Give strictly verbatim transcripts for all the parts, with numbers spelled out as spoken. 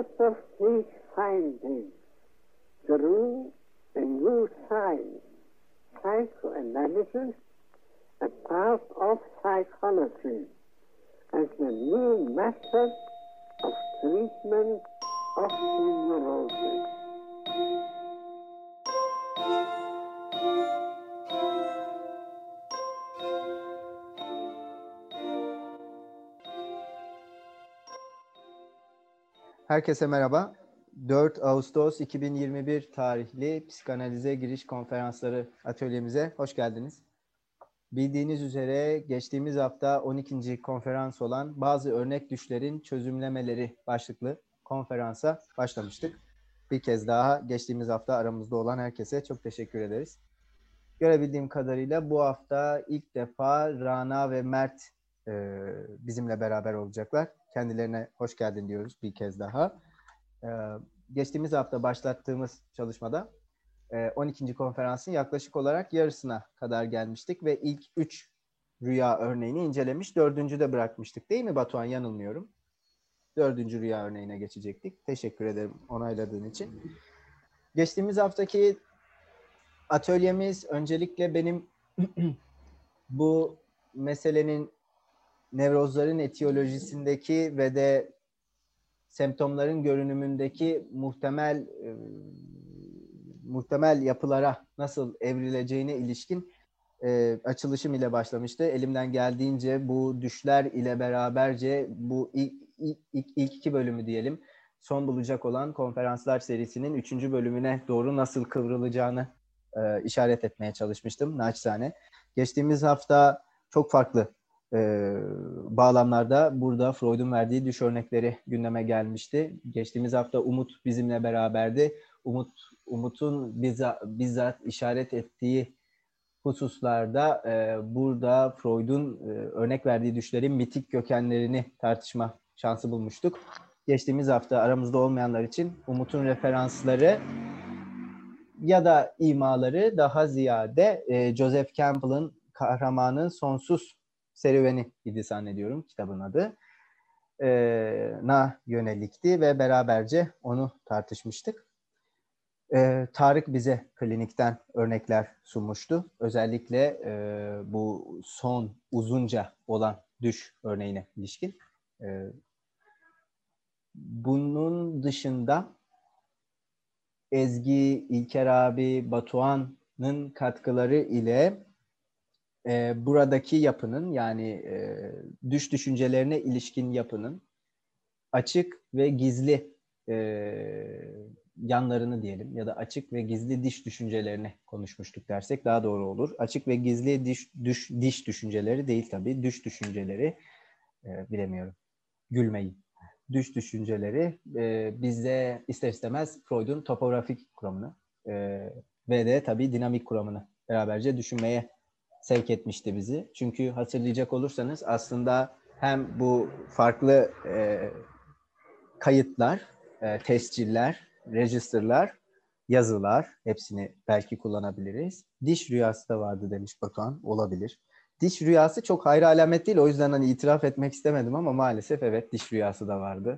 result of these findings, grew a new science, psychoanalysis, a part of psychology, as the new method of treatment of neurosis. Herkese merhaba. dört Ağustos iki bin yirmi bir tarihli psikanalize giriş konferansları atölyemize hoş geldiniz. Bildiğiniz üzere geçtiğimiz hafta on ikinci konferans olan bazı örnek düşlerin çözümlemeleri başlıklı konferansa başlamıştık. Bir kez daha geçtiğimiz hafta aramızda olan herkese çok teşekkür ederiz. Görebildiğim kadarıyla bu hafta ilk defa Rana ve Mert e, bizimle beraber olacaklar. Kendilerine hoş geldin diyoruz bir kez daha. Ee, geçtiğimiz hafta başlattığımız çalışmada e, on ikinci konferansın yaklaşık olarak yarısına kadar gelmiştik ve ilk üç rüya örneğini incelemiş, dördüncü de bırakmıştık. Değil mi Batuhan? Yanılmıyorum. Dördüncü rüya örneğine geçecektik. Teşekkür ederim onayladığın için. Geçtiğimiz haftaki atölyemiz öncelikle benim bu meselenin nevrozların etiyolojisindeki ve de semptomların görünümündeki muhtemel e, muhtemel yapılara nasıl evrileceğine ilişkin e, açılışım ile başlamıştı. Elimden geldiğince bu düşler ile beraberce bu ilk, ilk, ilk, ilk iki bölümü diyelim son bulacak olan konferanslar serisinin üçüncü bölümüne doğru nasıl kıvrılacağını e, işaret etmeye çalışmıştım naçizane. Geçtiğimiz hafta çok farklı Ee, bağlamlarda burada Freud'un verdiği düş örnekleri gündeme gelmişti. Geçtiğimiz hafta Umut bizimle beraberdi. Umut Umut'un bizzat, bizzat işaret ettiği hususlarda e, burada Freud'un e, örnek verdiği düşlerin mitik kökenlerini tartışma şansı bulmuştuk. Geçtiğimiz hafta aramızda olmayanlar için Umut'un referansları ya da imaları daha ziyade e, Joseph Campbell'ın Kahramanın Sonsuz Serüveni idi zannediyorum kitabın adı. Ee, na yönelikti ve beraberce onu tartışmıştık. Ee, Tarık bize klinikten örnekler sunmuştu. Özellikle e, bu son uzunca olan düş örneğine ilişkin. Ee, bunun dışında Ezgi, İlker abi, Batuhan'ın katkıları ile E, buradaki yapının yani e, düş düşüncelerine ilişkin yapının açık ve gizli e, yanlarını diyelim ya da açık ve gizli diş düşüncelerini konuşmuştuk dersek daha doğru olur. Açık ve gizli diş, düş, diş düşünceleri değil tabii. Düş düşünceleri e, bilemiyorum. Gülmeyin. Düş düşünceleri e, bizde ister istemez Freud'un topografik kuramını e, ve de tabii dinamik kuramını beraberce düşünmeye sevk etmişti bizi. Çünkü hatırlayacak olursanız aslında hem bu farklı e, kayıtlar, e, tesciller, registerlar, yazılar hepsini belki kullanabiliriz. Diş rüyası da vardı demiş Batuhan. Olabilir. Diş rüyası çok hayra alamet değil. O yüzden hani itiraf etmek istemedim ama maalesef evet diş rüyası da vardı.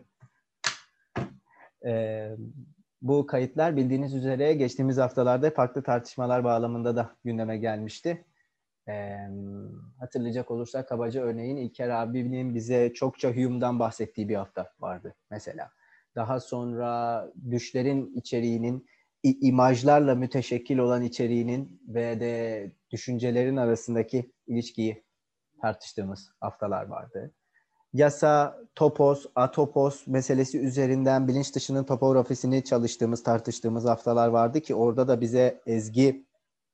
E, bu kayıtlar bildiğiniz üzere geçtiğimiz haftalarda farklı tartışmalar bağlamında da gündeme gelmişti. Ee, hatırlayacak olursak kabaca örneğin İlker abinin bize çokça Hume'dan bahsettiği bir hafta vardı mesela. Daha sonra düşlerin içeriğinin imajlarla müteşekkil olan içeriğinin ve de düşüncelerin arasındaki ilişkiyi tartıştığımız haftalar vardı. Yasa, topos, atopos meselesi üzerinden bilinç dışının topografisini çalıştığımız, tartıştığımız haftalar vardı ki orada da bize Ezgi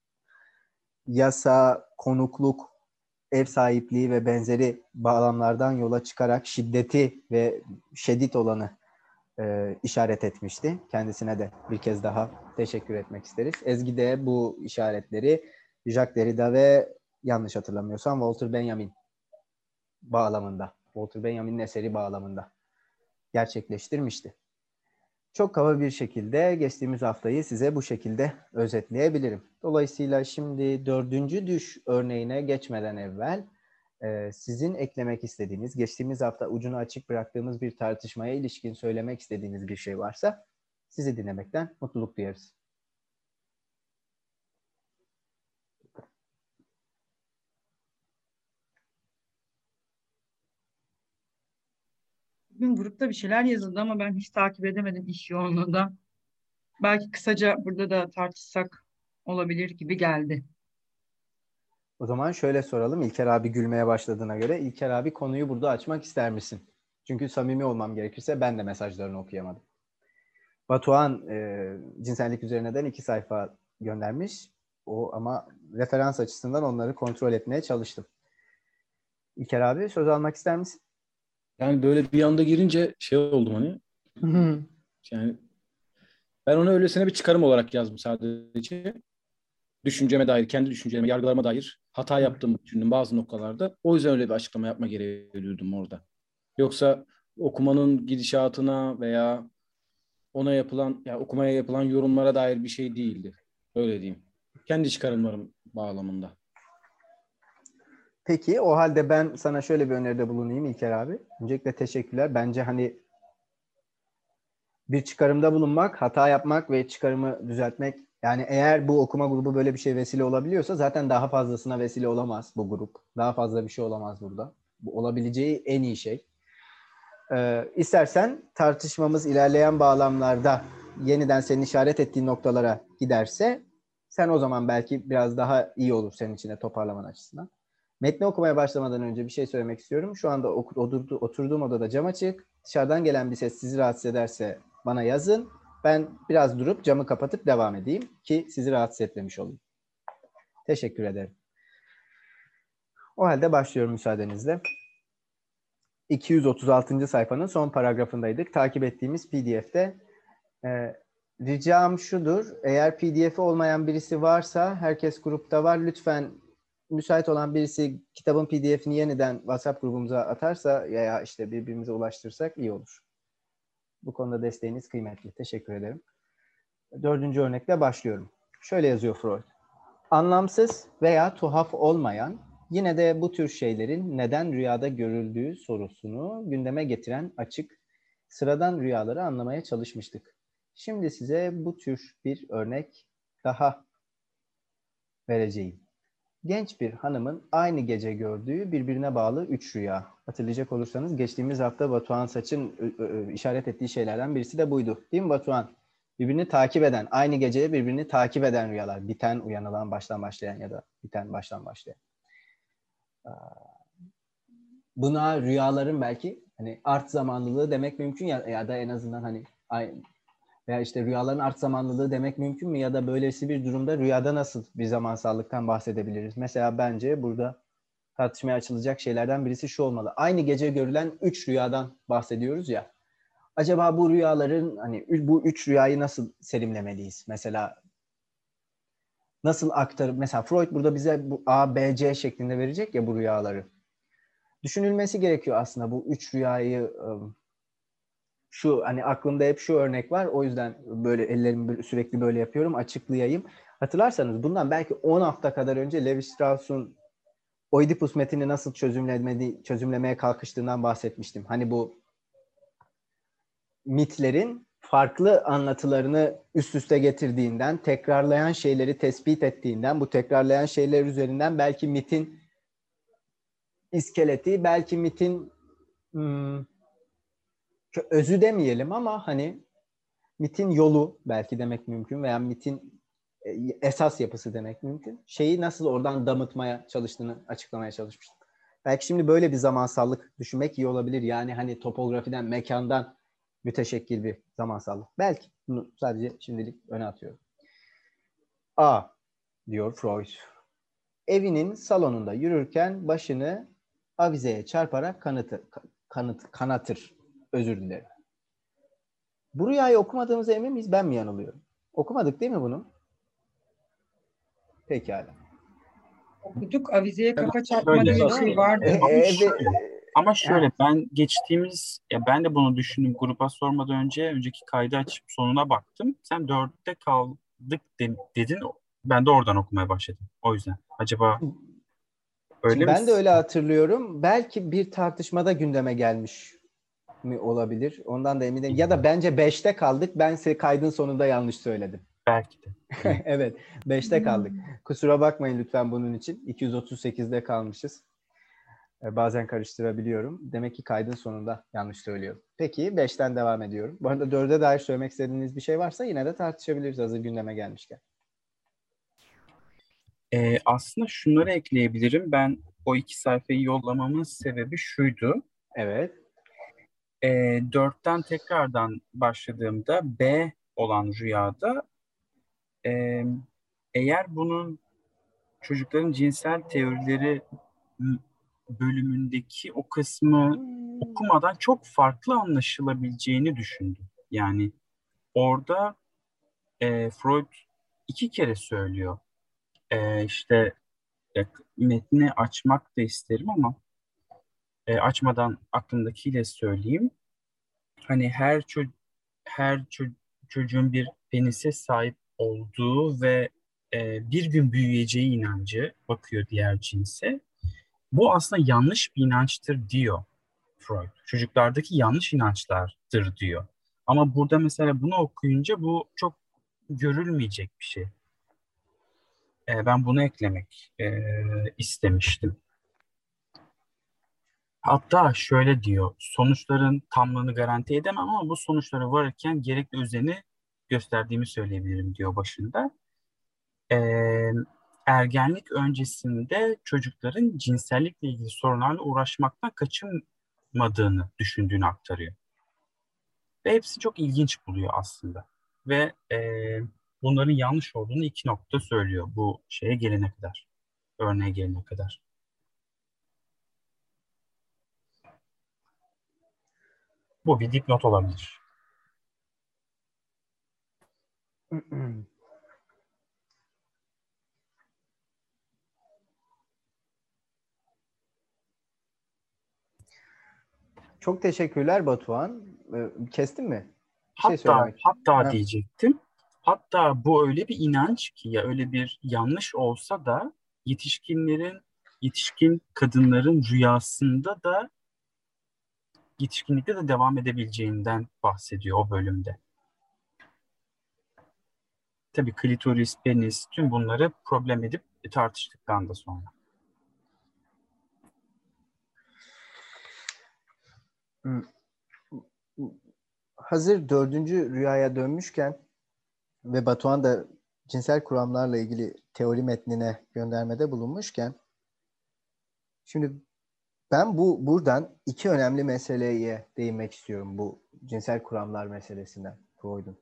yasa, konukluk, ev sahipliği ve benzeri bağlamlardan yola çıkarak şiddeti ve şiddet olanı e, işaret etmişti. Kendisine de bir kez daha teşekkür etmek isteriz. Ezgi de bu işaretleri Jacques Derrida ve yanlış hatırlamıyorsam Walter Benjamin bağlamında, Walter Benjamin'in eseri bağlamında gerçekleştirmişti. Çok kaba bir şekilde geçtiğimiz haftayı size bu şekilde özetleyebilirim. Dolayısıyla şimdi dördüncü düş örneğine geçmeden evvel Ee, sizin eklemek istediğiniz, geçtiğimiz hafta ucunu açık bıraktığımız bir tartışmaya ilişkin söylemek istediğiniz bir şey varsa sizi dinlemekten mutluluk duyarız. Bugün grupta bir şeyler yazıldı ama ben hiç takip edemedim iş yoğunluğunda. Belki kısaca burada da tartışsak olabilir gibi geldi. O zaman şöyle soralım. İlker abi gülmeye başladığına göre İlker abi konuyu burada açmak ister misin? Çünkü samimi olmam gerekirse ben de mesajlarını okuyamadım. Batuhan e, cinsellik üzerinden iki sayfa göndermiş. O ama referans açısından onları kontrol etmeye çalıştım. İlker abi söz almak ister misin? Yani böyle bir anda girince şey oldum hani. Yani ben onu öylesine bir çıkarım olarak yazdım sadece. Düşünceme dair, kendi düşüncelerime, yargılarıma dair hata yaptığımı düşündüm bazı noktalarda. O yüzden öyle bir açıklama yapma gereği duydum orada. Yoksa okumanın gidişatına veya ona yapılan, ya okumaya yapılan yorumlara dair bir şey değildi. Öyle diyeyim. Kendi çıkarımlarım bağlamında. Peki o halde ben sana şöyle bir öneride bulunayım İlker abi. Öncelikle teşekkürler. Bence hani bir çıkarımda bulunmak, hata yapmak ve çıkarımı düzeltmek. Yani eğer bu okuma grubu böyle bir şey vesile olabiliyorsa zaten daha fazlasına vesile olamaz bu grup. Daha fazla bir şey olamaz burada. Bu olabileceği en iyi şey. Ee, istersen tartışmamız ilerleyen bağlamlarda yeniden senin işaret ettiğin noktalara giderse sen o zaman belki biraz daha iyi olur senin için de toparlaman açısından. Metni okumaya başlamadan önce bir şey söylemek istiyorum. Şu anda oturdu, oturduğum odada cam açık. Dışarıdan gelen bir ses sizi rahatsız ederse bana yazın. Ben biraz durup camı kapatıp devam edeyim ki sizi rahatsız etmemiş olayım. Teşekkür ederim. O halde başlıyorum müsaadenizle. iki yüz otuz altıncı sayfanın son paragrafındaydık. Takip ettiğimiz P D F'de e, ricam şudur. Eğer P D F'i olmayan birisi varsa, herkes grupta var. Lütfen müsait olan birisi kitabın P D F'ini yeniden WhatsApp grubumuza atarsa ya işte birbirimize ulaştırsak iyi olur. Bu konuda desteğiniz kıymetli. Teşekkür ederim. Dördüncü örnekle başlıyorum. Şöyle yazıyor Freud. Anlamsız veya tuhaf olmayan, yine de bu tür şeylerin neden rüyada görüldüğü sorusunu gündeme getiren açık, sıradan rüyaları anlamaya çalışmıştık. Şimdi size bu tür bir örnek daha vereceğim. Genç bir hanımın aynı gece gördüğü birbirine bağlı üç rüya. Hatırlayacak olursanız geçtiğimiz hafta Batuhan Saç'ın işaret ettiği şeylerden birisi de buydu. Değil mi Batuhan? Birbirini takip eden, aynı geceye birbirini takip eden rüyalar. Biten, uyanılan, baştan başlayan ya da biten, baştan başlayan. Buna rüyaların belki hani art zamanlılığı demek mümkün ya, ya da en azından hani veya işte rüyaların art zamanlılığı demek mümkün mü? Ya da böylesi bir durumda rüyada nasıl bir zamansallıktan bahsedebiliriz? Mesela bence burada tartışmaya açılacak şeylerden birisi şu olmalı. Aynı gece görülen üç rüyadan bahsediyoruz ya. Acaba bu rüyaların hani bu üç rüyayı nasıl selimlemeliyiz? Mesela nasıl aktarıp mesela Freud burada bize bu A, B, C şeklinde verecek ya bu rüyaları. Düşünülmesi gerekiyor aslında bu üç rüyayı. Şu hani aklımda hep şu örnek var. O yüzden böyle ellerimi sürekli böyle yapıyorum. Açıklayayım. Hatırlarsanız bundan belki on hafta kadar önce Levi Strauss'un Oidipus metnini nasıl çözümlemedi, çözümlemeye kalkıştığından bahsetmiştim. Hani bu mitlerin farklı anlatılarını üst üste getirdiğinden, tekrarlayan şeyleri tespit ettiğinden, bu tekrarlayan şeyler üzerinden belki mitin iskeleti, belki mitin hmm, özü demeyelim ama hani mitin yolu belki demek mümkün veya mitin esas yapısı demek mümkün. Şeyi nasıl oradan damıtmaya çalıştığını açıklamaya çalışmıştım. Belki şimdi böyle bir zamansallık düşünmek iyi olabilir. Yani hani topografiden, mekandan müteşekkil bir zamansallık. Belki. Bunu sadece şimdilik öne atıyorum. A diyor Freud. Evinin salonunda yürürken başını avizeye çarparak kanıtı, kanıt, kanatır. Özür dilerim. Bu rüyayı okumadığımıza emin miyiz? Ben mi yanılıyorum? Okumadık değil mi bunu? Pekala. Okuduk. Avizeye kafa çarpma Şöyle. diye bir şey vardı. E, Ama e, şöyle, e, ama şöyle ha. ben geçtiğimiz ya ben de bunu düşündüm gruba sormadan önce önceki kaydı açıp sonuna baktım. Sen dörtte kaldık de- dedin. Ben de oradan okumaya başladım. O yüzden. Acaba Öyle Şimdi mi? ben de öyle hatırlıyorum. Belki bir tartışmada gündeme gelmiş mi olabilir? Ondan da emin değilim. Ya da bence beşte kaldık. Ben size kaydın sonunda yanlış söyledim. Belki de. Evet, beşte kaldık. Kusura bakmayın lütfen bunun için. iki yüz otuz sekizde kalmışız. Ee, Bazen karıştırabiliyorum. Demek ki kaydın sonunda yanlış söylüyorum. Peki beşten devam ediyorum. Bu arada dörde dair söylemek istediğiniz bir şey varsa yine de tartışabiliriz hazır gündeme gelmişken. Ee, aslında şunları ekleyebilirim. Ben o iki sayfayı yollamamın sebebi şuydu. Evet. Ee, dörtten tekrardan başladığımda B olan rüyada e, eğer bunun çocukların cinsel teorileri m- bölümündeki o kısmı okumadan çok farklı anlaşılabileceğini düşündüm. Yani orada e, Freud iki kere söylüyor. E, işte e, metni açmak da isterim ama e, açmadan aklımdakiyle söyleyeyim. Hani her ço- her ço- çocuğun bir penise sahip olduğu ve e, bir gün büyüyeceği inancı bakıyor diğer cinse. Bu aslında yanlış bir inançtır diyor Freud. Çocuklardaki yanlış inançlardır diyor. Ama burada mesela bunu okuyunca bu çok görülmeyecek bir şey. E, ben bunu eklemek e, istemiştim. Hatta şöyle diyor, sonuçların tamlığını garanti edemem ama bu sonuçlara varırken gerekli özeni gösterdiğimi söyleyebilirim diyor başında. Ee, Ergenlik öncesinde çocukların cinsellikle ilgili sorunlarla uğraşmaktan kaçınmadığını düşündüğünü aktarıyor. Ve hepsi çok ilginç buluyor aslında. Ve e, bunların yanlış olduğunu iki nokta söylüyor bu şeye gelene kadar, örneğe gelene kadar. Bu bir dipnot olabilir. Çok teşekkürler Batuhan. Ee, Kestin mi? Bir şey Hatta söylemek. hatta Ha. diyecektim. Hatta bu öyle bir inanç ki ya öyle bir yanlış olsa da yetişkinlerin, yetişkin kadınların rüyasında da yetişkinlikte de devam edebileceğinden bahsediyor o bölümde. Tabii klitoris, penis tüm bunları problem edip tartıştıktan da sonra. Hazır dördüncü rüyaya dönmüşken ve Batuhan da cinsel kuramlarla ilgili teori metnine göndermede bulunmuşken şimdi ben bu buradan iki önemli meseleye değinmek istiyorum bu cinsel kuramlar meselesinden Freud'un.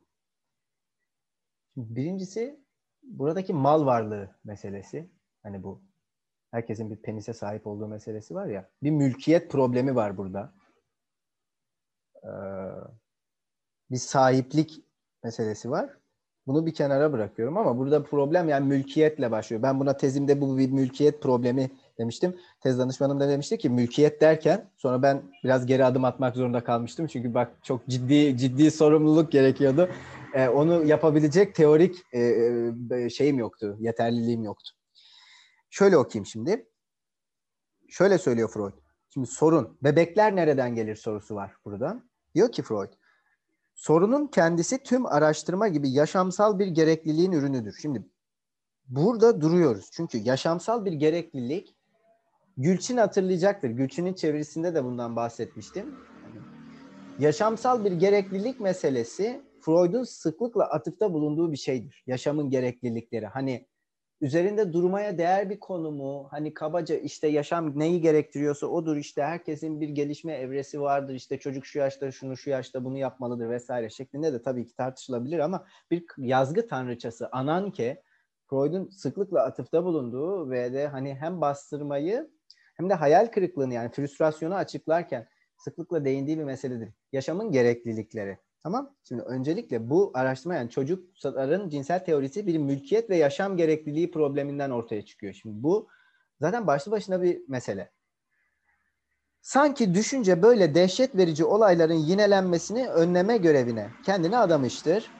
Birincisi buradaki mal varlığı meselesi. Hani bu herkesin bir penise sahip olduğu meselesi var ya. Bir mülkiyet problemi var burada. Ee, bir sahiplik meselesi var. Bunu bir kenara bırakıyorum ama burada problem yani mülkiyetle başlıyor. Ben buna tezimde bu bir mülkiyet problemi demiştim. Tez danışmanım da demişti ki mülkiyet derken sonra ben biraz geri adım atmak zorunda kalmıştım. Çünkü bak çok ciddi ciddi sorumluluk gerekiyordu. Ee, onu yapabilecek teorik e, şeyim yoktu, yeterliliğim yoktu. Şöyle okuyayım şimdi. Şöyle söylüyor Freud. Şimdi sorun, bebekler nereden gelir sorusu var burada. Diyor ki Freud, sorunun kendisi tüm araştırma gibi yaşamsal bir gerekliliğin ürünüdür. Şimdi burada duruyoruz. Çünkü yaşamsal bir gereklilik, Gülçin hatırlayacaktır. Gülçin'in çevirisinde de bundan bahsetmiştim. Yaşamsal bir gereklilik meselesi Freud'un sıklıkla atıfta bulunduğu bir şeydir. Yaşamın gereklilikleri. Hani üzerinde durmaya değer bir konu mu? Hani kabaca işte yaşam neyi gerektiriyorsa odur, işte herkesin bir gelişme evresi vardır, işte çocuk şu yaşta şunu şu yaşta bunu yapmalıdır vesaire şeklinde de tabii ki tartışılabilir ama bir yazgı tanrıçası Ananke Freud'un sıklıkla atıfta bulunduğu ve de hani hem bastırmayı hem de hayal kırıklığını yani frustrasyonu açıklarken sıklıkla değindiği bir meseledir. Yaşamın gereklilikleri. Tamam. Şimdi öncelikle bu araştırma yani çocukların cinsel teorisi bir mülkiyet ve yaşam gerekliliği probleminden ortaya çıkıyor. Şimdi bu zaten başlı başına bir mesele. Sanki düşünce böyle dehşet verici olayların yinelenmesini önleme görevine kendini adamıştır.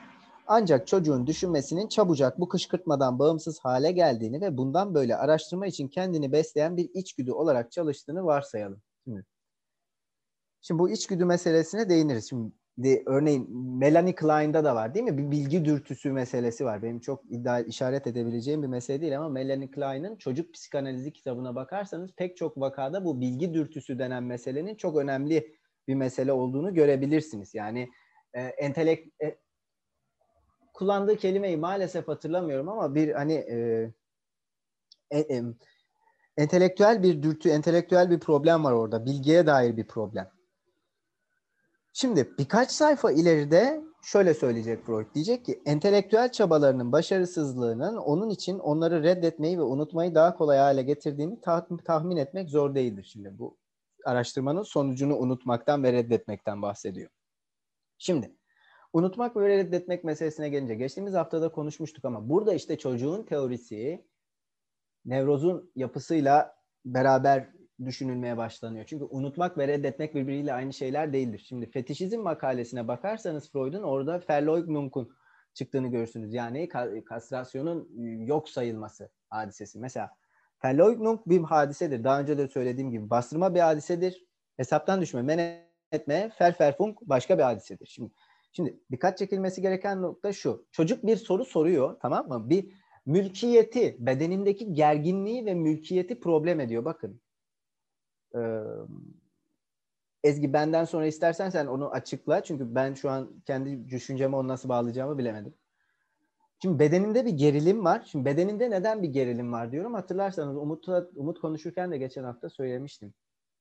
Ancak çocuğun düşünmesinin çabucak bu kışkırtmadan bağımsız hale geldiğini ve bundan böyle araştırma için kendini besleyen bir içgüdü olarak çalıştığını varsayalım. Şimdi, şimdi bu içgüdü meselesine değiniriz. Şimdi de, örneğin Melanie Klein'da da var değil mi? Bir bilgi dürtüsü meselesi var. Benim çok iddia işaret edebileceğim bir mesele değil ama Melanie Klein'in Çocuk Psikanalizi kitabına bakarsanız pek çok vakada bu bilgi dürtüsü denen meselenin çok önemli bir mesele olduğunu görebilirsiniz. Yani e, entelekt e, kullandığı kelimeyi maalesef hatırlamıyorum ama bir hani e, e, e, entelektüel bir dürtü, entelektüel bir problem var orada. Bilgiye dair bir problem. Şimdi birkaç sayfa ileride şöyle söyleyecek Freud. Diyecek ki entelektüel çabalarının başarısızlığının onun için onları reddetmeyi ve unutmayı daha kolay hale getirdiğini tah- tahmin etmek zor değildir. Şimdi bu araştırmanın sonucunu unutmaktan ve reddetmekten bahsediyor. Şimdi unutmak ve reddetmek meselesine gelince geçtiğimiz haftada konuşmuştuk ama burada işte çocuğun teorisi nevrozun yapısıyla beraber düşünülmeye başlanıyor. Çünkü unutmak ve reddetmek birbiriyle aynı şeyler değildir. Şimdi fetişizm makalesine bakarsanız Freud'un orada Verleugnung'un çıktığını görürsünüz. Yani kastrasyonun yok sayılması hadisesi. Mesela Verleugnung bir hadisedir. Daha önce de söylediğim gibi bastırma bir hadisedir. Hesaptan düşme, men etme, Verwerfung başka bir hadisedir. Şimdi Şimdi dikkat çekilmesi gereken nokta şu. Çocuk bir soru soruyor, tamam mı? Bir mülkiyeti, bedenindeki gerginliği ve mülkiyeti problem ediyor. Bakın. Ee, Ezgi benden sonra istersen sen onu açıkla. Çünkü ben şu an kendi düşüncemi onu nasıl bağlayacağımı bilemedim. Şimdi bedeninde bir gerilim var. Şimdi bedeninde neden bir gerilim var diyorum. Hatırlarsanız Umut, Umut konuşurken de geçen hafta söylemiştim.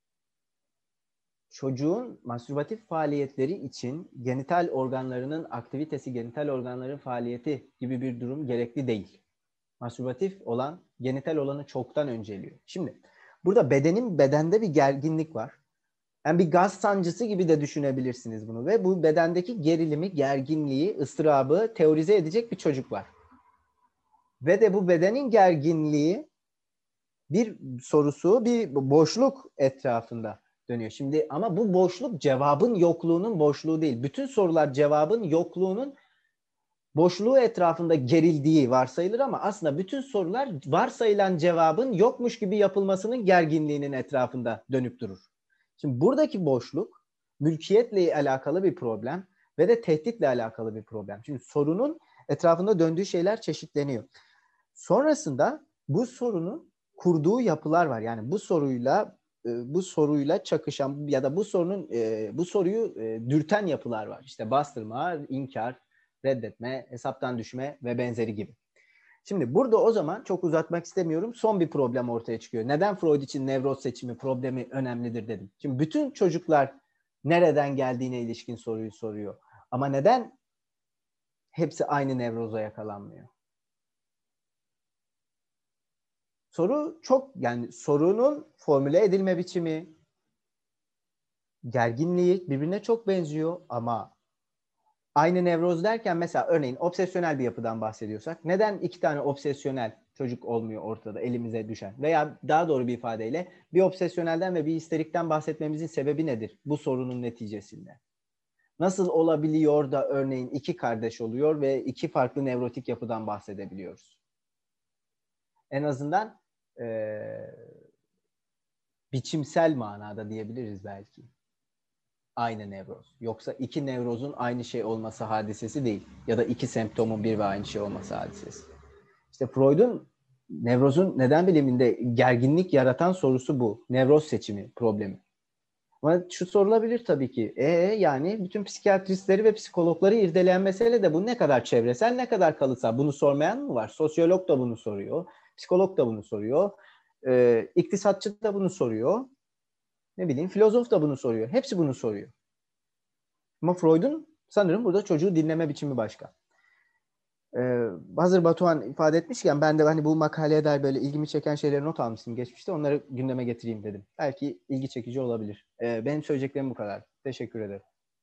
Çocuğun mastürbatif faaliyetleri için genital organlarının aktivitesi, genital organların faaliyeti gibi bir durum gerekli değil. Mastürbatif olan genital olanı çoktan önceliyor. Şimdi burada bedenin bedende bir gerginlik var. Yani bir gaz sancısı gibi de düşünebilirsiniz bunu ve bu bedendeki gerilimi, gerginliği, ıstırabı teorize edecek bir çocuk var. Ve de bu bedenin gerginliği bir sorusu, bir boşluk etrafında dönüyor. Şimdi ama bu boşluk cevabın yokluğunun boşluğu değil. Bütün sorular cevabın yokluğunun boşluğu etrafında gerildiği varsayılır ama aslında bütün sorular varsayılan cevabın yokmuş gibi yapılmasının gerginliğinin etrafında dönüp durur. Şimdi buradaki boşluk mülkiyetle alakalı bir problem ve de tehditle alakalı bir problem. Şimdi sorunun etrafında döndüğü şeyler çeşitleniyor. Sonrasında bu sorunun kurduğu yapılar var. Yani bu soruyla bu soruyla çakışan ya da bu sorunun bu soruyu dürten yapılar var. İşte bastırma, inkar, reddetme, hesaptan düşme ve benzeri gibi. Şimdi burada o zaman çok uzatmak istemiyorum. Son bir problem ortaya çıkıyor. Neden Freud için nevroz seçimi problemi önemlidir dedim. Şimdi bütün çocuklar nereden geldiğine ilişkin soruyu soruyor. Ama neden hepsi aynı nevroza yakalanmıyor? Soru çok, yani sorunun formüle edilme biçimi, gerginliği birbirine çok benziyor ama aynı nevroz derken mesela örneğin obsesyonel bir yapıdan bahsediyorsak neden iki tane obsesyonel çocuk olmuyor ortada elimize düşen? Veya daha doğru bir ifadeyle bir obsesyonelden ve bir histerikten bahsetmemizin sebebi nedir bu sorunun neticesinde? Nasıl olabiliyor da örneğin iki kardeş oluyor ve iki farklı nevrotik yapıdan bahsedebiliyoruz? En azından ee, biçimsel manada diyebiliriz belki. Aynı nevroz. Yoksa iki nevrozun aynı şey olması hadisesi değil. Ya da iki semptomun bir ve aynı şey olması hadisesi. İşte Freud'un nevrozun neden biliminde gerginlik yaratan sorusu bu. Nevroz seçimi problemi. Ama şu sorulabilir tabii ki. E yani bütün psikiyatristleri ve psikologları irdeleyen mesele de bu ne kadar çevresel, ne kadar kalıtsal. Bunu sormayan mı var? Sosyolog da bunu soruyor. Psikolog da bunu soruyor. E, iktisatçı da bunu soruyor. Ne bileyim filozof da bunu soruyor. Hepsi bunu soruyor. Ama Freud'un sanırım burada çocuğu dinleme biçimi başka. Ee, hazır Batuhan ifade etmişken ben de hani bu makaleye dair böyle ilgimi çeken şeyleri not almıştım geçmişte. Onları gündeme getireyim dedim. Belki ilgi çekici olabilir. Ee, benim söyleyeceklerim bu kadar. Teşekkür ederim.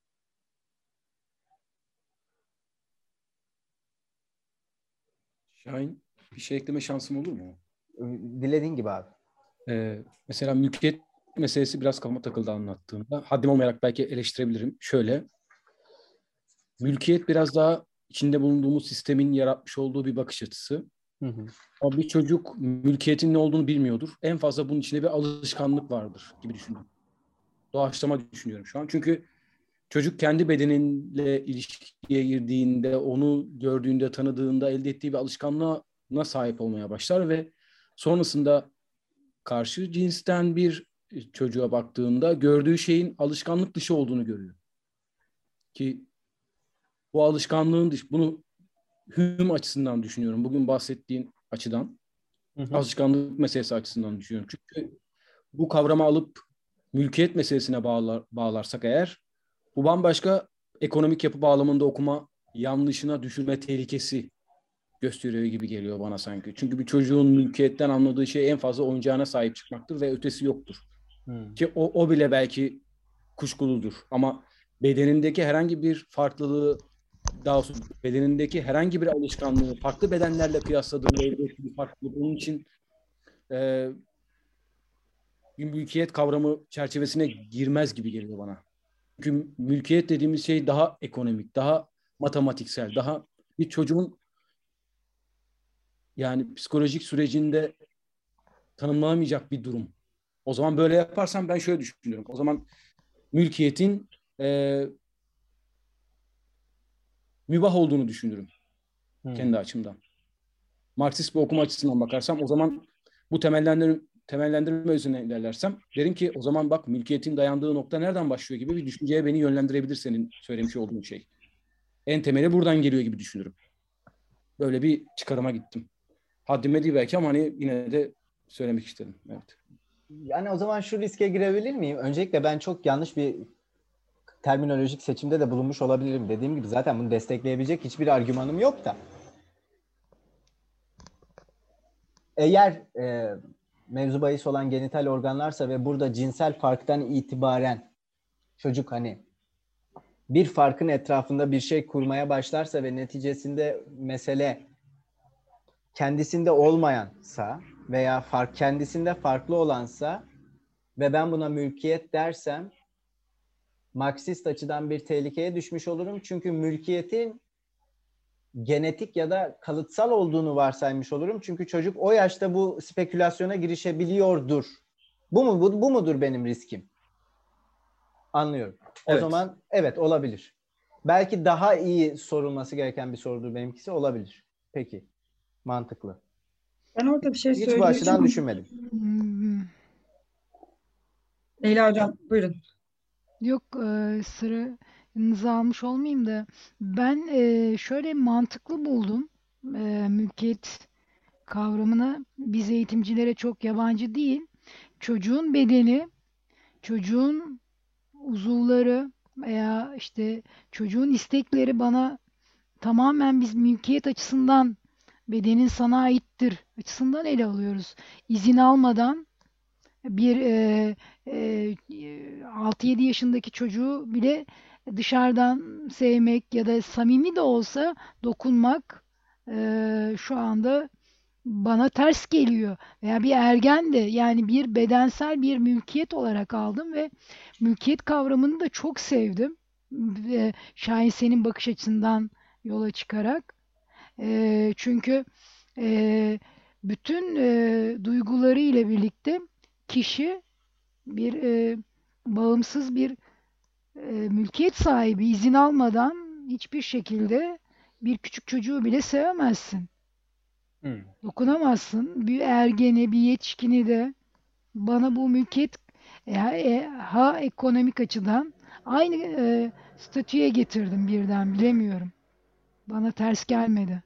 Şahin, bir şey ekleme şansım olur mu? Dilediğin gibi abi. Ee, mesela mülkiyet meselesi biraz kafama takıldı anlattığımda. Haddim olmayarak belki eleştirebilirim. Şöyle, mülkiyet biraz daha içinde bulunduğumuz sistemin yaratmış olduğu bir bakış açısı. Hı hı. Ama bir çocuk mülkiyetin ne olduğunu bilmiyordur. En fazla bunun içinde bir alışkanlık vardır gibi düşünüyorum. Doğaçlama düşünüyorum şu an. Çünkü çocuk kendi bedeninle ilişkiye girdiğinde, onu gördüğünde, tanıdığında elde ettiği bir alışkanlığa sahip olmaya başlar ve sonrasında karşı cinsten bir çocuğa baktığında gördüğü şeyin alışkanlık dışı olduğunu görüyor. Ki bu alışkanlığın dışı, bunu Hume açısından düşünüyorum. Bugün bahsettiğin açıdan, Hı hı. alışkanlık meselesi açısından düşünüyorum. Çünkü bu kavramı alıp mülkiyet meselesine bağlar, bağlarsak eğer, bu bambaşka ekonomik yapı bağlamında okuma yanlışına düşürme tehlikesi gösteriyor gibi geliyor bana sanki. Çünkü bir çocuğun mülkiyetten anladığı şey en fazla oyuncağına sahip çıkmaktır ve ötesi yoktur. Hmm. Ki o, o bile belki kuşkuludur. Ama bedenindeki herhangi bir farklılığı, daha sonra bedenindeki herhangi bir alışkanlığı farklı bedenlerle kıyasladığında elde ettiği bir farklılık onun için e, bir mülkiyet kavramı çerçevesine girmez gibi geliyor bana. Çünkü mülkiyet dediğimiz şey daha ekonomik, daha matematiksel, daha bir çocuğun yani psikolojik sürecinde tanımlanamayacak bir durum. O zaman böyle yaparsam ben şöyle düşünüyorum. O zaman mülkiyetin e, mübah olduğunu düşünürüm Hmm. kendi açımdan. Marksist bir okuma açısından bakarsam o zaman bu temellendirme, temellendirme üzerine ilerlersem derim ki o zaman bak mülkiyetin dayandığı nokta nereden başlıyor gibi bir düşünceye beni yönlendirebilir senin söylemiş olduğun şey. En temeli buradan geliyor gibi düşünürüm. Böyle bir çıkarıma gittim. Haddime değil belki ama hani yine de söylemek istedim. Evet. Yani o zaman şu riske girebilir miyim? Öncelikle ben çok yanlış bir terminolojik seçimde de bulunmuş olabilirim. Dediğim gibi zaten bunu destekleyebilecek hiçbir argümanım yok da. Eğer e, mevzu bahis olan genital organlarsa ve burada cinsel farktan itibaren çocuk hani bir farkın etrafında bir şey kurmaya başlarsa ve neticesinde mesele kendisinde olmayansa veya fark kendisinde farklı olansa ve ben buna mülkiyet dersem Marksist açıdan bir tehlikeye düşmüş olurum. Çünkü mülkiyetin genetik ya da kalıtsal olduğunu varsaymış olurum. Çünkü çocuk o yaşta bu spekülasyona girişebiliyordur. Bu mu bu, bu mudur benim riskim? Anlıyorum. O Evet. zaman evet olabilir. Belki daha iyi sorulması gereken bir sorudur benimkisi, olabilir. Peki. Mantıklı. Ben orada bir şey Hiç bu söyleyeyim. açıdan düşünmedim. Hmm, Leyla Hocam buyurun. Yok e, sıranızı almış olmayayım da ben e, şöyle mantıklı buldum e, mülkiyet kavramını. Biz eğitimcilere çok yabancı değil. Çocuğun bedeni, çocuğun uzuvları veya işte çocuğun istekleri bana tamamen biz mülkiyet açısından bedenin sana aittir açısından ele alıyoruz. İzin almadan bir e, e, altı yedi yaşındaki çocuğu bile dışarıdan sevmek ya da samimi de olsa dokunmak e, şu anda bana ters geliyor. Veya bir ergen de yani bir bedensel bir mülkiyet olarak aldım ve mülkiyet kavramını da çok sevdim. Ve Şahin senin bakış açısından yola çıkarak. E, çünkü e, bütün e, duyguları ile birlikte kişi bir e, bağımsız bir e, mülkiyet sahibi, izin almadan hiçbir şekilde bir küçük çocuğu bile sevemezsin. Hmm. Dokunamazsın. Bir ergeni, bir yetişkini de bana bu mülkiyet e, e, ha ekonomik açıdan aynı e, statüye getirdim birden bilemiyorum. Bana ters gelmedi.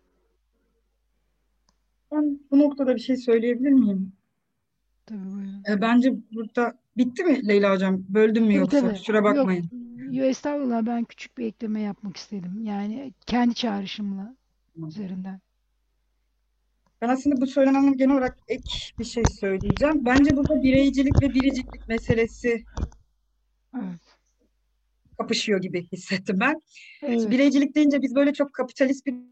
Ben bu noktada bir şey söyleyebilir miyim? Tabii buyurun. E, bence burada bitti mi Leyla Hocam? Böldüm mü Tabii yoksa? tabii. Kusura Yok, bakmayın. yo, estağfurullah ben küçük bir ekleme yapmak istedim. Yani kendi çağrışımla üzerinden. Ben aslında bu söylenenden genel olarak ek bir şey söyleyeceğim. Bence burada bireycilik ve biriciklik meselesi Evet. kapışıyor gibi hissettim ben. Evet. Bireycilik deyince biz böyle çok kapitalist bir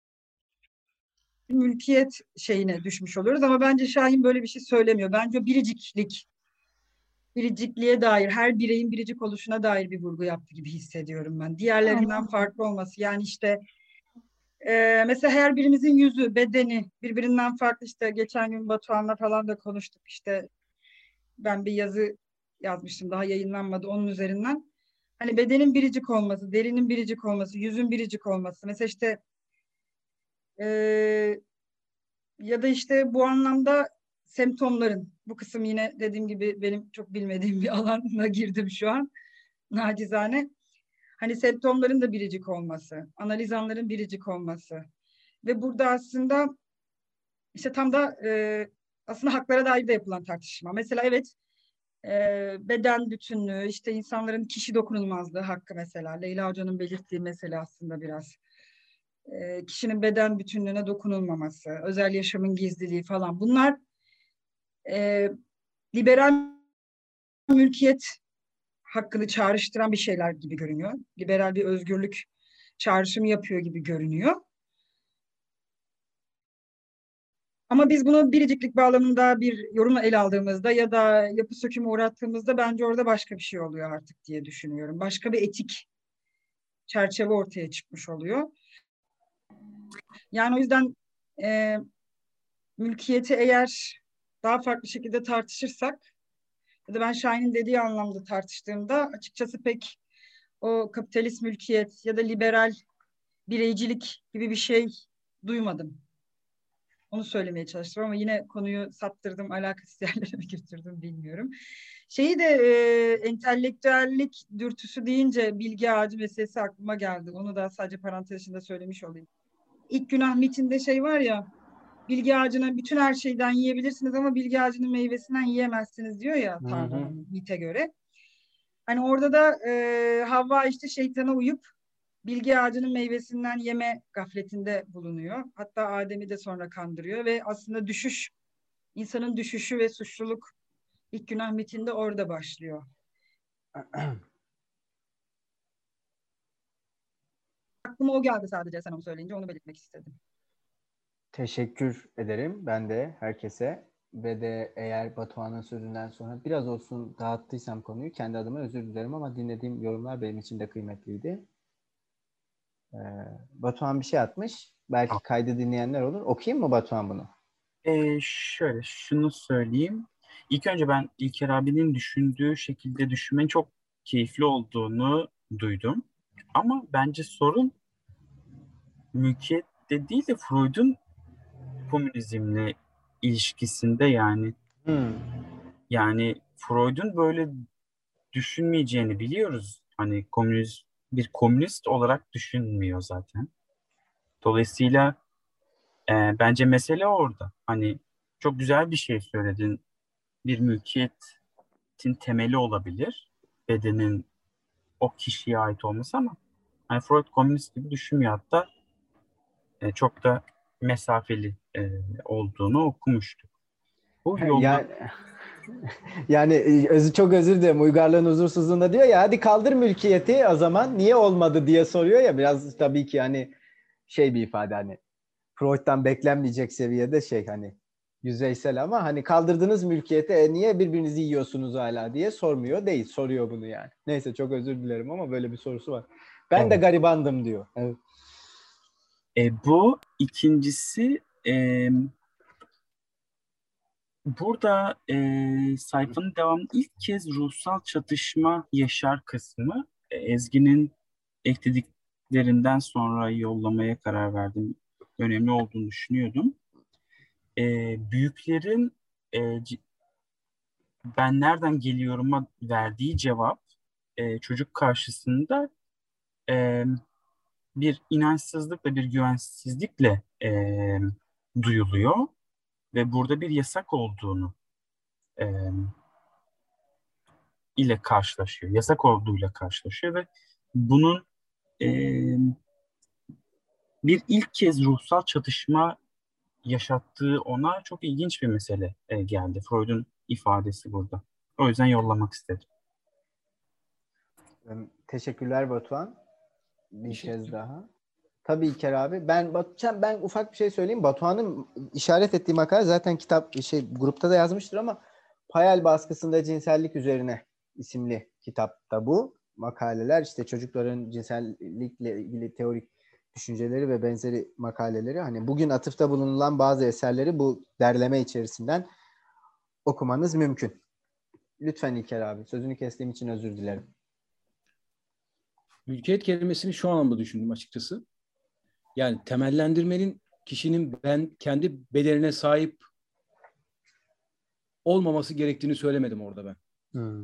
mülkiyet şeyine düşmüş oluyoruz ama bence Şahin böyle bir şey söylemiyor. Bence o biriciklik, biricikliğe dair, her bireyin biricik oluşuna dair bir vurgu yaptı gibi hissediyorum ben. Diğerlerinden Anladım. farklı olması. Yani işte Ee, mesela her birimizin yüzü, bedeni birbirinden farklı. İşte geçen gün Batuhan'la falan da konuştuk. İşte ben bir yazı yazmıştım, daha yayınlanmadı, onun üzerinden. Hani bedenin biricik olması, derinin biricik olması, yüzün biricik olması. Mesela işte e, ya da işte bu anlamda semptomların, bu kısım yine dediğim gibi benim çok bilmediğim bir alana girdim şu an nacizane. Hani semptomların da biricik olması, analizanların biricik olması. Ve burada aslında işte tam da e, aslında haklara dair de yapılan tartışma. Mesela evet, e, beden bütünlüğü, işte insanların kişi dokunulmazlığı hakkı mesela. Leyla Hoca'nın belirttiği mesele aslında biraz. E, kişinin beden bütünlüğüne dokunulmaması, özel yaşamın gizliliği falan. Bunlar e, liberal mülkiyet hakkını çağrıştıran bir şeyler gibi görünüyor. Liberal bir özgürlük çağrışımı yapıyor gibi görünüyor. Ama biz bunu biriciklik bağlamında bir yorumla ele aldığımızda ya da yapı sökümü uğrattığımızda bence orada başka bir şey oluyor artık diye düşünüyorum. Başka bir etik çerçeve ortaya çıkmış oluyor. Yani o yüzden e, mülkiyeti eğer daha farklı şekilde tartışırsak ya da ben Şahin'in dediği anlamda tartıştığımda açıkçası pek o kapitalist mülkiyet ya da liberal bireycilik gibi bir şey duymadım. Onu söylemeye çalıştım ama yine konuyu saptırdım, alakasız yerlere mi götürdüm bilmiyorum. Şeyi de e, entelektüellik dürtüsü deyince bilgi ağacı meselesi aklıma geldi. Onu da sadece parantez içinde söylemiş olayım. İlk günah mitinde şey var ya, bilgi ağacına bütün her şeyden yiyebilirsiniz ama bilgi ağacının meyvesinden yiyemezsiniz diyor ya Hı Tanrı hı. hani mite göre. Hani orada da e, Havva işte şeytana uyup bilgi ağacının meyvesinden yeme gafletinde bulunuyor. Hatta Adem'i de sonra kandırıyor ve aslında düşüş, insanın düşüşü ve suçluluk ilk günah mitinde orada başlıyor. Aklıma o geldi sadece sen onu söyleyince, onu belirtmek istedim. Teşekkür ederim ben de herkese ve de eğer Batuhan'ın sözünden sonra biraz olsun dağıttıysam konuyu kendi adıma özür dilerim ama dinlediğim yorumlar benim için de kıymetliydi. Ee, Batuhan bir şey atmış. Belki kaydı dinleyenler olur. Okuyayım mı Batuhan bunu? Ee, şöyle şunu söyleyeyim. İlk önce ben İlker abinin düşündüğü şekilde düşünmenin çok keyifli olduğunu duydum. Ama bence sorun mülkiyette değil de Freud'un komünizmle ilişkisinde yani. Hmm. Yani Freud'un böyle düşünmeyeceğini biliyoruz. Hani komünist bir komünist olarak düşünmüyor zaten. Dolayısıyla e, bence mesele orada. Hani çok güzel bir şey söyledin. Bir mülkiyetin temeli olabilir. Bedenin o kişiye ait olması ama hani Freud komünist gibi düşünmüyor. Hatta e, çok da mesafeli e, olduğunu okumuştuk. Bu yolda Yani yani e, özü çok özür dilerim. Uygarlığın huzursuzluğunda diyor ya hadi kaldır mülkiyeti o zaman niye olmadı diye soruyor ya biraz tabii ki hani şey bir ifade hani Freud'dan beklenmeyecek seviyede şey hani yüzeysel ama hani kaldırdınız mülkiyeti e, niye birbirinizi yiyorsunuz hala diye sormuyor değil soruyor bunu yani. Neyse çok özür dilerim ama böyle bir sorusu var. Ben de evet. garibandım diyor. Evet. E, bu ikincisi e, burada e, sayfanın devamı ilk kez ruhsal çatışma yaşar kısmı e, Ezgi'nin eklediklerinden sonra yollamaya karar verdim. Önemli olduğunu düşünüyordum. E, büyüklerin e, c- ben nereden geliyorum'a verdiği cevap e, çocuk karşısında e, bir inançsızlıkla, bir güvensizlikle e, duyuluyor ve burada bir yasak olduğunu e, ile karşılaşıyor. Yasak olduğuyla karşılaşıyor ve bunun e, bir ilk kez ruhsal çatışma yaşattığı ona çok ilginç bir mesele e, geldi. Freud'un ifadesi burada. O yüzden yollamak istedim. Teşekkürler Batuhan. Bir Teşekkür kez ederim. daha. Tabii İlker abi. Ben Batuhan ben ufak bir şey söyleyeyim. Batuhan'ın işaret ettiği makale zaten kitap şey grupta da yazmıştır ama Payal baskısında cinsellik üzerine isimli kitapta bu makaleler işte çocukların cinsellikle ilgili teorik düşünceleri ve benzeri makaleleri, hani bugün atıfta bulunulan bazı eserleri bu derleme içerisinden okumanız mümkün. Lütfen İlker abi, sözünü kestiğim için özür dilerim. Mülkiyet kelimesini şu anlamda düşündüm açıkçası. Yani temellendirmenin kişinin ben kendi bedenine sahip olmaması gerektiğini söylemedim orada ben. Hmm.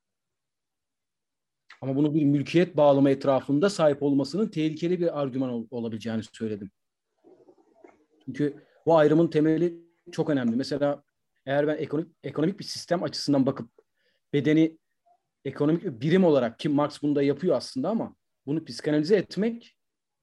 Ama bunu bir mülkiyet bağlama etrafında sahip olmasının tehlikeli bir argüman ol- olabileceğini söyledim. Çünkü bu ayrımın temeli çok önemli. Mesela eğer ben ekonomik, ekonomik bir sistem açısından bakıp bedeni ekonomik bir birim olarak, ki Marx bunu da yapıyor aslında, ama bunu psikanalize etmek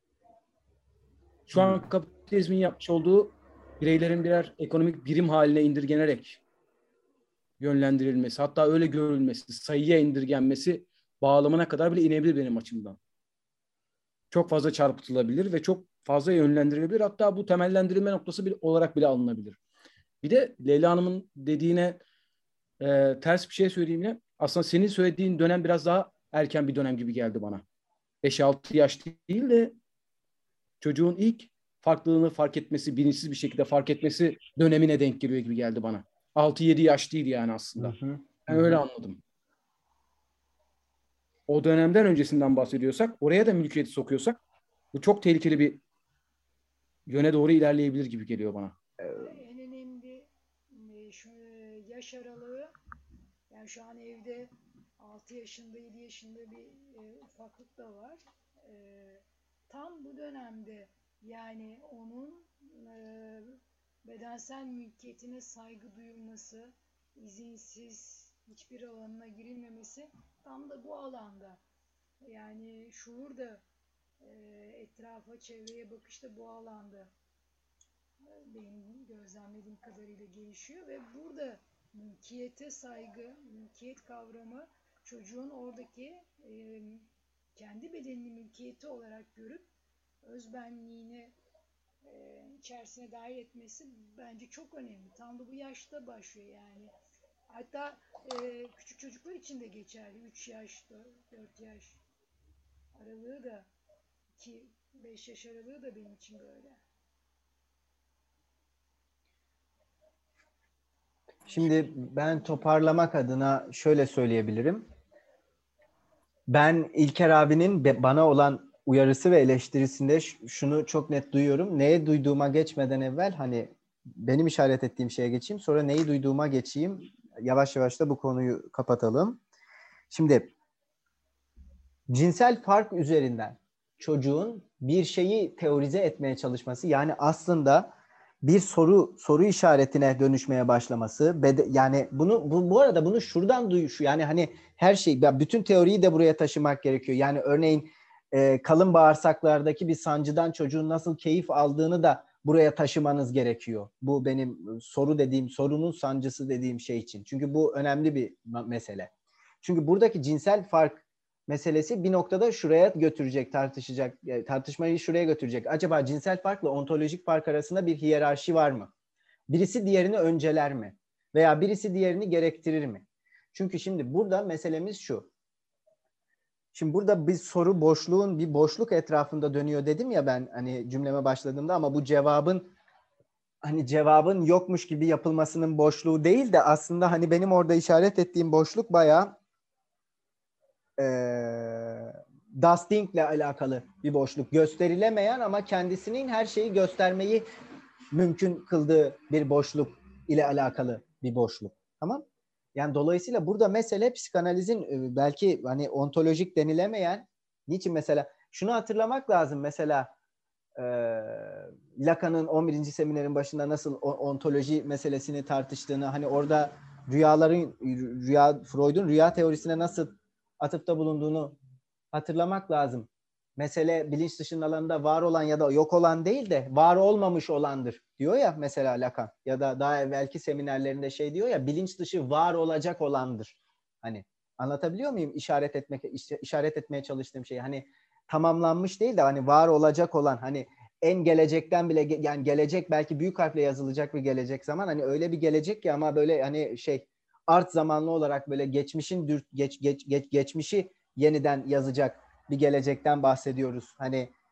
şu an kapitalizmin yapmış olduğu bireylerin birer ekonomik birim haline indirgenerek yönlendirilmesi, hatta öyle görülmesi, sayıya indirgenmesi bağlamına kadar bile inebilir benim açımdan. Çok fazla çarpıtılabilir ve çok fazla yönlendirilebilir. Hatta bu temellendirilme noktası bile, olarak bile alınabilir. Bir de Leyla Hanım'ın dediğine e, ters bir şey söyleyeyim yine. Aslında senin söylediğin dönem biraz daha erken bir dönem gibi geldi bana. beş altı yaş değil de çocuğun ilk farklılığını fark etmesi, bilinçsiz bir şekilde fark etmesi dönemine denk geliyor gibi geldi bana. altı yedi yaş değil yani aslında. Hı hı. Ben öyle anladım. O dönemden öncesinden bahsediyorsak, oraya da mülkiyeti sokuyorsak bu çok tehlikeli bir yöne doğru ilerleyebilir gibi geliyor bana. En önemli e, şu e, yaş aralığı, yani şu an evde altı yaşında yedi yaşında bir e, ufaklık da var. E, tam bu dönemde yani onun e, bedensel mülkiyetine saygı duyulması, izinsiz hiçbir alanına girilmemesi tam da bu alanda. Yani şuur da e, etrafa, çevreye bakış da bu alanda benim gözlemlediğim kadarıyla gelişiyor ve burada mülkiyete saygı, mülkiyet kavramı çocuğun oradaki e, kendi bedenini mülkiyeti olarak görüp özbenliğini e, içerisine dahil etmesi bence çok önemli. Tam da bu yaşta başlıyor yani. Hatta e, küçük çocuklar için de geçerli. üç yaş, dört yaş aralığı da, iki beş yaş aralığı da benim için böyle. Şimdi ben toparlamak adına şöyle söyleyebilirim. Ben İlker abinin bana olan uyarısı ve eleştirisinde şunu çok net duyuyorum. Neye duyduğuma geçmeden evvel hani benim işaret ettiğim şeye geçeyim. Sonra neyi duyduğuma geçeyim. Yavaş yavaş da bu konuyu kapatalım. Şimdi cinsel fark üzerinden çocuğun bir şeyi teorize etmeye çalışması, yani aslında bir soru soru işaretine dönüşmeye başlaması, yani bunu bu, bu arada bunu şuradan duyuşu, yani hani her şey, bütün teoriyi de buraya taşımak gerekiyor. Yani örneğin e, kalın bağırsaklardaki bir sancıdan çocuğun nasıl keyif aldığını da buraya taşımanız gerekiyor. Bu benim soru dediğim, sorunun sancısı dediğim şey için. Çünkü bu önemli bir mesele. Çünkü buradaki cinsel fark meselesi bir noktada şuraya götürecek, tartışacak, tartışmayı şuraya götürecek. Acaba cinsel farkla ontolojik fark arasında bir hiyerarşi var mı? Birisi diğerini önceler mi? Veya birisi diğerini gerektirir mi? Çünkü şimdi burada meselemiz şu. Şimdi burada bir soru boşluğun, bir boşluk etrafında dönüyor dedim ya ben hani cümleme başladığımda, ama bu cevabın hani cevabın yokmuş gibi yapılmasının boşluğu değil de aslında hani benim orada işaret ettiğim boşluk bayağı Ee, dusting ile alakalı bir boşluk. Gösterilemeyen ama kendisinin her şeyi göstermeyi mümkün kıldığı bir boşluk ile alakalı bir boşluk. Tamam? Yani dolayısıyla burada mesele psikanalizin belki hani ontolojik denilemeyen, niçin mesela şunu hatırlamak lazım, mesela e, Lacan'ın on birinci seminerin başında nasıl ontoloji meselesini tartıştığını, hani orada rüyaların rüya Freud'un rüya teorisine nasıl atıfta bulunduğunu hatırlamak lazım. Mesele bilinç dışının alanında var olan ya da yok olan değil de var olmamış olandır diyor ya mesela Lacan, ya da daha evvelki seminerlerinde şey diyor ya, bilinç dışı var olacak olandır. Hani anlatabiliyor muyum? İşaret etmek işaret etmeye çalıştığım şey, hani tamamlanmış değil de hani var olacak olan, hani en gelecekten bile, yani gelecek belki büyük harfle yazılacak bir gelecek zaman, hani öyle bir gelecek ki ama böyle hani şey art zamanlı olarak böyle geçmişin dürt, geç, geç, geç, geçmişi yeniden yazacak bir gelecekten bahsediyoruz. Hani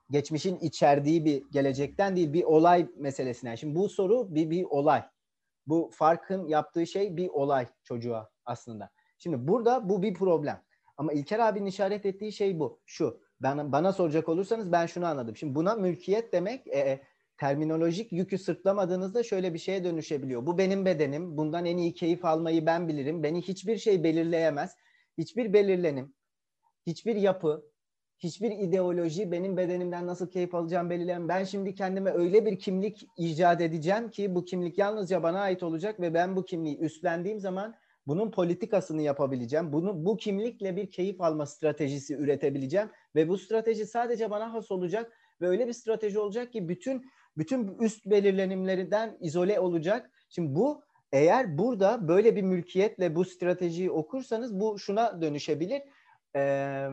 geçmişin içerdiği bir gelecekten değil, bir olay meselesine. Şimdi bu soru bir, bir olay. Bu farkın yaptığı şey bir olay çocuğa aslında. Şimdi burada bu bir problem. Ama İlker abinin işaret ettiği şey bu. Şu, bana, bana soracak olursanız ben şunu anladım. Şimdi buna mülkiyet demek e, terminolojik yükü sırtlamadığınızda şöyle bir şeye dönüşebiliyor. Bu benim bedenim. Bundan en iyi keyif almayı ben bilirim. Beni hiçbir şey belirleyemez. Hiçbir belirlenim, hiçbir yapı, hiçbir ideoloji benim bedenimden nasıl keyif alacağım belirleyemem. Ben şimdi kendime öyle bir kimlik icat edeceğim ki bu kimlik yalnızca bana ait olacak ve ben bu kimliği üstlendiğim zaman bunun politikasını yapabileceğim. Bunu, bu kimlikle bir keyif alma stratejisi üretebileceğim ve bu strateji sadece bana has olacak ve öyle bir strateji olacak ki bütün bütün üst belirlenimlerinden izole olacak. Şimdi bu, eğer burada böyle bir mülkiyetle bu stratejiyi okursanız bu şuna dönüşebilir. Ee,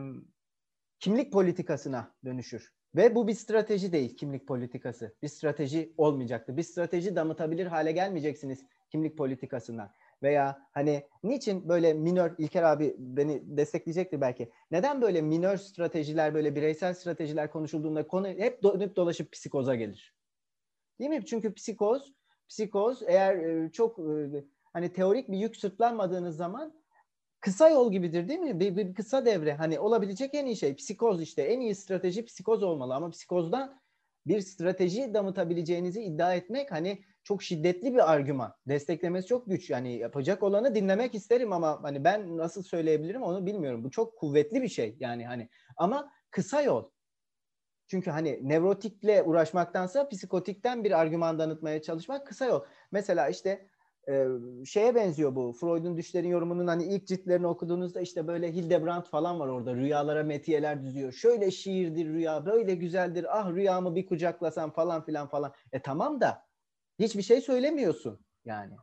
kimlik politikasına dönüşür. Ve bu bir strateji değil, kimlik politikası. Bir strateji olmayacaktır. Bir strateji damıtabilir hale gelmeyeceksiniz kimlik politikasından. Veya hani niçin böyle minör, İlker abi beni destekleyecektir belki. Neden böyle minör stratejiler, böyle bireysel stratejiler konuşulduğunda konu hep dönüp dolaşıp psikoza gelir? Değil mi? Çünkü psikoz, psikoz eğer çok hani teorik bir yük sırtlanmadığınız zaman kısa yol gibidir değil mi? Bir, bir kısa devre. Hani olabilecek en iyi şey psikoz işte. En iyi strateji psikoz olmalı ama psikozdan bir strateji damıtabileceğinizi iddia etmek hani çok şiddetli bir argüman. Desteklemesi çok güç. Yani yapacak olanı dinlemek isterim ama hani ben nasıl söyleyebilirim onu bilmiyorum. Bu çok kuvvetli bir şey yani hani ama kısa yol. Çünkü hani nevrotikle uğraşmaktansa psikotikten bir argüman danıtmaya çalışmak kısa yol. Mesela işte Ee, şeye benziyor bu. Freud'un Düşlerin Yorumu'nun hani ilk ciltlerini okuduğunuzda işte böyle Hildebrand falan var orada. Rüyalara metiyeler düzüyor. Şöyle şiirdir rüya, böyle güzeldir. Ah rüyamı bir kucaklasam falan filan falan. E tamam da hiçbir şey söylemiyorsun yani.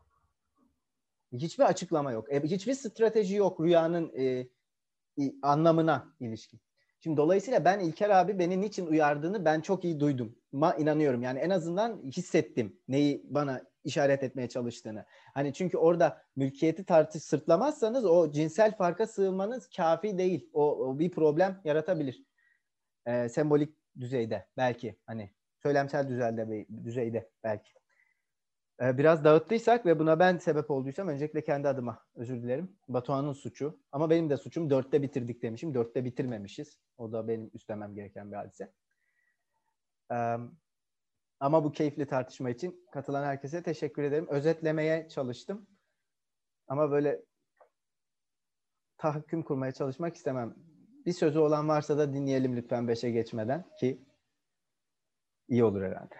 Hiçbir açıklama yok. E, hiçbir strateji yok rüyanın e, anlamına ilişkin. Şimdi dolayısıyla ben İlker abi beni niçin uyardığını ben çok iyi duydum. Ma inanıyorum. Yani en azından hissettim neyi bana işaret etmeye çalıştığını. Hani çünkü orada mülkiyeti tartış sırtlamazsanız o cinsel farka sığınmanız kafi değil. O, o bir problem yaratabilir. Ee, sembolik düzeyde belki hani söylemsel düzeyde düzeyde belki. Ee, biraz dağıttıysak ve buna ben sebep olduysam öncelikle kendi adıma özür dilerim. Batuhan'ın suçu. Ama benim de suçum dörtte bitirdik demişim. Dörtte bitirmemişiz. O da benim üstlenmem gereken bir hadise. Ee, ama bu keyifli tartışma için katılan herkese teşekkür ederim. Özetlemeye çalıştım. Ama böyle tahakküm kurmaya çalışmak istemem. Bir sözü olan varsa da dinleyelim lütfen beşe geçmeden ki iyi olur herhalde.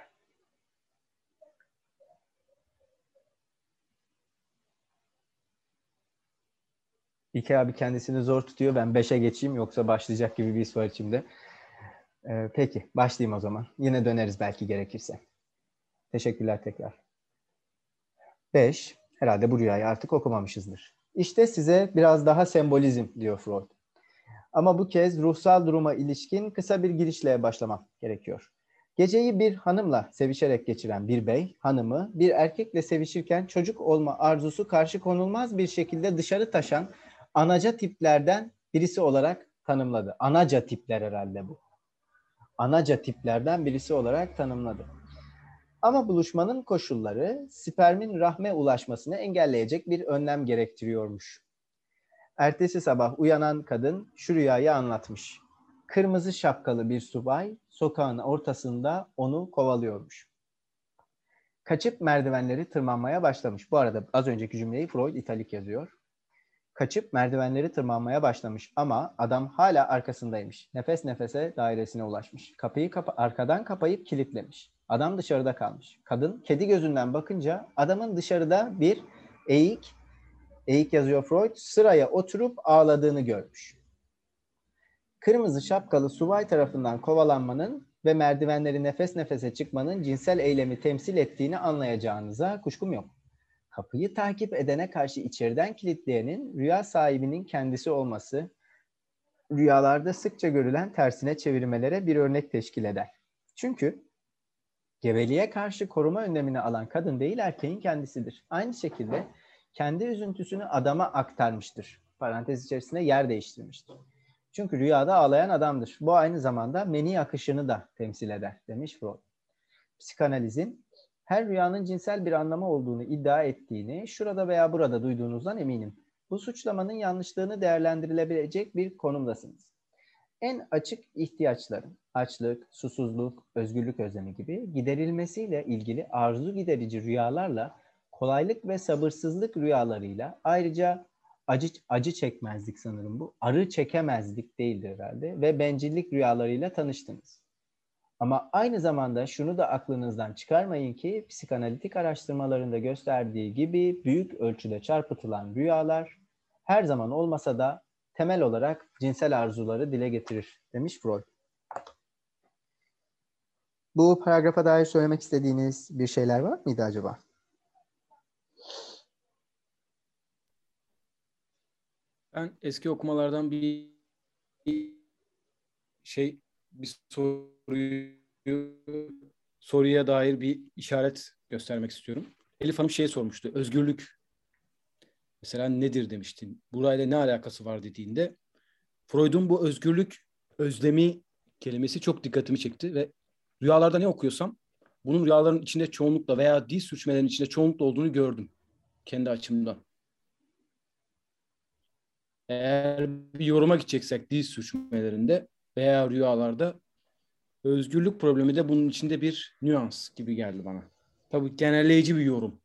İlker abi kendisini zor tutuyor. Ben beşe geçeyim yoksa başlayacak gibi bir his var içimde. Ee, peki başlayayım o zaman. Yine döneriz belki gerekirse. Teşekkürler tekrar. beş. Herhalde bu rüyayı artık okumamışızdır. İşte size biraz daha sembolizm diyor Freud. Ama bu kez ruhsal duruma ilişkin kısa bir girişle başlamam gerekiyor. Geceyi bir hanımla sevişerek geçiren bir bey, hanımı bir erkekle sevişirken çocuk olma arzusu karşı konulmaz bir şekilde dışarı taşan anaca tiplerden birisi olarak tanımladı. Anaca tipler herhalde bu. Anaca tiplerden birisi olarak tanımladı. Ama buluşmanın koşulları spermin rahme ulaşmasını engelleyecek bir önlem gerektiriyormuş. Ertesi sabah uyanan kadın şu rüyayı anlatmış. Kırmızı şapkalı bir subay sokağın ortasında onu kovalıyormuş. Kaçıp merdivenleri tırmanmaya başlamış. Bu arada az önceki cümleyi Freud italik yazıyor. Kaçıp merdivenleri tırmanmaya başlamış ama adam hala arkasındaymış. Nefes nefese dairesine ulaşmış. Kapıyı kapa- arkadan kapayıp kilitlemiş. Adam dışarıda kalmış. Kadın kedi gözünden bakınca adamın dışarıda bir eğik, eğik yazıyor Freud, sıraya oturup ağladığını görmüş. Kırmızı şapkalı subay tarafından kovalanmanın ve merdivenleri nefes nefese çıkmanın cinsel eylemi temsil ettiğini anlayacağınıza kuşkum yok. Kapıyı takip edene karşı içeriden kilitleyenin rüya sahibinin kendisi olması, rüyalarda sıkça görülen tersine çevirmelere bir örnek teşkil eder. Çünkü gebeliğe karşı koruma önlemini alan kadın değil erkeğin kendisidir. Aynı şekilde kendi üzüntüsünü adama aktarmıştır. Parantez içerisinde yer değiştirmiştir. Çünkü rüyada ağlayan adamdır. Bu aynı zamanda meni akışını da temsil eder demiş Freud. Psikanalizin her rüyanın cinsel bir anlamı olduğunu iddia ettiğini şurada veya burada duyduğunuzdan eminim. Bu suçlamanın yanlışlığını değerlendirilebilecek bir konumdasınız. En açık ihtiyaçların, açlık, susuzluk, özgürlük özlemi gibi giderilmesiyle ilgili arzu giderici rüyalarla, kolaylık ve sabırsızlık rüyalarıyla, ayrıca acı, acı çekmezlik sanırım bu, arı çekemezlik değildir herhalde ve bencillik rüyalarıyla tanıştınız. Ama aynı zamanda şunu da aklınızdan çıkarmayın ki psikanalitik araştırmalarında gösterdiği gibi büyük ölçüde çarpıtılan rüyalar her zaman olmasa da temel olarak cinsel arzuları dile getirir demiş Freud. Bu paragrafa dair söylemek istediğiniz bir şeyler var mıydı acaba? Ben eski okumalardan bir şey, bir soruyu soruya dair bir işaret göstermek istiyorum. Elif Hanım şey sormuştu. Özgürlük mesela nedir demiştin. Burayla ne alakası var dediğinde Freud'un bu özgürlük özlemi kelimesi çok dikkatimi çekti ve rüyalarda ne okuyorsam bunun rüyaların içinde çoğunlukla veya dil sürçmelerinin içinde çoğunlukla olduğunu gördüm kendi açımdan. Eğer bir yoruma gideceksek dil sürçmelerinde veya rüyalarda özgürlük problemi de bunun içinde bir nüans gibi geldi bana. Tabii genelleyici bir yorum.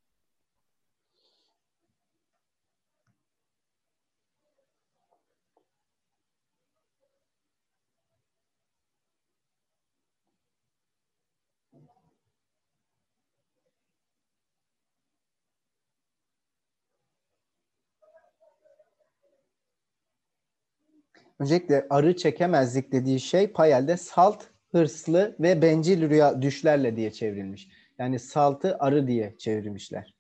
Öncelikle arı çekemezlik dediği şey Payel'de salt, hırslı ve bencil rüya düşlerle diye çevrilmiş. Yani saltı arı diye çevirmişler.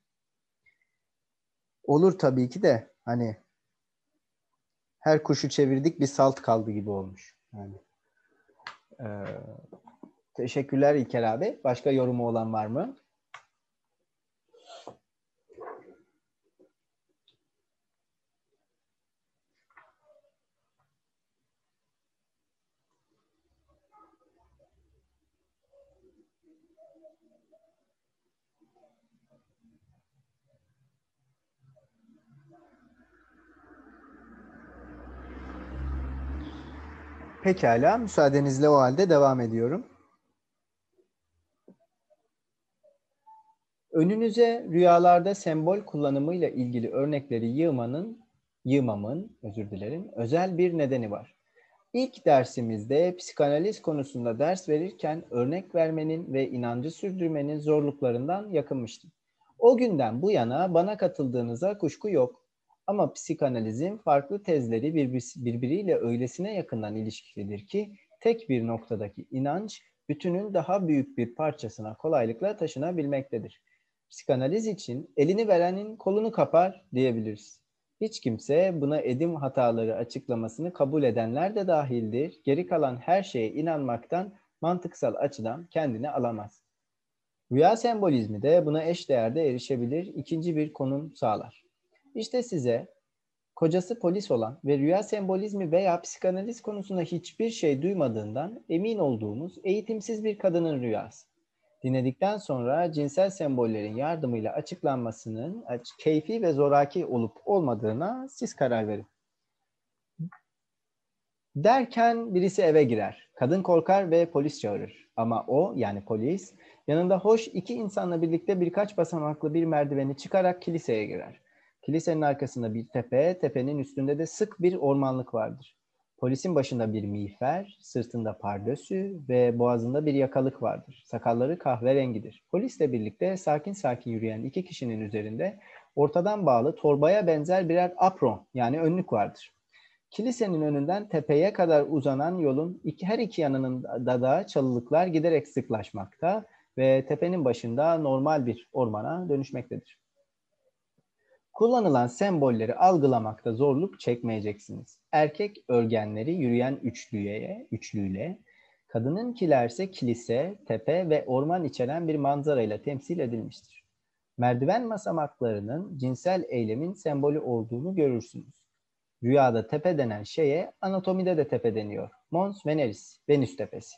Olur tabii ki de hani her kuşu çevirdik bir salt kaldı gibi olmuş. Yani, e, teşekkürler İlker abi. Başka yorumu olan var mı? Pekala, müsaadenizle o halde devam ediyorum. Önünüze rüyalarda sembol kullanımıyla ilgili örnekleri yığmanın, yığmamın, özür dilerim, özel bir nedeni var. İlk dersimizde psikanaliz konusunda ders verirken örnek vermenin ve inancı sürdürmenin zorluklarından yakınmıştım. O günden bu yana bana katıldığınıza kuşku yok. Ama psikanalizin farklı tezleri birbiriyle öylesine yakından ilişkilidir ki tek bir noktadaki inanç bütünün daha büyük bir parçasına kolaylıkla taşınabilmektedir. Psikanaliz için elini verenin kolunu kapar diyebiliriz. Hiç kimse buna edim hataları açıklamasını kabul edenler de dahildir. Geri kalan her şeye inanmaktan mantıksal açıdan kendini alamaz. Rüya sembolizmi de buna eşdeğerde erişebilir, ikinci bir konum sağlar. İşte size kocası polis olan ve rüya sembolizmi veya psikanaliz konusunda hiçbir şey duymadığından emin olduğumuz eğitimsiz bir kadının rüyası. Dinledikten sonra cinsel sembollerin yardımıyla açıklanmasının keyfi ve zoraki olup olmadığına siz karar verin. Derken birisi eve girer. Kadın korkar ve polis çağırır. Ama o, yani polis, yanında hoş iki insanla birlikte birkaç basamaklı bir merdiveni çıkarak kiliseye girer. Kilisenin arkasında bir tepe, tepenin üstünde de sık bir ormanlık vardır. Polisin başında bir miğfer, sırtında pardösü ve boğazında bir yakalık vardır. Sakalları kahverengidir. Polisle birlikte sakin sakin yürüyen iki kişinin üzerinde ortadan bağlı torbaya benzer birer apron, yani önlük vardır. Kilisenin önünden tepeye kadar uzanan yolun iki, her iki yanında da çalılıklar giderek sıklaşmakta ve tepenin başında normal bir ormana dönüşmektedir. Kullanılan sembolleri algılamakta zorluk çekmeyeceksiniz. Erkek örgenleri yürüyen üçlüye, üçlüyle, kadınınkiler ise kilise, tepe ve orman içeren bir manzarayla temsil edilmiştir. Merdiven basamaklarının cinsel eylemin sembolü olduğunu görürsünüz. Rüyada tepe denen şeye anatomide de tepe deniyor. Mons Veneris, Venüs tepesi.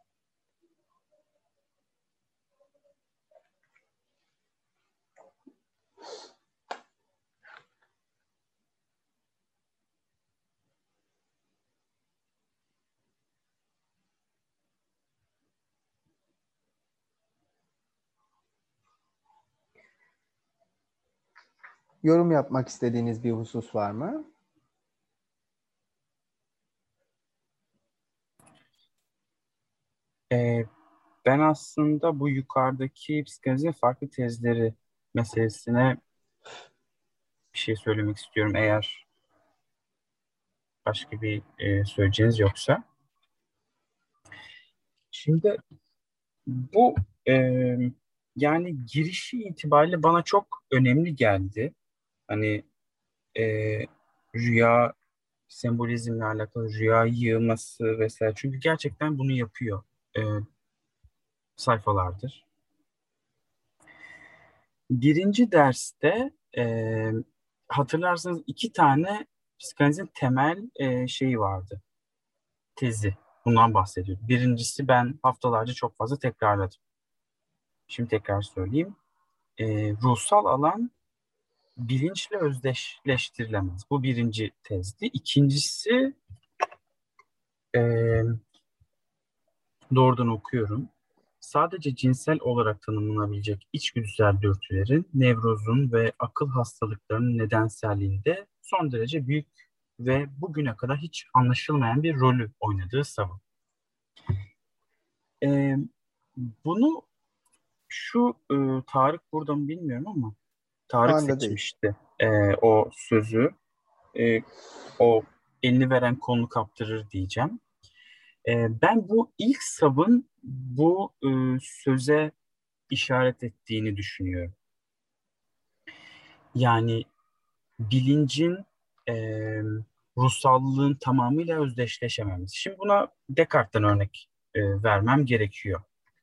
Yorum yapmak istediğiniz bir husus var mı? Ee, ben aslında bu yukarıdaki psikanalizin farklı tezleri meselesine bir şey söylemek istiyorum eğer başka bir e, söyleyeceğiniz yoksa. Şimdi bu e, yani girişi itibariyle bana çok önemli geldi. Hani e, rüya sembolizmle alakalı rüya yığması vesaire. Çünkü gerçekten bunu yapıyor e, sayfalardır. Birinci derste e, hatırlarsanız iki tane psikanalizin temel e, şeyi vardı. Tezi. Bundan bahsediyordu. Birincisi ben haftalarca çok fazla tekrarladım. Şimdi tekrar söyleyeyim. E, ruhsal alan bilinçle özdeşleştirilemez. Bu birinci tezdi. İkincisi e, doğrudan okuyorum. Sadece cinsel olarak tanımlanabilecek içgüdüsel dürtülerin, nevrozun ve akıl hastalıklarının nedenselliğinde son derece büyük ve bugüne kadar hiç anlaşılmayan bir rolü oynadığı savun. E, bunu şu e, Tarık burada mı bilmiyorum ama Şu Tarık anda değil. seçmişti e, o sözü. E, o elini veren kolunu kaptırır diyeceğim. E, ben bu ilk savın bu e, söze işaret ettiğini düşünüyorum. Yani bilincin e, ruhsallığın tamamıyla özdeşleşememiz. Şimdi buna Descartes'ten örnek e, vermem gerekiyor.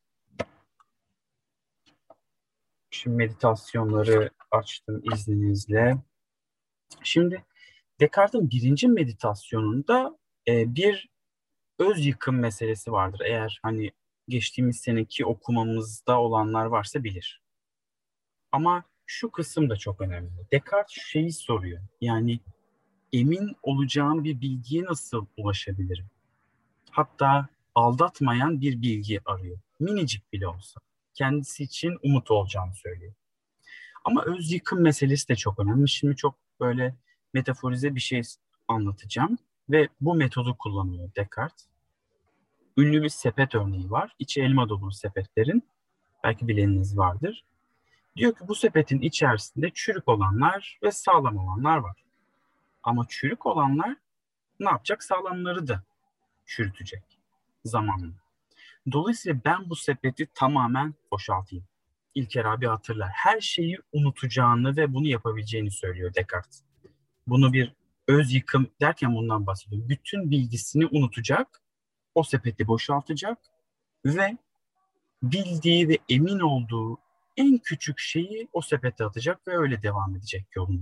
Şimdi meditasyonları açtım izninizle. Şimdi Descartes'in birinci meditasyonunda e, bir öz yıkım meselesi vardır. Eğer hani geçtiğimiz seneki okumamızda olanlar varsa bilir. Ama şu kısım da çok önemli. Descartes şeyi soruyor. Yani emin olacağım bir bilgiye nasıl ulaşabilirim? Hatta aldatmayan bir bilgi arıyor. Minicik bile olsa. Kendisi için umut olacağını söylüyor. Ama öz yıkım meselesi de çok önemli. Şimdi çok böyle metaforize bir şey anlatacağım. Ve bu metodu kullanıyor Descartes. Ünlü bir sepet örneği var. İçi elma dolu sepetlerin. Belki bileniniz vardır. Diyor ki bu sepetin içerisinde çürük olanlar ve sağlam olanlar var. Ama çürük olanlar ne yapacak? Sağlamları da çürütecek zamanla. Dolayısıyla ben bu sepeti tamamen boşaltayım. İlker abi hatırlar. Her şeyi unutacağını ve bunu yapabileceğini söylüyor Descartes. Bunu bir öz yıkım derken bundan bahsediyor. Bütün bilgisini unutacak, o sepeti boşaltacak ve bildiği ve emin olduğu en küçük şeyi o sepete atacak ve öyle devam edecek yoluna.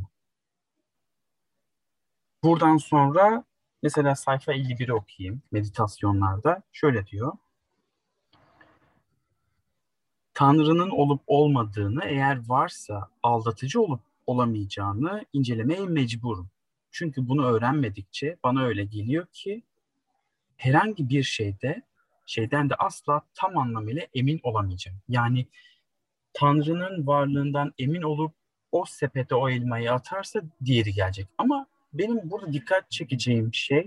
Buradan sonra mesela sayfa elli biri okuyayım meditasyonlarda. Şöyle diyor. Tanrı'nın olup olmadığını, eğer varsa aldatıcı olup olamayacağını incelemeye mecburum. Çünkü bunu öğrenmedikçe bana öyle geliyor ki herhangi bir şeyde, şeyden de asla tam anlamıyla emin olamayacağım. Yani Tanrı'nın varlığından emin olup o sepete o elmayı atarsa diğeri gelecek. Ama benim burada dikkat çekeceğim şey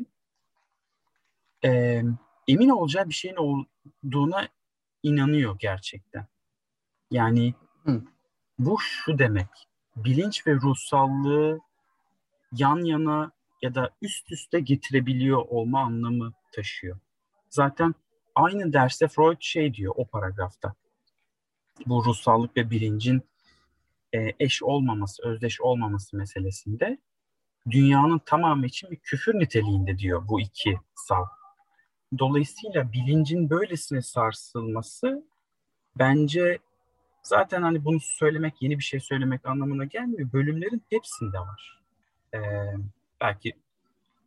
e, emin olacağı bir şeyin olduğuna inanıyor gerçekten. Yani Hı. bu şu demek, bilinç ve ruhsallığı yan yana ya da üst üste getirebiliyor olma anlamı taşıyor. Zaten aynı derste Freud şey diyor o paragrafta. Bu ruhsallık ve bilincin e, eş olmaması, özdeş olmaması meselesinde dünyanın tamamı için bir küfür niteliğinde diyor bu iki sav. Dolayısıyla bilincin böylesine sarsılması bence zaten hani bunu söylemek, yeni bir şey söylemek anlamına gelmiyor. Bölümlerin hepsinde var. Ee, belki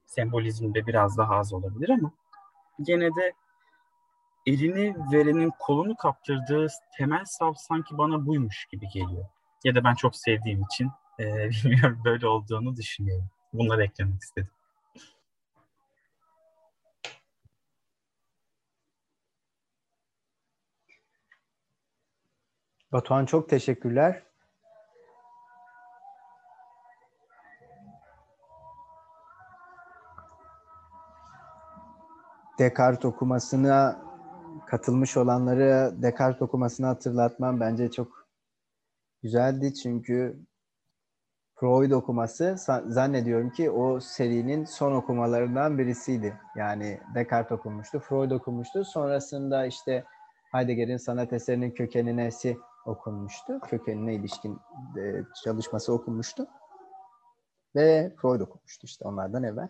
sembolizmde biraz daha az olabilir ama gene de elini verenin kolunu kaptırdığı temel sav sanki bana buymuş gibi geliyor. Ya da ben çok sevdiğim için e, bilmiyorum, böyle olduğunu düşünüyorum. Bunları eklemek istedim. Batuhan çok teşekkürler. Descartes okumasına katılmış olanları Descartes okumasını hatırlatmam bence çok güzeldi. Çünkü Freud okuması zannediyorum ki o serinin son okumalarından birisiydi. Yani Descartes okumuştu, Freud okumuştu. Sonrasında işte Heidegger'in sanat eserinin kökeninesi okunmuştu. Kökenine ilişkin çalışması okunmuştu. Ve Freud okumuştu işte onlardan evvel.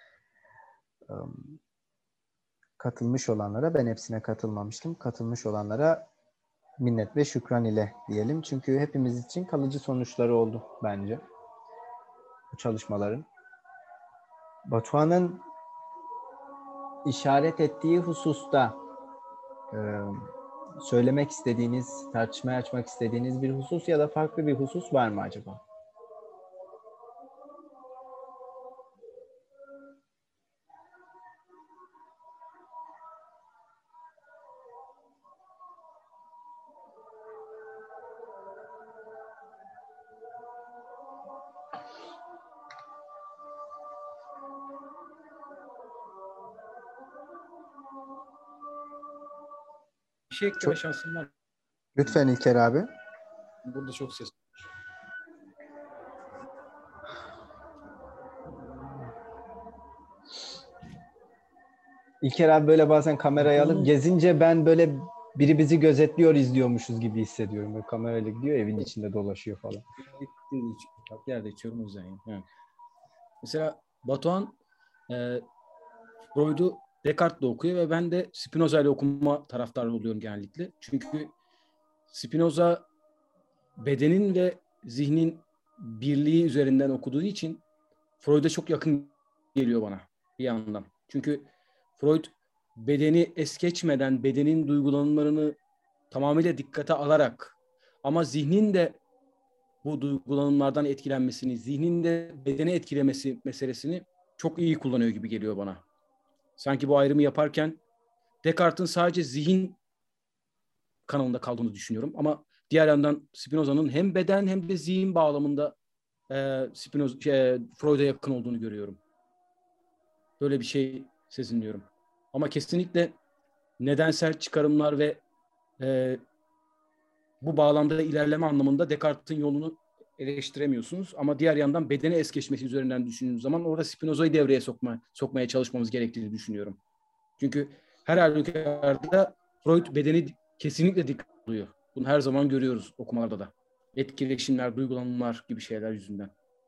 Katılmış olanlara, ben hepsine katılmamıştım. Katılmış olanlara minnet ve şükran ile diyelim. Çünkü hepimiz için kalıcı sonuçları oldu bence bu çalışmaların. Batuhan'ın işaret ettiği hususta e, söylemek istediğiniz, tartışmaya açmak istediğiniz bir husus ya da farklı bir husus var mı acaba? Bir şey ekleme şansım var. Lütfen İlker abi. Burada çok ses. İlker abi böyle bazen kamerayı alıp gezince ben böyle biri bizi gözetliyor, izliyormuşuz gibi hissediyorum. Böyle kamerayla gidiyor, evin içinde dolaşıyor falan. Bir yerde içiyorum o yüzden. Yani. Mesela Batuhan e, Freud'u Descartes'le okuyor ve ben de Spinoza ile okuma taraftarı oluyorum genellikle. Çünkü Spinoza bedenin ve zihnin birliği üzerinden okuduğu için Freud'a çok yakın geliyor bana bir yandan. Çünkü Freud bedeni es geçmeden bedenin duygulanımlarını tamamıyla dikkate alarak ama zihnin de bu duygulanımlardan etkilenmesini, zihnin de bedeni etkilemesi meselesini çok iyi kullanıyor gibi geliyor bana. Sanki bu ayrımı yaparken Descartes'in sadece zihin kanalında kaldığını düşünüyorum. Ama diğer yandan Spinoza'nın hem beden hem de zihin bağlamında e, Spinoza, şey, Freud'a yakın olduğunu görüyorum. Böyle bir şey sezinliyorum. Ama kesinlikle nedensel çıkarımlar ve e, bu bağlamda ilerleme anlamında Descartes'in yolunu eleştiremiyorsunuz. Ama diğer yandan bedeni es geçmesi üzerinden düşündüğünüz zaman orada Spinoza'yı devreye sokma, sokmaya çalışmamız gerektiğini düşünüyorum. Çünkü her halükarda Freud bedeni kesinlikle dikkat alıyor. Bunu her zaman görüyoruz okumalarda da. Etkileşimler, duygulanımlar gibi şeyler yüzünden.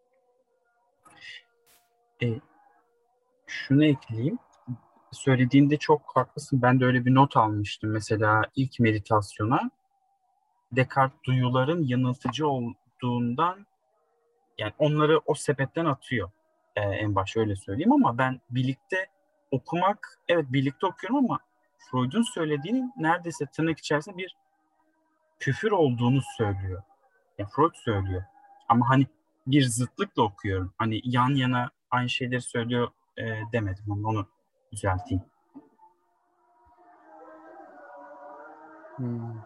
E, şunu ekleyeyim. Söylediğinde çok haklısın. Ben de öyle bir not almıştım. Mesela ilk meditasyona Descartes duyuların yanıltıcı olduğundan, yani onları o sepetten atıyor. Ee, en başta öyle söyleyeyim ama ben birlikte okumak, evet birlikte okuyorum ama Freud'un söylediğinin neredeyse tırnak içerisinde bir küfür olduğunu söylüyor. Yani Freud söylüyor. Ama hani bir zıtlıkla okuyorum. Hani yan yana aynı şeyleri söylüyor e, demedim. Onu, onu düzelteyim. Hmm.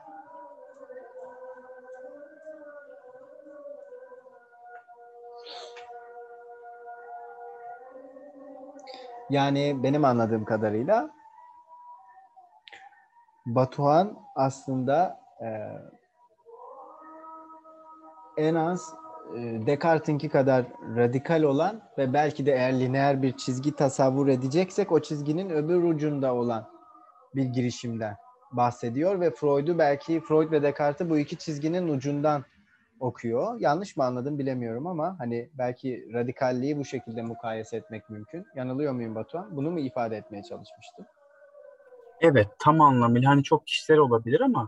Yani benim anladığım kadarıyla Batuhan aslında e, en az e, Descartes'inki kadar radikal olan ve belki de eğer lineer bir çizgi tasavvur edeceksek o çizginin öbür ucunda olan bir girişimden bahsediyor ve Freud'u belki Freud ve Descartes'i bu iki çizginin ucundan okuyor. Yanlış mı anladım bilemiyorum ama hani belki radikalliği bu şekilde mukayese etmek mümkün. Yanılıyor muyum Batuhan? Bunu mu ifade etmeye çalışmıştın? Evet, tam anlamıyla hani çok kişisel olabilir ama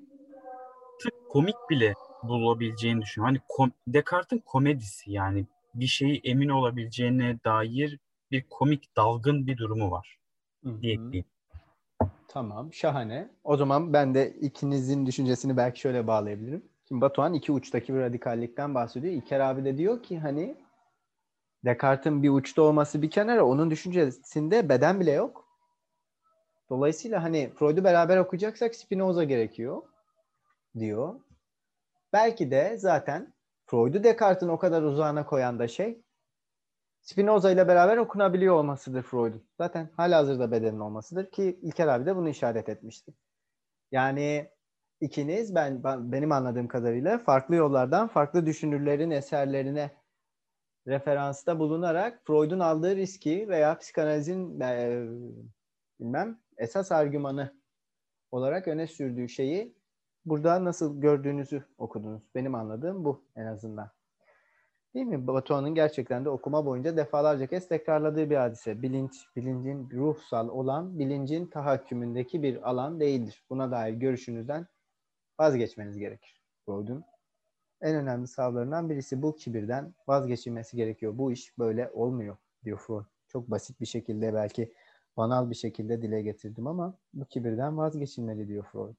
Descartes'ı komik bile bulabileceğini düşünüyorum. Hani kom- Descartes'in komedisi, yani bir şeyi emin olabileceğine dair bir komik dalgın bir durumu var diye ekleyeyim. Tamam, şahane. O zaman ben de ikinizin düşüncesini belki şöyle bağlayabilirim. Şimdi Batuhan iki uçtaki bir radikallikten bahsediyor. İlker abi de diyor ki hani Descartes'in bir uçta olması bir kenara, onun düşüncesinde beden bile yok. Dolayısıyla hani Freud'u beraber okuyacaksak Spinoza gerekiyor diyor. Belki de zaten Freud'u Descartes'in o kadar uzağına koyan da şey Spinoza ile beraber okunabiliyor olmasıdır Freud'un. Zaten halihazırda bedenin olmasıdır ki İlker abi de bunu işaret etmişti. Yani ikiniz ben, ben benim anladığım kadarıyla farklı yollardan farklı düşünürlerin eserlerine referansta bulunarak Freud'un aldığı riski veya psikanalizin e, bilmem esas argümanı olarak öne sürdüğü şeyi burada nasıl gördüğünüzü okudunuz. Benim anladığım bu en azından. Değil mi? Batuhan'ın gerçekten de okuma boyunca defalarca kez tekrarladığı bir hadise. Bilinç, bilincin ruhsal olan, bilincin tahakkümündeki bir alan değildir. Buna dair görüşünüzden vazgeçmeniz gerekir. Freud'un en önemli savlarından birisi bu kibirden vazgeçilmesi gerekiyor. Bu iş böyle olmuyor diyor Freud. Çok basit bir şekilde belki banal bir şekilde dile getirdim ama bu kibirden vazgeçilmeli diyor Freud.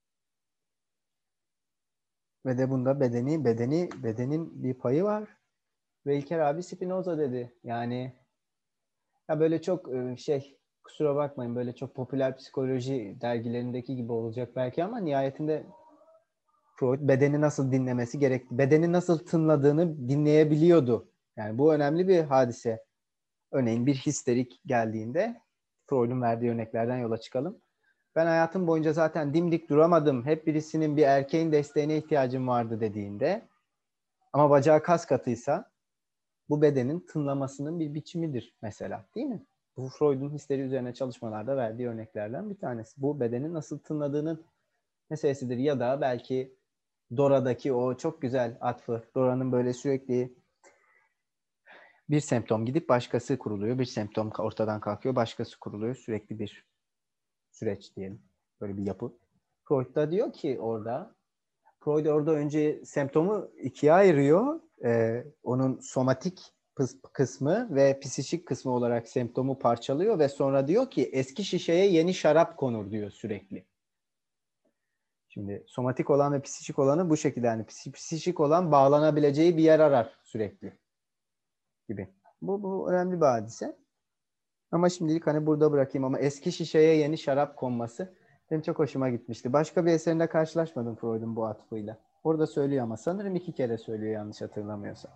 Ve de bunda bedeni, bedeni, bedenin bir payı var. Ve İlker abi Spinoza dedi. Yani ya böyle çok şey kusura bakmayın böyle çok popüler psikoloji dergilerindeki gibi olacak belki ama nihayetinde Freud bedeni nasıl dinlemesi gerekti. Bedeni nasıl tınladığını dinleyebiliyordu. Yani bu önemli bir hadise. Örneğin bir histerik geldiğinde Freud'un verdiği örneklerden yola çıkalım. Ben hayatım boyunca zaten dimdik duramadım. Hep birisinin bir erkeğin desteğine ihtiyacım vardı dediğinde ama bacağı kas katıysa bu bedenin tınlamasının bir biçimidir mesela, değil mi? Bu Freud'un histeri üzerine çalışmalarda verdiği örneklerden bir tanesi. Bu bedenin nasıl tınladığının meselesidir ya da belki Dora'daki o çok güzel atfı. Dora'nın böyle sürekli bir semptom gidip başkası kuruluyor. Bir semptom ortadan kalkıyor, başkası kuruluyor. Sürekli bir süreç diyelim. Böyle bir yapı. Freud da diyor ki orada Freud orada önce semptomu ikiye ayırıyor. Ee, onun somatik kısmı ve psikik kısmı olarak semptomu parçalıyor ve sonra diyor ki eski şişeye yeni şarap konur diyor sürekli. Şimdi somatik olan ve psikik olanı bu şekilde yani psikik olan bağlanabileceği bir yer arar sürekli gibi. Bu, bu önemli bir hadise. Ama şimdilik hani burada bırakayım ama eski şişeye yeni şarap konması benim çok hoşuma gitmişti. Başka bir eserinde karşılaşmadım Freud'un bu atfıyla. Orada söylüyor ama sanırım iki kere söylüyor yanlış hatırlamıyorsam.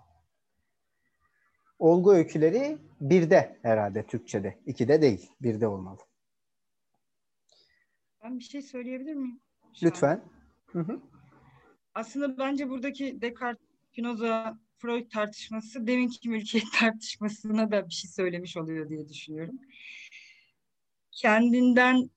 Olgu öyküleri birde herhalde Türkçe'de. İkide değil. Birde olmalı. Ben bir şey söyleyebilir miyim? Lütfen. Hı hı. Aslında bence buradaki Descartes, Spinoza, Freud tartışması deminki mülkiyet tartışmasına da bir şey söylemiş oluyor diye düşünüyorum. Kendinden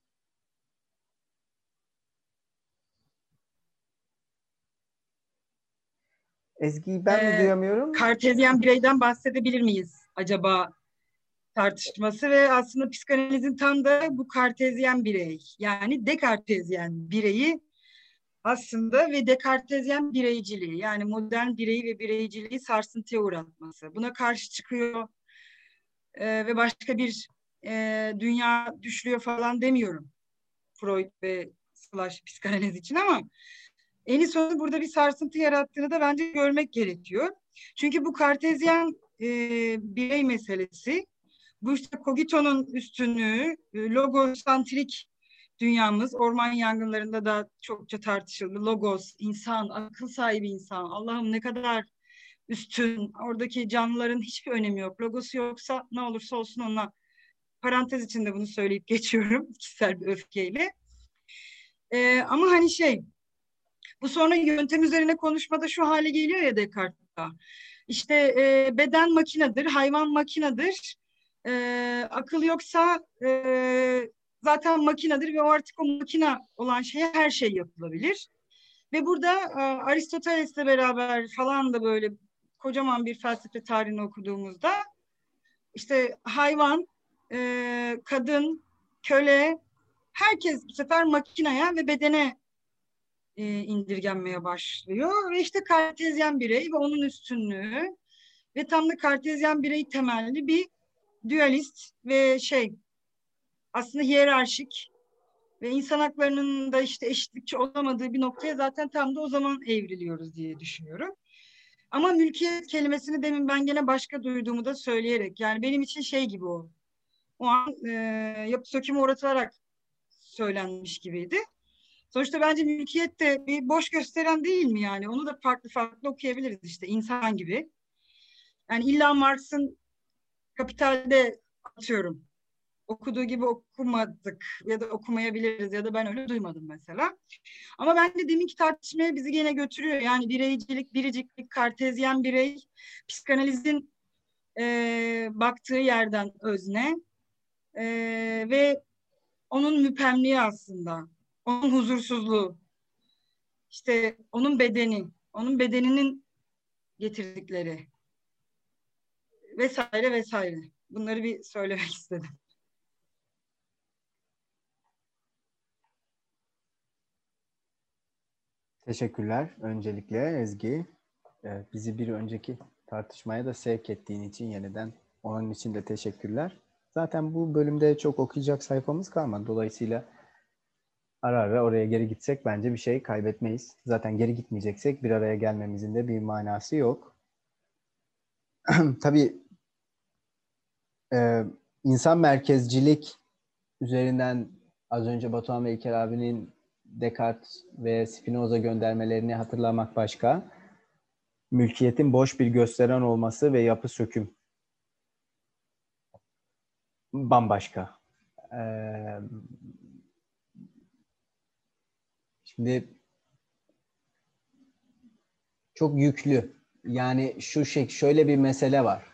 Ezgi'yi ben mi e, duyamıyorum? Kartezyen bireyden bahsedebilir miyiz acaba tartışması ve aslında psikanalizin tam da bu kartezyen birey yani dekartezyen bireyi aslında ve dekartezyen bireyciliği yani modern bireyi ve bireyciliği sarsıntıya uğratması. Buna karşı çıkıyor e, ve başka bir e, dünya düşlüyor falan demiyorum Freud ve slash psikanaliz için ama en sonunda burada bir sarsıntı yarattığını da bence görmek gerekiyor. Çünkü bu kartezyen e, birey meselesi bu işte Cogito'nun üstünlüğü, logosantrik dünyamız, orman yangınlarında da çokça tartışıldı. Logos, insan, akıl sahibi insan. Allah'ım ne kadar üstün. Oradaki canlıların hiçbir önemi yok. Logosu yoksa ne olursa olsun ona parantez içinde bunu söyleyip geçiyorum kişisel bir öfkeyle. Ee, ama hani şey, bu sonra yöntem üzerine konuşmada şu hale geliyor ya Descartes'ta. İşte e, beden makinedir, hayvan makinedir. E, akıl yoksa e, zaten makinedir ve o artık o makine olan şeye her şey yapılabilir. Ve burada e, Aristoteles'le beraber falan da böyle kocaman bir felsefe tarihini okuduğumuzda işte hayvan, e, kadın, köle herkes bu sefer makineye ve bedene e, indirgenmeye başlıyor. Ve işte kartezyen birey ve onun üstünlüğü ve tam da Kartezyen birey temelli bir dualist ve şey aslında hiyerarşik ve insan haklarının da işte eşitlikçi olamadığı bir noktaya zaten tam da o zaman evriliyoruz diye düşünüyorum. Ama mülkiyet kelimesini demin ben gene başka duyduğumu da söyleyerek, yani benim için şey gibi o. O an e, yapı sökümü uğratılarak söylenmiş gibiydi. Sonuçta bence mülkiyet de bir boş gösteren değil mi yani? Onu da farklı farklı okuyabiliriz işte insan gibi. Yani illa Marx'ın Kapital'de atıyorum okuduğu gibi okumadık ya da okumayabiliriz ya da ben öyle duymadım mesela. Ama bence deminki tartışmaya bizi gene götürüyor. Yani bireycilik, biriciklik, kartezyen birey, psikanalizin e, baktığı yerden özne e, ve onun müpemliği aslında, onun huzursuzluğu, işte onun bedeni, onun bedeninin getirdikleri vesaire vesaire. Bunları bir söylemek istedim. Teşekkürler öncelikle Ezgi. Ee, bizi bir önceki tartışmaya da sevk ettiğin için yeniden onun için de teşekkürler. Zaten bu bölümde çok okuyacak sayfamız kalmadı. Dolayısıyla ara ara oraya geri gitsek bence bir şey kaybetmeyiz. Zaten geri gitmeyeceksek bir araya gelmemizin de bir manası yok. Tabii e, insan merkezcilik üzerinden az önce Batuhan ve İlker abinin Descartes ve Spinoza göndermelerini hatırlamak başka. Mülkiyetin boş bir gösteren olması ve yapı söküm bambaşka. Ee, şimdi çok yüklü. Yani şu şey, şöyle bir mesele var.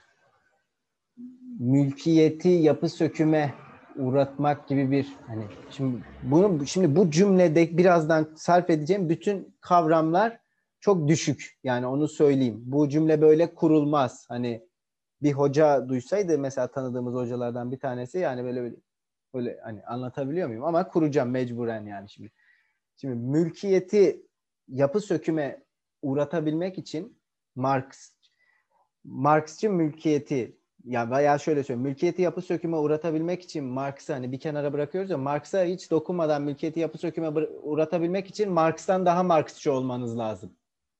Mülkiyeti yapı söküme uğratmak gibi bir hani şimdi bunu şimdi bu cümlede birazdan sarf edeceğim bütün kavramlar çok düşük. Yani onu söyleyeyim. Bu cümle böyle kurulmaz. Hani bir hoca duysaydı mesela tanıdığımız hocalardan bir tanesi yani böyle böyle, böyle hani anlatabiliyor muyum? Ama kuracağım mecburen yani şimdi. Şimdi mülkiyeti yapı söküme uğratabilmek için Marx Marxçı mülkiyeti ya veya şöyle söyleyeyim mülkiyeti yapı söküme uğratabilmek için Marx'ı hani bir kenara bırakıyoruz ya Marx'a hiç dokunmadan mülkiyeti yapı söküme uğratabilmek için Marx'tan daha Marxçı olmanız lazım.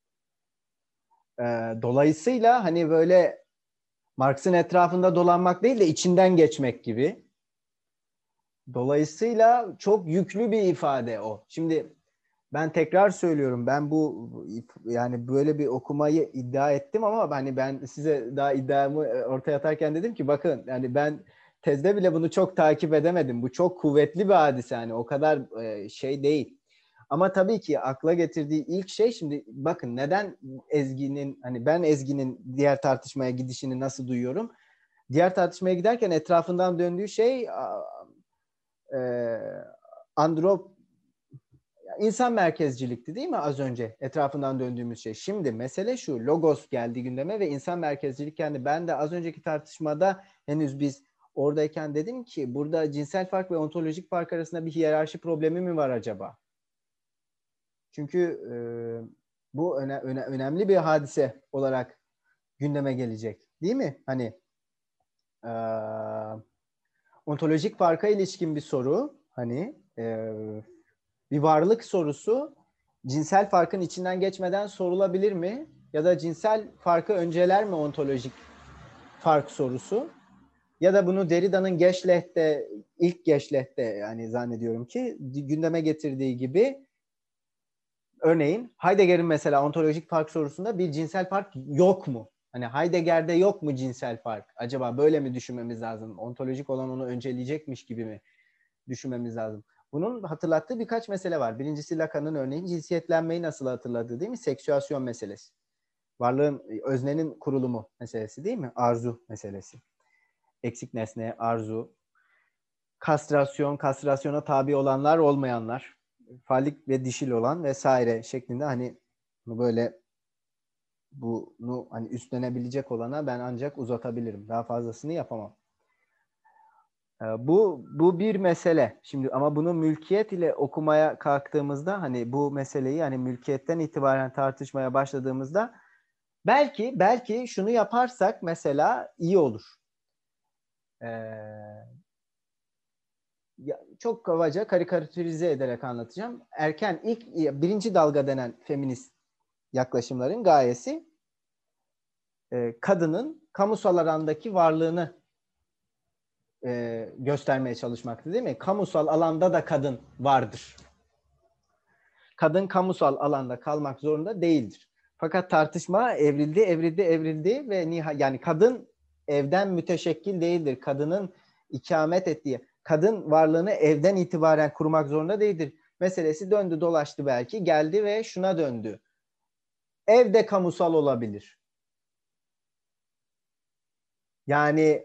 Ee, dolayısıyla hani böyle Marx'ın etrafında dolanmak değil de içinden geçmek gibi. Dolayısıyla çok yüklü bir ifade o. Şimdi ben tekrar söylüyorum. Ben bu yani böyle bir okumayı iddia ettim ama hani ben size daha iddiamı ortaya atarken dedim ki bakın yani ben tezde bile bunu çok takip edemedim. Bu çok kuvvetli bir hadise yani o kadar şey değil. Ama tabii ki akla getirdiği ilk şey şimdi bakın neden Ezgi'nin hani ben Ezgi'nin diğer tartışmaya gidişini nasıl duyuyorum? Diğer tartışmaya giderken etrafından döndüğü şey e, androp İnsan merkezcilikti değil mi az önce etrafından döndüğümüz şey. Şimdi mesele şu logos geldi gündeme ve insan merkezcilik yani ben de az önceki tartışmada henüz biz oradayken dedim ki burada cinsel fark ve ontolojik fark arasında bir hiyerarşi problemi mi var acaba? Çünkü e, bu öne, öne, önemli bir hadise olarak gündeme gelecek değil mi? Hani e, ontolojik farka ilişkin bir soru hani e, bir varlık sorusu cinsel farkın içinden geçmeden sorulabilir mi? Ya da cinsel farkı önceler mi ontolojik fark sorusu? Ya da bunu Derrida'nın Geschlecht'te, ilk Geschlecht'te yani zannediyorum ki gündeme getirdiği gibi örneğin Heidegger'in mesela ontolojik fark sorusunda bir cinsel fark yok mu? Hani Heidegger'de yok mu cinsel fark? Acaba böyle mi düşünmemiz lazım? Ontolojik olan onu önceleyecekmiş gibi mi düşünmemiz lazım? Bunun hatırlattığı birkaç mesele var. Birincisi Lacan'ın örneğin cinsiyetlenmeyi nasıl hatırladığı değil mi? Seksüasyon meselesi. Varlığın, öznenin kurulumu meselesi değil mi? Arzu meselesi. Eksik nesne, arzu. Kastrasyon, kastrasyona tabi olanlar, olmayanlar. Fallik ve dişil olan vesaire şeklinde hani böyle bunu hani üstlenebilecek olana ben ancak uzatabilirim. Daha fazlasını yapamam. Bu bu bir mesele. Şimdi ama bunu mülkiyet ile okumaya kalktığımızda hani bu meseleyi hani mülkiyetten itibaren tartışmaya başladığımızda Belki belki şunu yaparsak mesela iyi olur. Ee, ya, çok kabaca karikatürize ederek anlatacağım. Erken ilk birinci dalga denen feminist yaklaşımların gayesi e, kadının kamusal alandaki varlığını e, göstermeye çalışmaktı, değil mi? Kamusal alanda da kadın vardır. Kadın kamusal alanda kalmak zorunda değildir. Fakat tartışma evrildi, evrildi, evrildi ve niha yani kadın evden müteşekkil değildir. Kadının ikamet ettiği, kadın varlığını evden itibaren kurmak zorunda değildir. Meselesi döndü dolaştı belki, geldi ve şuna döndü. Ev de kamusal olabilir. Yani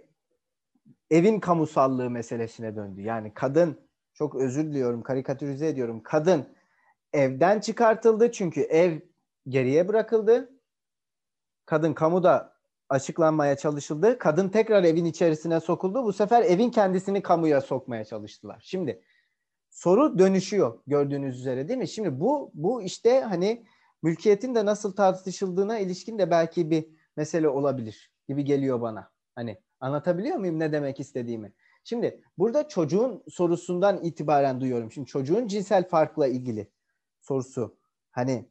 evin kamusallığı meselesine döndü. Yani kadın, çok özür diliyorum, karikatürize ediyorum. Kadın evden çıkartıldı çünkü ev geriye bırakıldı. Kadın kamuda açıklanmaya çalışıldı. Kadın tekrar evin içerisine sokuldu. Bu sefer evin kendisini kamuya sokmaya çalıştılar. Şimdi soru dönüşüyor gördüğünüz üzere, değil mi? Şimdi bu bu işte hani mülkiyetin de nasıl tartışıldığına ilişkin de belki bir mesele olabilir gibi geliyor bana. Hani anlatabiliyor muyum ne demek istediğimi? Şimdi burada çocuğun sorusundan itibaren duyuyorum. Şimdi çocuğun cinsel farkla ilgili sorusu. Hani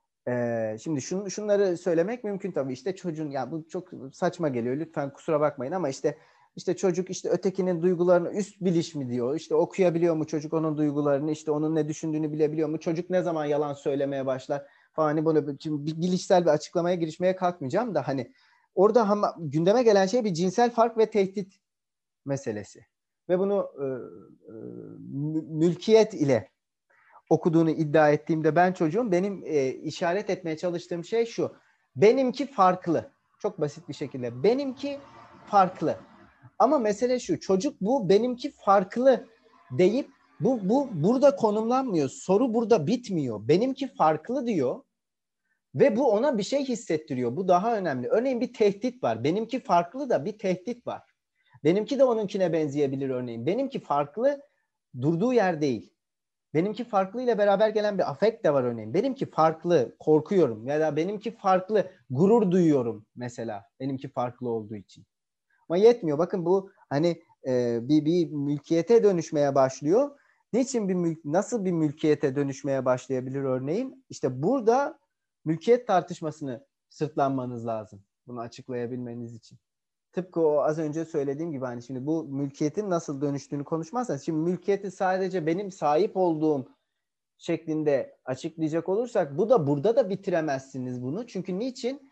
e, şimdi şun, şunları söylemek mümkün tabii. İşte çocuğun, ya bu çok saçma geliyor. Lütfen kusura bakmayın ama işte işte çocuk işte ötekinin duygularını üst biliş mi diyor. İşte okuyabiliyor mu çocuk onun duygularını? İşte onun ne düşündüğünü bilebiliyor mu? Çocuk ne zaman yalan söylemeye başlar? Falan hani bunu şimdi bir bilişsel bir açıklamaya girişmeye kalkmayacağım da hani orada ama gündeme gelen şey bir cinsel fark ve tehdit meselesi. Ve bunu e, e, mülkiyet ile okuduğunu iddia ettiğimde ben çocuğum, benim e, işaret etmeye çalıştığım şey şu. Benimki farklı. Çok basit bir şekilde. Benimki farklı. Ama mesele şu. Çocuk bu benimki farklı deyip bu bu burada konumlanmıyor. Soru burada bitmiyor. Benimki farklı diyor. Ve bu ona bir şey hissettiriyor. Bu daha önemli. Örneğin bir tehdit var. Benimki farklı da bir tehdit var. Benimki de onunkine benzeyebilir örneğin. Benimki farklı durduğu yer değil. Benimki farklı ile beraber gelen bir afekt de var örneğin. Benimki farklı, korkuyorum ya da benimki farklı, gurur duyuyorum mesela. Benimki farklı olduğu için. Ama yetmiyor. Bakın bu hani e, bir, bir mülkiyete dönüşmeye başlıyor. Niçin bir mülk, nasıl bir mülkiyete dönüşmeye başlayabilir örneğin? İşte burada mülkiyet tartışmasını sırtlanmanız lazım. Bunu açıklayabilmeniz için. Tıpkı o az önce söylediğim gibi hani şimdi bu mülkiyetin nasıl dönüştüğünü konuşmazsanız, şimdi mülkiyeti sadece benim sahip olduğum şeklinde açıklayacak olursak bu da burada da bitiremezsiniz bunu. Çünkü niçin?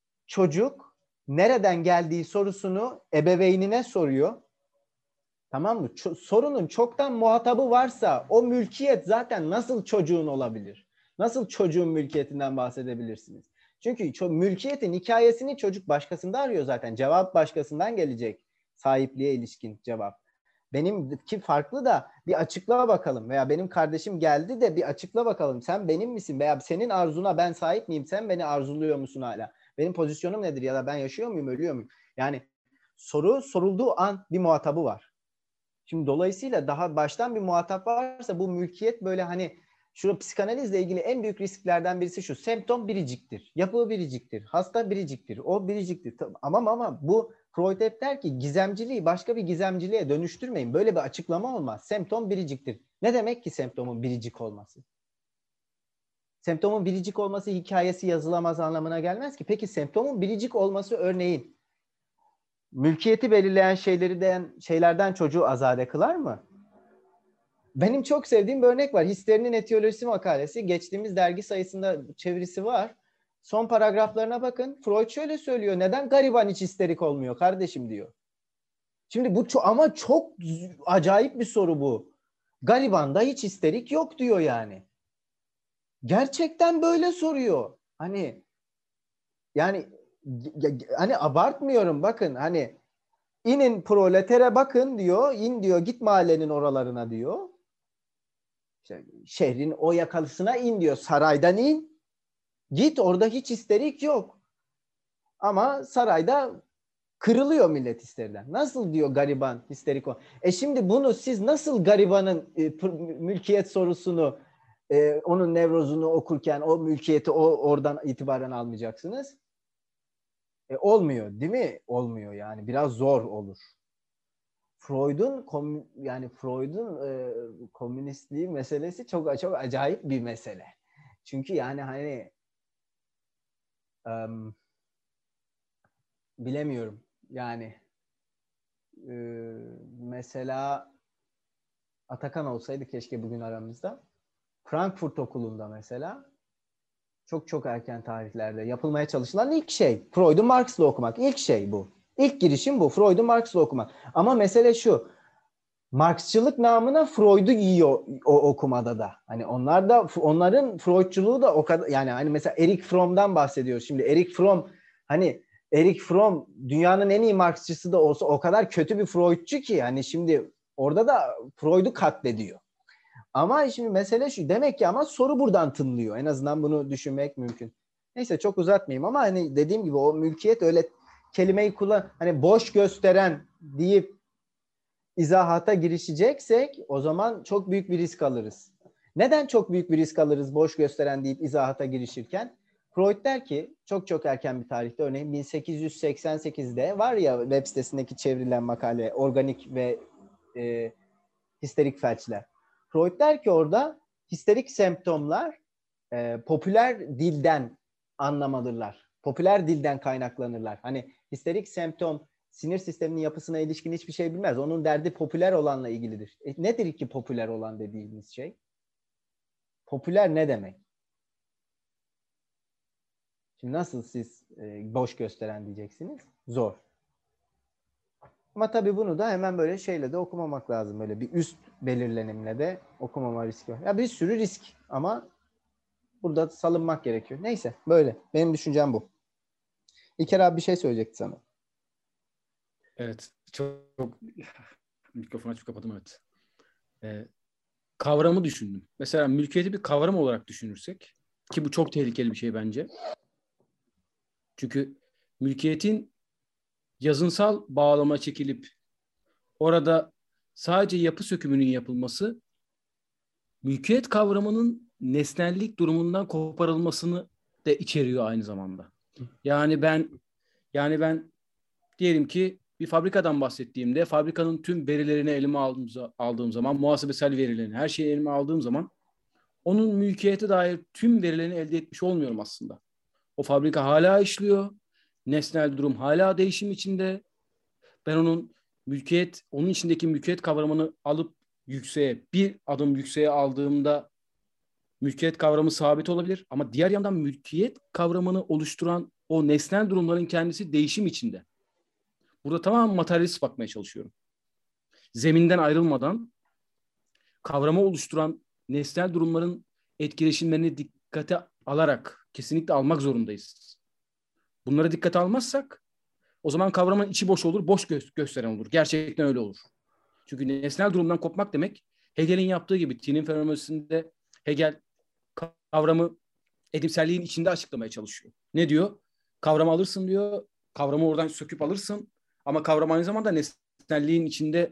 Çocuk nereden geldiği sorusunu ebeveynine soruyor. Tamam mı? Ç- sorunun çoktan muhatabı varsa o mülkiyet zaten nasıl çocuğun olabilir? Nasıl çocuğun mülkiyetinden bahsedebilirsiniz? Çünkü ço- mülkiyetin hikayesini çocuk başkasında arıyor zaten. Cevap başkasından gelecek. Sahipliğe ilişkin cevap. Benimki farklı da bir açıkla bakalım. Veya benim kardeşim geldi de bir açıkla bakalım. Sen benim misin? Veya senin arzuna ben sahip miyim? Sen beni arzuluyor musun hala? Benim pozisyonum nedir? Ya da ben yaşıyor muyum, ölüyor muyum? Yani soru sorulduğu an bir muhatabı var. Şimdi dolayısıyla daha baştan bir muhatap varsa bu mülkiyet böyle hani şu psikanalizle ilgili en büyük risklerden birisi şu. Semptom biriciktir. Yapı biriciktir. Hasta biriciktir. O biriciktir. Ama ama bu Freud hep der ki gizemciliği başka bir gizemciliğe dönüştürmeyin. Böyle bir açıklama olmaz. Semptom biriciktir. Ne demek ki semptomun biricik olması? Semptomun biricik olması hikayesi yazılamaz anlamına gelmez ki. Peki semptomun biricik olması örneğin mülkiyeti belirleyen şeylerden, şeylerden çocuğu azade kılar mı? Benim çok sevdiğim bir örnek var. Histerinin etiyolojisi makalesi. Geçtiğimiz dergi sayısında çevirisi var. Son paragraflarına bakın. Freud şöyle söylüyor. Neden gariban hiç histerik olmuyor kardeşim diyor. Şimdi bu ço- ama çok acayip bir soru bu. Garibanda hiç histerik yok diyor yani. Gerçekten böyle soruyor. Hani yani hani abartmıyorum, bakın hani inin proletere bakın diyor. İn diyor, git mahallenin oralarına diyor. İşte şehrin o yakalısına in diyor. Saraydan in. Git, orada hiç histerik yok. Ama sarayda kırılıyor millet histeriden. Nasıl diyor gariban histerik o. E şimdi bunu siz nasıl garibanın e, mülkiyet sorusunu e, onun nevrozunu okurken o mülkiyeti o oradan itibaren almayacaksınız? E, olmuyor değil mi? Olmuyor yani. Biraz zor olur. Freud'un kom- yani Freud'un e, komünistliği meselesi çok çok acayip bir mesele. Çünkü yani hani um, bilemiyorum. Yani e, mesela Atakan olsaydı keşke bugün aramızda. Frankfurt Okulu'nda mesela çok çok erken tarihlerde yapılmaya çalışılan ilk şey Freud'u Marx'la okumak. İlk şey bu. İlk girişim bu. Freud'u Marx'la okumak. Ama mesele şu. Marksçılık namına Freud'u yiyor o okumada da. Hani onlar da onların Freudçuluğu da o kadar yani hani mesela Erich Fromm'dan bahsediyoruz. Şimdi Erich Fromm hani Erich Fromm dünyanın en iyi Marksçısı da olsa o kadar kötü bir Freudçu ki hani şimdi orada da Freud'u katlediyor. Ama şimdi mesele şu. Demek ki ama soru buradan tınlıyor. En azından bunu düşünmek mümkün. Neyse çok uzatmayayım ama hani dediğim gibi o mülkiyet öyle kelimeyi kullan hani boş gösteren deyip izahata girişeceksek o zaman çok büyük bir risk alırız. Neden çok büyük bir risk alırız boş gösteren deyip izahata girişirken? Freud der ki çok çok erken bir tarihte örneğin bin sekiz yüz seksen sekizde var ya web sitesindeki çevrilen makale organik ve e, histerik felçler. Freud der ki orada histerik semptomlar e, popüler dilden anlamalılar. Popüler dilden kaynaklanırlar. Hani histerik semptom sinir sisteminin yapısına ilişkin hiçbir şey bilmez. Onun derdi popüler olanla ilgilidir. E, nedir ki popüler olan dediğimiz şey? Popüler ne demek? Şimdi nasıl siz e, boş gösteren diyeceksiniz? Zor. Ama tabii bunu da hemen böyle şeyle de okumamak lazım. Böyle bir üst belirlenimle de okumama riski var. Ya bir sürü risk ama burada salınmak gerekiyor. Neyse böyle. Benim düşüncem bu. İlker abi bir şey söyleyecekti sana. Evet. Çok, çok mikrofonu açıp kapadım evet. Ee, kavramı düşündüm. Mesela mülkiyeti bir kavram olarak düşünürsek ki bu çok tehlikeli bir şey bence. Çünkü mülkiyetin yazınsal bağlama çekilip orada sadece yapı sökümünün yapılması mülkiyet kavramının nesnellik durumundan koparılmasını da içeriyor aynı zamanda. Yani ben yani ben diyelim ki bir fabrikadan bahsettiğimde fabrikanın tüm verilerini elime aldığım, aldığım zaman muhasebesel verilerini her şeyi elime aldığım zaman onun mülkiyete dair tüm verilerini elde etmiş olmuyorum aslında. O fabrika hala işliyor. Nesnel durum hala değişim içinde. Ben onun mülkiyet, onun içindeki mülkiyet kavramını alıp yükseğe, bir adım yükseğe aldığımda mülkiyet kavramı sabit olabilir. Ama diğer yandan mülkiyet kavramını oluşturan o nesnel durumların kendisi değişim içinde. Burada tamamen materyalist bakmaya çalışıyorum. Zeminden ayrılmadan kavramı oluşturan nesnel durumların etkileşimlerini dikkate alarak kesinlikle almak zorundayız. Bunlara dikkate almazsak o zaman kavramın içi boş olur, boş gö- gösteren olur. Gerçekten öyle olur. Çünkü nesnel durumdan kopmak demek Hegel'in yaptığı gibi Tin'in fenomenolojisinde Hegel kavramı edimselliğin içinde açıklamaya çalışıyor. Ne diyor? Kavramı alırsın diyor. Kavramı oradan söküp alırsın. Ama kavram aynı zamanda nesnelliğin içinde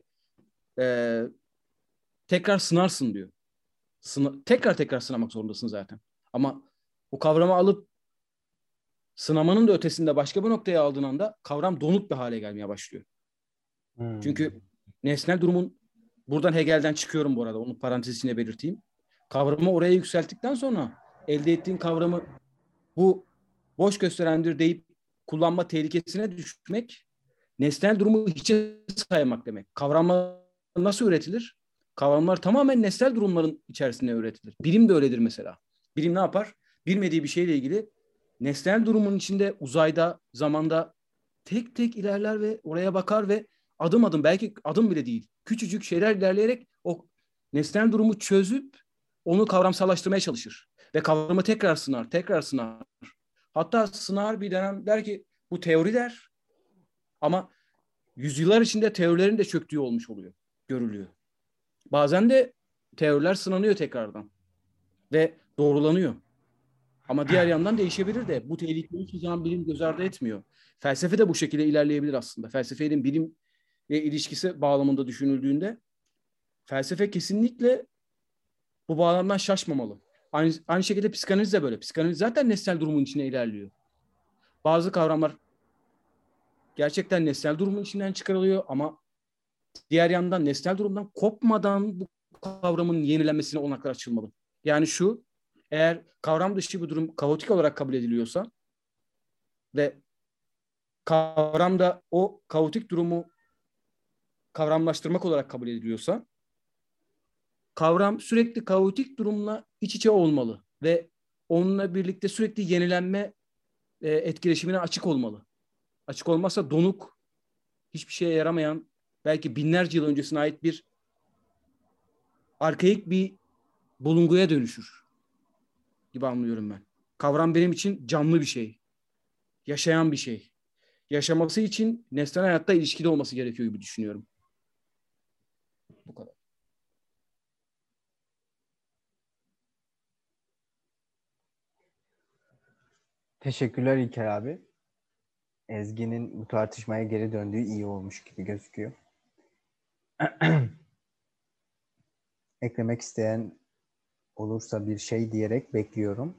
e, tekrar sınarsın diyor. Sına, tekrar tekrar sınamak zorundasın zaten. Ama o kavramı alıp sınamanın da ötesinde başka bir noktaya aldığın anda kavram donuk bir hale gelmeye başlıyor. Hmm. Çünkü nesnel durumun buradan Hegel'den çıkıyorum bu arada. Onu parantez içine belirteyim. Kavramı oraya yükselttikten sonra elde ettiğin kavramı bu boş gösterendir deyip kullanma tehlikesine düşmek nesnel durumu hiçe saymak demek. Kavramlar nasıl üretilir? Kavramlar tamamen nesnel durumların içerisinde üretilir. Bilim de öyledir mesela. Bilim ne yapar? Bilmediği bir şeyle ilgili nesnel durumun içinde uzayda, zamanda tek tek ilerler ve oraya bakar ve adım adım belki adım bile değil. Küçücük şeyler ilerleyerek o nesnel durumu çözüp onu kavramsallaştırmaya çalışır. Ve kavramı tekrar sınar, tekrar sınar. Hatta sınar bir dönem der ki bu teori der ama yüzyıllar içinde teorilerin de çöktüğü olmuş oluyor, görülüyor. Bazen de teoriler sınanıyor tekrardan ve doğrulanıyor. Ama diğer yandan değişebilir de bu tehlikeyi hiçbir zaman bilim göz ardı etmiyor. Felsefe de bu şekilde ilerleyebilir aslında. Felsefenin bilimle ilişkisi bağlamında düşünüldüğünde felsefe kesinlikle bu bağlamdan şaşmamalı. Aynı, aynı şekilde psikanaliz de böyle. Psikanaliz zaten nesnel durumun içine ilerliyor. Bazı kavramlar gerçekten nesnel durumun içinden çıkarılıyor ama diğer yandan nesnel durumdan kopmadan bu kavramın yenilenmesine olanaklar açılmalı. Yani şu, eğer kavram dışı bir durum kaotik olarak kabul ediliyorsa ve kavram da o kaotik durumu kavramlaştırmak olarak kabul ediliyorsa, kavram sürekli kaotik durumla iç içe olmalı ve onunla birlikte sürekli yenilenme e, etkileşimine açık olmalı. Açık olmazsa donuk, hiçbir şeye yaramayan, belki binlerce yıl öncesine ait bir arkaik bir bulunguya dönüşür gibi anlıyorum ben. Kavram benim için canlı bir şey, yaşayan bir şey. Yaşaması için nesnel hayatta ilişkide olması gerekiyor gibi düşünüyorum. Bu kadar. Teşekkürler İlker abi. Ezgi'nin bu tartışmaya geri döndüğü iyi olmuş gibi gözüküyor. Eklemek isteyen olursa bir şey diyerek bekliyorum.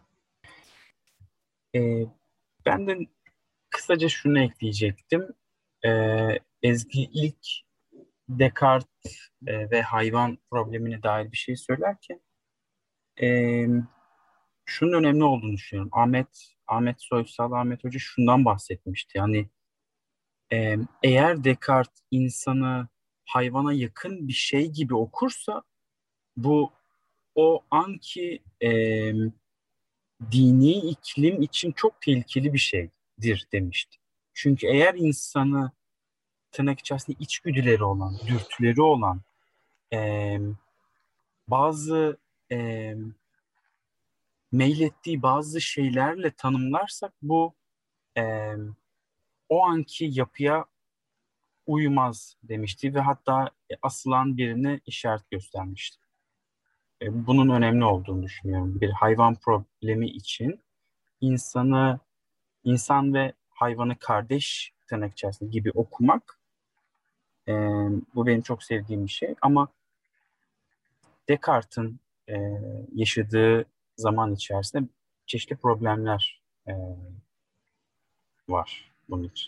Ee, ben de kısaca şunu ekleyecektim. Ee, Ezgi ilk Descartes e, ve hayvan problemine dair bir şey söylerken e, şunun önemli olduğunu düşünüyorum. Ahmet Ahmet Soysal, Ahmet Hoca şundan bahsetmişti. Yani e, eğer Descartes insanı hayvana yakın bir şey gibi okursa bu o anki e, dini iklim için çok tehlikeli bir şeydir demişti. Çünkü eğer insanı tırnak içerisinde içgüdüleri olan, dürtüleri olan e, bazı e, meylettiği bazı şeylerle tanımlarsak bu e, o anki yapıya uymaz demişti ve hatta asılan birine işaret göstermişti. E, bunun önemli olduğunu düşünüyorum. Bir hayvan problemi için insanı, insan ve hayvanı kardeş tırnak içerisinde gibi okumak e, bu benim çok sevdiğim bir şey. Ama Descartes'in e, yaşadığı zaman içerisinde çeşitli problemler e, var bunun için.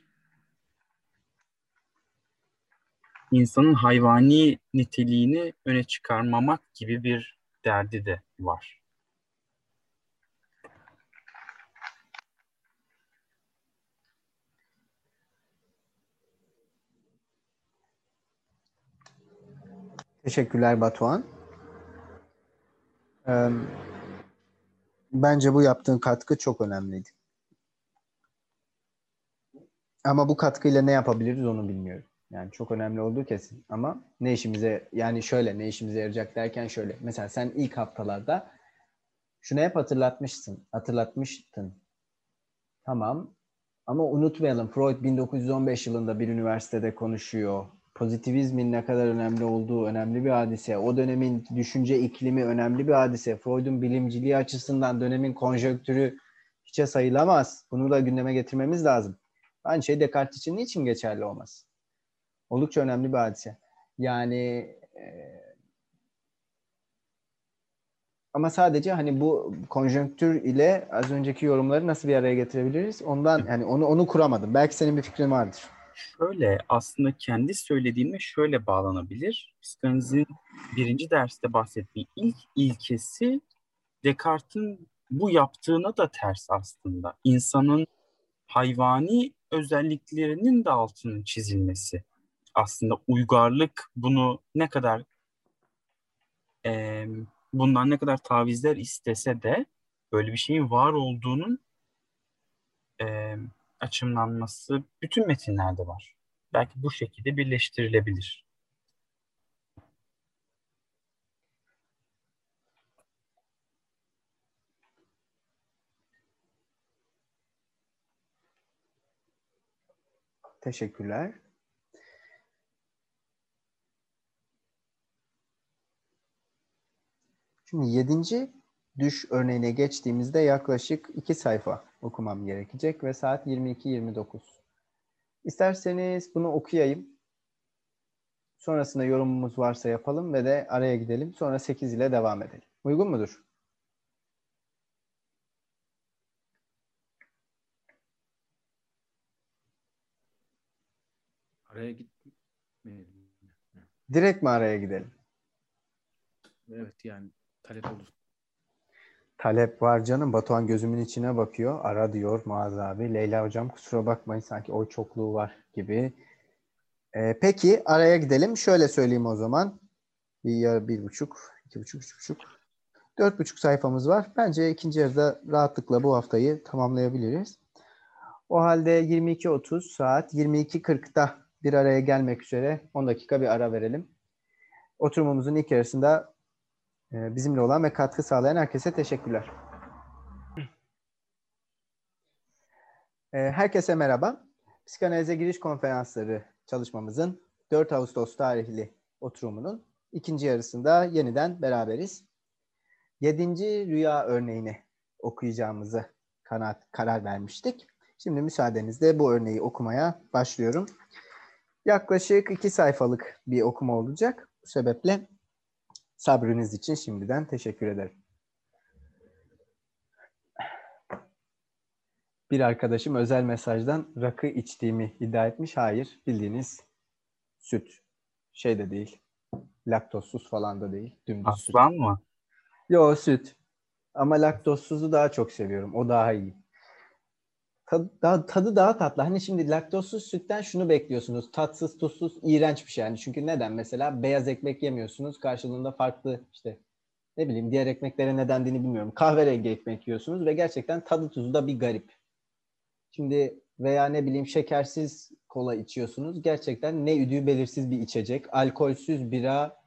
İnsanın hayvani niteliğini öne çıkarmamak gibi bir derdi de var. Teşekkürler Batuhan. Ee, bence bu yaptığın katkı çok önemliydi. Ama bu katkıyla ne yapabiliriz onu bilmiyorum. Yani çok önemli olduğu kesin. Ama ne işimize, yani şöyle ne işimize yarayacak derken şöyle. Mesela sen ilk haftalarda şunu hep hatırlatmışsın. Hatırlatmıştın. Tamam. Ama unutmayalım, Freud bin dokuz yüz on beş yılında bir üniversitede konuşuyor. Pozitivizmin ne kadar önemli olduğu önemli bir hadise. O dönemin düşünce iklimi önemli bir hadise. Freud'un bilimciliği açısından dönemin konjonktürü hiçe sayılamaz. Bunu da gündeme getirmemiz lazım. Aynı şey Descartes için niçin geçerli olmaz? Oldukça önemli bir hadise. Yani e, ama sadece hani bu konjonktür ile az önceki yorumları nasıl bir araya getirebiliriz? Ondan yani onu onu kuramadım. Belki senin bir fikrin vardır. Şöyle aslında kendi söylediğime şöyle bağlanabilir. Psikanalizin birinci derste bahsettiği ilk ilkesi Descartes'in bu yaptığına da ters aslında. İnsanın hayvani özelliklerinin de altının çizilmesi. Aslında uygarlık bunu ne kadar e, bundan ne kadar tavizler istese de böyle bir şeyin var olduğunun e, açımlanması bütün metinlerde var. Belki bu şekilde birleştirilebilir. Teşekkürler. Şimdi yedinci düş örneğine geçtiğimizde yaklaşık iki sayfa okumam gerekecek ve saat yirmi iki yirmi dokuz. İsterseniz bunu okuyayım. Sonrasında yorumumuz varsa yapalım ve de araya gidelim. Sonra sekiz ile devam edelim. Uygun mudur? Araya gitmeyelim. Direkt mi araya gidelim? Evet yani talep olur. Talep var canım. Batuhan gözümün içine bakıyor. Ara diyor Muaz abi. Leyla hocam kusura bakmayın sanki oy çokluğu var gibi. Ee, peki araya gidelim. Şöyle söyleyeyim o zaman. Bir, yarı, bir buçuk, iki buçuk, üç buçuk. Dört buçuk sayfamız var. Bence ikinci yarıda rahatlıkla bu haftayı tamamlayabiliriz. O halde yirmi iki otuz saat yirmi iki kırkta bir araya gelmek üzere on dakika bir ara verelim. Oturumumuzun ilk yarısında e, bizimle olan ve katkı sağlayan herkese teşekkürler. E, herkese merhaba. Psikanalize giriş konferansları çalışmamızın dört Ağustos tarihli oturumunun ikinci yarısında yeniden beraberiz. Yedinci rüya örneğini okuyacağımızı kanaat, karar vermiştik. Şimdi müsaadenizle bu örneği okumaya başlıyorum. Yaklaşık iki sayfalık bir okuma olacak. Bu sebeple sabrınız için şimdiden teşekkür ederim. Bir arkadaşım özel mesajdan rakı içtiğimi iddia etmiş. Hayır, bildiğiniz süt. Şey de değil, laktozsuz falan da değil. Dümdüz Aslan süt. mı? Yo, süt. Ama laktozsuzu daha çok seviyorum. O daha iyi. Tadı daha, tadı daha tatlı. Hani şimdi laktozsuz sütten şunu bekliyorsunuz. Tatsız, tuzsuz, iğrenç bir şey yani. Çünkü neden? Mesela beyaz ekmek yemiyorsunuz. Karşılığında farklı işte ne bileyim diğer ekmeklere ne dendiğini bilmiyorum. Kahverengi ekmek yiyorsunuz ve gerçekten tadı tuzu da bir garip. Şimdi veya ne bileyim şekersiz kola içiyorsunuz. Gerçekten ne üdüğü belirsiz bir içecek. Alkolsüz bira,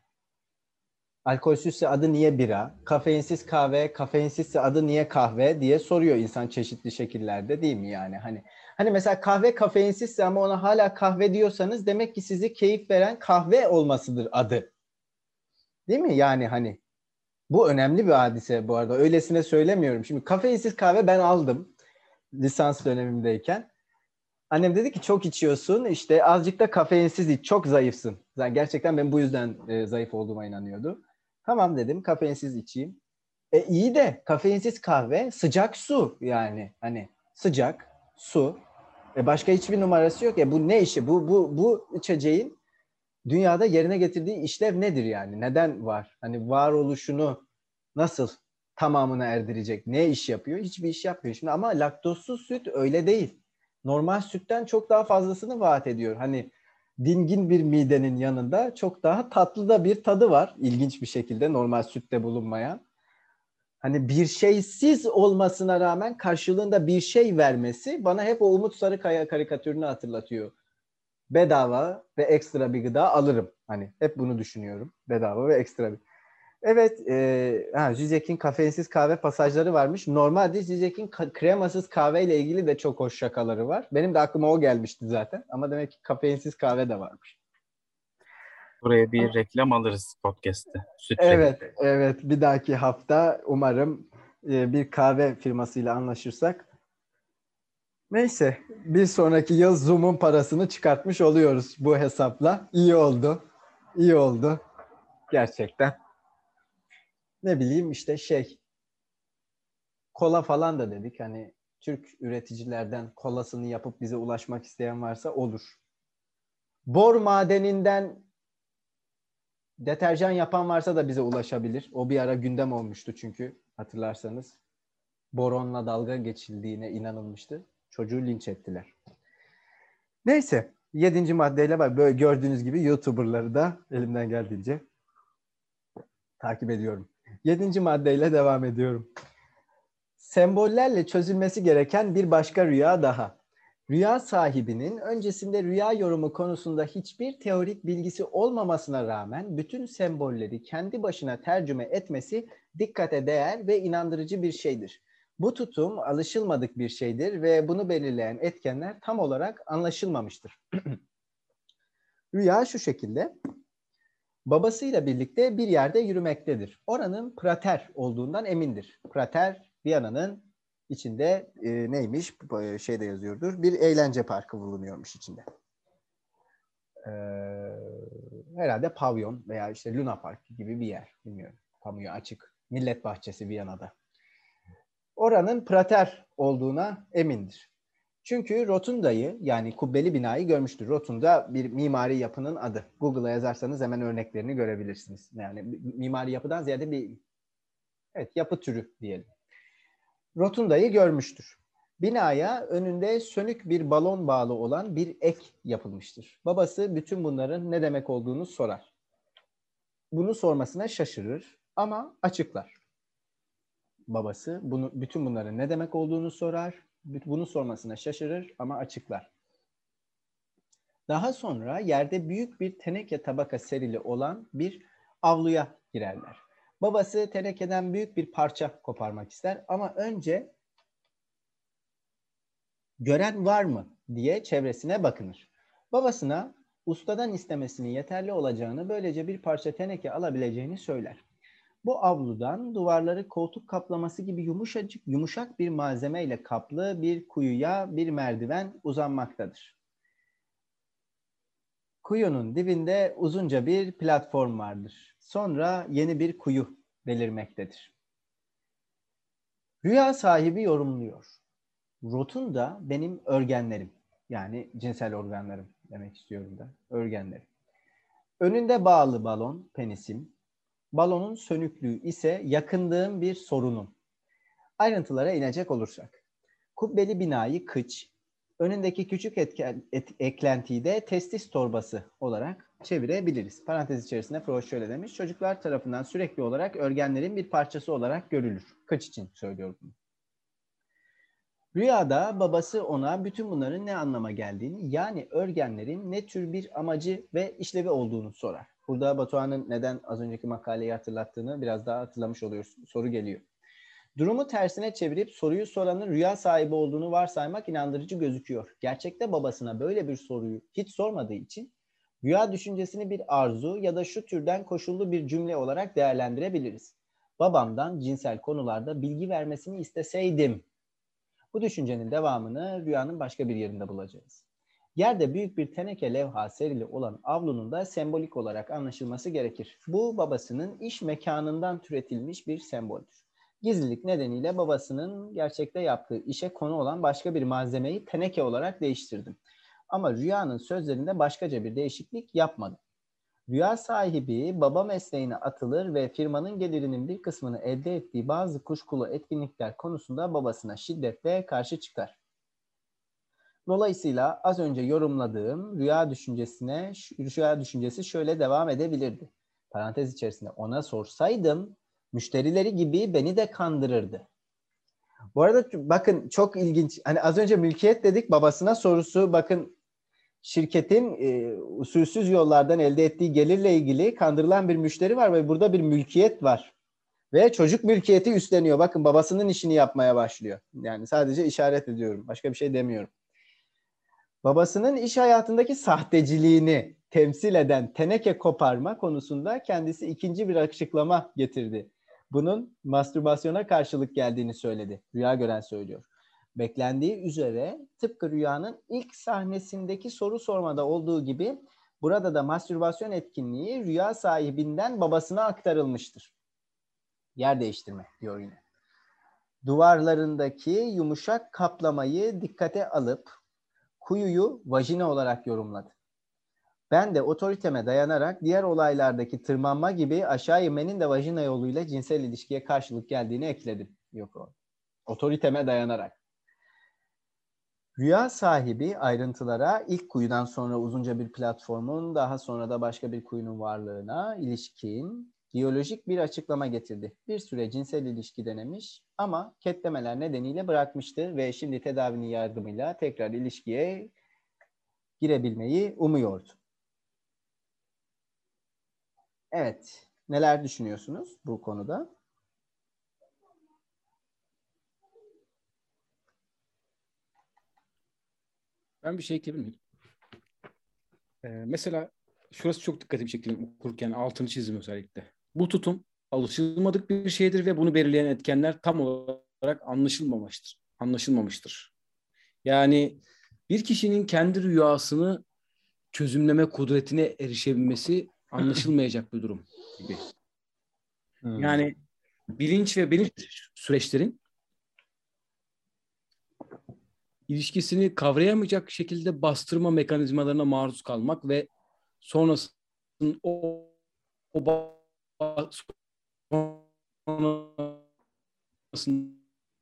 alkolsüzse adı niye bira? Kafeinsiz kahve, kafeinsizse adı niye kahve diye soruyor insan çeşitli şekillerde, değil mi yani? Hani hani mesela kahve kafeinsizse ama ona hala kahve diyorsanız demek ki sizi keyif veren kahve olmasıdır adı. Değil mi? Yani hani bu önemli bir hadise bu arada. Öylesine söylemiyorum. Şimdi kafeinsiz kahve ben aldım lisans dönemimdeyken. Annem dedi ki çok içiyorsun, işte azıcık da kafeinsiz iç, çok zayıfsın. Yani gerçekten ben bu yüzden e, zayıf olduğuma inanıyordu. Tamam dedim, kafeinsiz içeyim. E iyi de kafeinsiz kahve sıcak su yani. Hani sıcak su. E başka hiçbir numarası yok. E bu ne işi? Bu bu bu içeceğin dünyada yerine getirdiği işlev nedir yani? Neden var? Hani varoluşunu nasıl tamamına erdirecek? Ne iş yapıyor? Hiçbir iş yapmıyor. Şimdi ama laktozsuz süt öyle değil. Normal sütten çok daha fazlasını vaat ediyor. Hani dingin bir midenin yanında çok daha tatlı da bir tadı var. İlginç bir şekilde normal sütte bulunmayan. Hani bir şeysiz olmasına rağmen karşılığında bir şey vermesi bana hep o Umut Sarıkaya karikatürünü hatırlatıyor. Bedava ve ekstra bir gıda alırım. Hani hep bunu düşünüyorum. Bedava ve ekstra bir. Evet, e, ha, Zizek'in kafeinsiz kahve pasajları varmış. Normalde Zizek'in ka- kremasız kahve ile ilgili de çok hoş şakaları var. Benim de aklıma o gelmişti zaten. Ama demek ki kafeinsiz kahve de varmış. Buraya bir reklam alırız podcast'te. Süt Evet, reklamı. evet. Bir dahaki hafta umarım e, bir kahve firmasıyla anlaşırsak. Neyse, bir sonraki yıl Zoom'un parasını çıkartmış oluyoruz bu hesapla. İyi oldu. İyi oldu. Gerçekten. Ne bileyim işte şey, kola falan da dedik. Hani Türk üreticilerden kolasını yapıp bize ulaşmak isteyen varsa olur. Bor madeninden deterjan yapan varsa da bize ulaşabilir. O bir ara gündem olmuştu çünkü hatırlarsanız. Boronla dalga geçildiğine inanılmıştı. Çocuğu linç ettiler. Neyse. Yedinci maddeyle var. Böyle gördüğünüz gibi YouTuber'ları da elimden geldiğince takip ediyorum. Yedinci maddeyle devam ediyorum. Sembollerle çözülmesi gereken bir başka rüya daha. Rüya sahibinin öncesinde rüya yorumu konusunda hiçbir teorik bilgisi olmamasına rağmen bütün sembolleri kendi başına tercüme etmesi dikkate değer ve inandırıcı bir şeydir. Bu tutum alışılmadık bir şeydir ve bunu belirleyen etkenler tam olarak anlaşılmamıştır. Rüya şu şekilde. Babasıyla birlikte bir yerde yürümektedir. Oranın Prater olduğundan emindir. Prater, Viyana'nın içinde e, neymiş? Şeyde yazıyordur. Bir eğlence parkı bulunuyormuş içinde. Ee, herhalde pavyon veya işte Luna Park gibi bir yer. Bilmiyorum. Kamuya açık. Millet Bahçesi Viyana'da. Oranın Prater olduğuna emindir. Çünkü rotundayı, yani kubbeli binayı görmüştür. Rotunda bir mimari yapının adı. Google'a yazarsanız hemen örneklerini görebilirsiniz. Yani mimari yapıdan ziyade bir evet, yapı türü diyelim. Rotundayı görmüştür. Binaya önünde sönük bir balon bağlı olan bir ek yapılmıştır. Babası bütün bunların ne demek olduğunu sorar. Bunu sormasına şaşırır ama açıklar. Babası bunu, bütün bunların ne demek olduğunu sorar. Bunu sormasına şaşırır ama açıklar. Daha sonra yerde büyük bir teneke tabaka serili olan bir avluya girerler. Babası tenekeden büyük bir parça koparmak ister ama önce gören var mı diye çevresine bakınır. Babasına ustadan istemesinin yeterli olacağını, böylece bir parça teneke alabileceğini söyler. Bu avludan duvarları koltuk kaplaması gibi yumuşacık, yumuşak bir malzemeyle kaplı bir kuyuya bir merdiven uzanmaktadır. Kuyunun dibinde uzunca bir platform vardır. Sonra yeni bir kuyu belirmektedir. Rüya sahibi yorumluyor. Rotunda benim örgenlerim, yani cinsel organlarım demek istiyorum da, örgenlerim. Önünde bağlı balon, penisim. Balonun sönüklüğü ise yakındığım bir sorunum. Ayrıntılara inecek olursak. Kubbeli binayı kıç, önündeki küçük etken, et, eklentiyi de testis torbası olarak çevirebiliriz. Parantez içerisinde Freud şöyle demiş: çocuklar tarafından sürekli olarak örgenlerin bir parçası olarak görülür. Kıç için söylüyorum bunu. Rüyada babası ona bütün bunların ne anlama geldiğini, yani örgenlerin ne tür bir amacı ve işlevi olduğunu sorar. Burada Batuhan'ın neden az önceki makaleyi hatırlattığını biraz daha hatırlamış oluyoruz. Soru geliyor. Durumu tersine çevirip soruyu soranın rüya sahibi olduğunu varsaymak inandırıcı gözüküyor. Gerçekte babasına böyle bir soruyu hiç sormadığı için rüya düşüncesini bir arzu ya da şu türden koşullu bir cümle olarak değerlendirebiliriz. Babamdan cinsel konularda bilgi vermesini isteseydim. Bu düşüncenin devamını rüyanın başka bir yerinde bulacağız. Yerde büyük bir teneke levha serili olan avlunun da sembolik olarak anlaşılması gerekir. Bu babasının iş mekanından türetilmiş bir semboldür. Gizlilik nedeniyle babasının gerçekte yaptığı işe konu olan başka bir malzemeyi teneke olarak değiştirdim. Ama rüyanın sözlerinde başkaca bir değişiklik yapmadım. Rüya sahibi baba mesleğine atılır ve firmanın gelirinin bir kısmını elde ettiği bazı kuşkulu etkinlikler konusunda babasına şiddetle karşı çıkar. Dolayısıyla az önce yorumladığım rüya düşüncesine, rüya düşüncesi şöyle devam edebilirdi. Parantez içerisinde ona sorsaydım müşterileri gibi beni de kandırırdı. Bu arada bakın çok ilginç. Hani az önce mülkiyet dedik, babasına sorusu bakın şirketin e, usulsüz yollardan elde ettiği gelirle ilgili kandırılan bir müşteri var ve burada bir mülkiyet var. Ve çocuk mülkiyeti üstleniyor. Bakın babasının işini yapmaya başlıyor. Yani sadece işaret ediyorum. Başka bir şey demiyorum. Babasının iş hayatındaki sahteciliğini temsil eden teneke koparma konusunda kendisi ikinci bir açıklama getirdi. Bunun mastürbasyona karşılık geldiğini söyledi. Rüya gören söylüyor. Beklendiği üzere tıpkı rüyanın ilk sahnesindeki soru sormada olduğu gibi burada da mastürbasyon etkinliği rüya sahibinden babasına aktarılmıştır. Yer değiştirme diyor yine. Duvarlarındaki yumuşak kaplamayı dikkate alıp kuyuyu vajina olarak yorumladı. Ben de otoriteme dayanarak diğer olaylardaki tırmanma gibi aşağı inmenin de vajina yoluyla cinsel ilişkiye karşılık geldiğini ekledim. Yok o. Otoriteme dayanarak. Rüya sahibi ayrıntılara ilk kuyudan sonra uzunca bir platformun, daha sonra da başka bir kuyunun varlığına ilişkin biyolojik bir açıklama getirdi. Bir süre cinsel ilişki denemiş ama ketlemeler nedeniyle bırakmıştı ve şimdi tedavinin yardımıyla tekrar ilişkiye girebilmeyi umuyordu. Evet, neler düşünüyorsunuz bu konuda? Ben bir şey ekleyebilir miyim? Ee, mesela şurası çok dikkatimi çekti okurken, altını çizdim özellikle. Bu tutum alışılmadık bir şeydir ve bunu belirleyen etkenler tam olarak anlaşılmamıştır. Anlaşılmamıştır. Yani bir kişinin kendi rüyasını çözümleme kudretine erişebilmesi anlaşılmayacak bir durum gibi. Hmm. Yani bilinç ve bilinç süreçlerin ilişkisini kavrayamayacak şekilde bastırma mekanizmalarına maruz kalmak ve sonrasında o, o sonrasında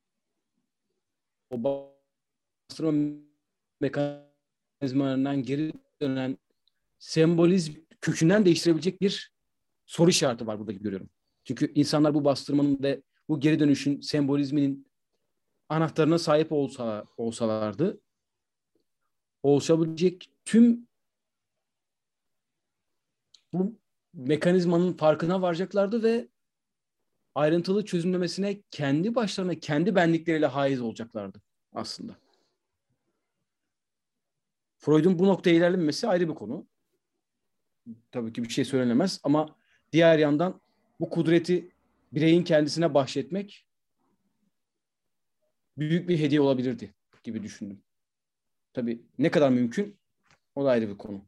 o bastırma mekanizmalarından geri dönen sembolizm kökünden değiştirebilecek bir soru işareti var burada gibi görüyorum. Çünkü insanlar bu bastırmanın ve bu geri dönüşün sembolizminin anahtarına sahip olsa, olsalardı oluşabilecek tüm bu mekanizmanın farkına varacaklardı ve ayrıntılı çözümlemesine kendi başlarına, kendi benlikleriyle haiz olacaklardı aslında. Freud'un bu noktaya ilerlemesi ayrı bir konu. Tabii ki bir şey söylenemez ama diğer yandan bu kudreti bireyin kendisine bahşetmek büyük bir hediye olabilirdi gibi düşündüm. Tabii ne kadar mümkün o da ayrı bir konu.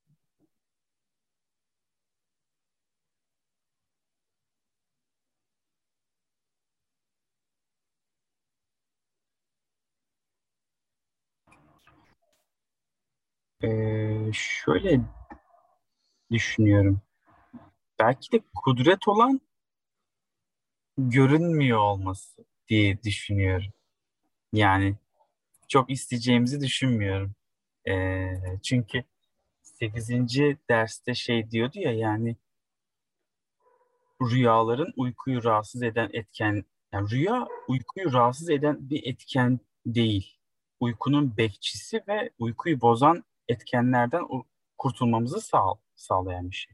Ee, şöyle düşünüyorum. Belki de kudret olan görünmüyor olması diye düşünüyorum. Yani çok isteyeceğimizi düşünmüyorum. Ee, çünkü sekizinci derste şey diyordu ya, yani rüyaların uykuyu rahatsız eden etken, yani rüya uykuyu rahatsız eden bir etken değil. Uykunun bekçisi ve uykuyu bozan etkenlerden u- kurtulmamızı sağ, sağlayan bir şey.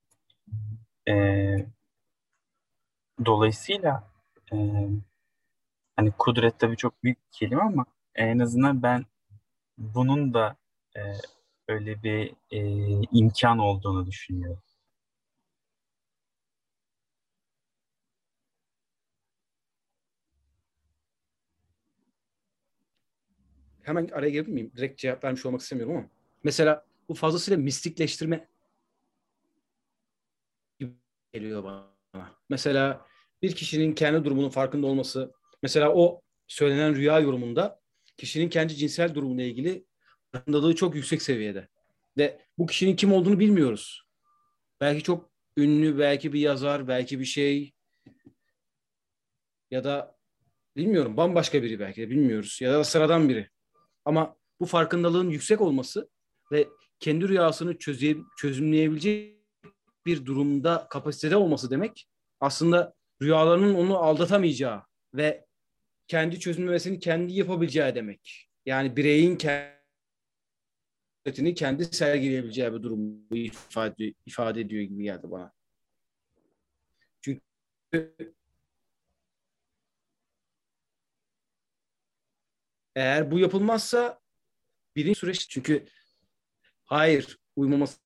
Ee, dolayısıyla e, hani kudret tabii çok büyük bir kelime ama en azından ben bunun da e, öyle bir e, imkan olduğunu düşünüyorum. Hemen araya girebilir miyim? Direkt cevap vermiş olmak istemiyorum ama. Mesela bu fazlasıyla mistikleştirme gibi geliyor bana. Mesela bir kişinin kendi durumunun farkında olması, mesela o söylenen rüya yorumunda kişinin kendi cinsel durumuyla ilgili farkındalığı çok yüksek seviyede. Ve bu kişinin kim olduğunu bilmiyoruz. Belki çok ünlü, belki bir yazar, belki bir şey ya da bilmiyorum bambaşka biri belki de bilmiyoruz ya da sıradan biri. Ama bu farkındalığın yüksek olması ve kendi rüyasını çöze, çözümleyebilecek bir durumda kapasitede olması demek aslında rüyalarının onu aldatamayacağı ve kendi çözümlemesini kendi yapabileceği demek. Yani bireyin kendini kendi sergileyebileceği bir durumu ifade, ifade ediyor gibi geldi bana. Çünkü eğer bu yapılmazsa birinci süreç, çünkü hayır uymaması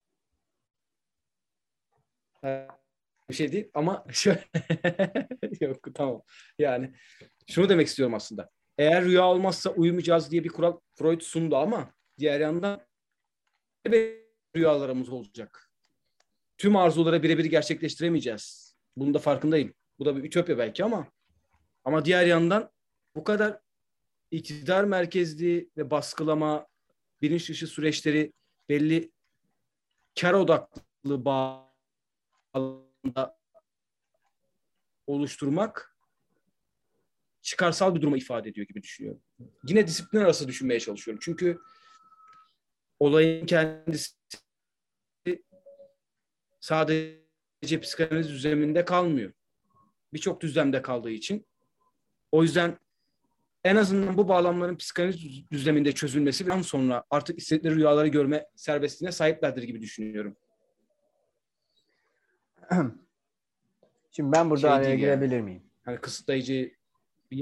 bir şey değil ama şöyle yok tamam. Yani şunu demek istiyorum aslında. Eğer rüya olmazsa uyumayacağız diye bir kural Freud sundu ama diğer yandan rüyalarımız olacak. Tüm arzuları birebir gerçekleştiremeyeceğiz. Bunun da farkındayım. Bu da bir ütopya belki ama ama diğer yandan bu kadar iktidar merkezli ve baskılama, bilinç dışı süreçleri belli kar odaklı bağlamda oluşturmak çıkarsal bir duruma ifade ediyor gibi düşünüyorum. Yine disiplin arası düşünmeye çalışıyorum. Çünkü olayın kendisi sadece psikanaliz düzleminde kalmıyor. Birçok düzlemde kaldığı için. O yüzden en azından bu bağlamların psikanaliz düzleminde çözülmesi ve sonra artık istedikleri rüyaları görme serbestliğine sahiplerdir gibi düşünüyorum. Şimdi ben burada Şey araya değil girebilir yani. miyim? Hani kısıtlayıcı bir...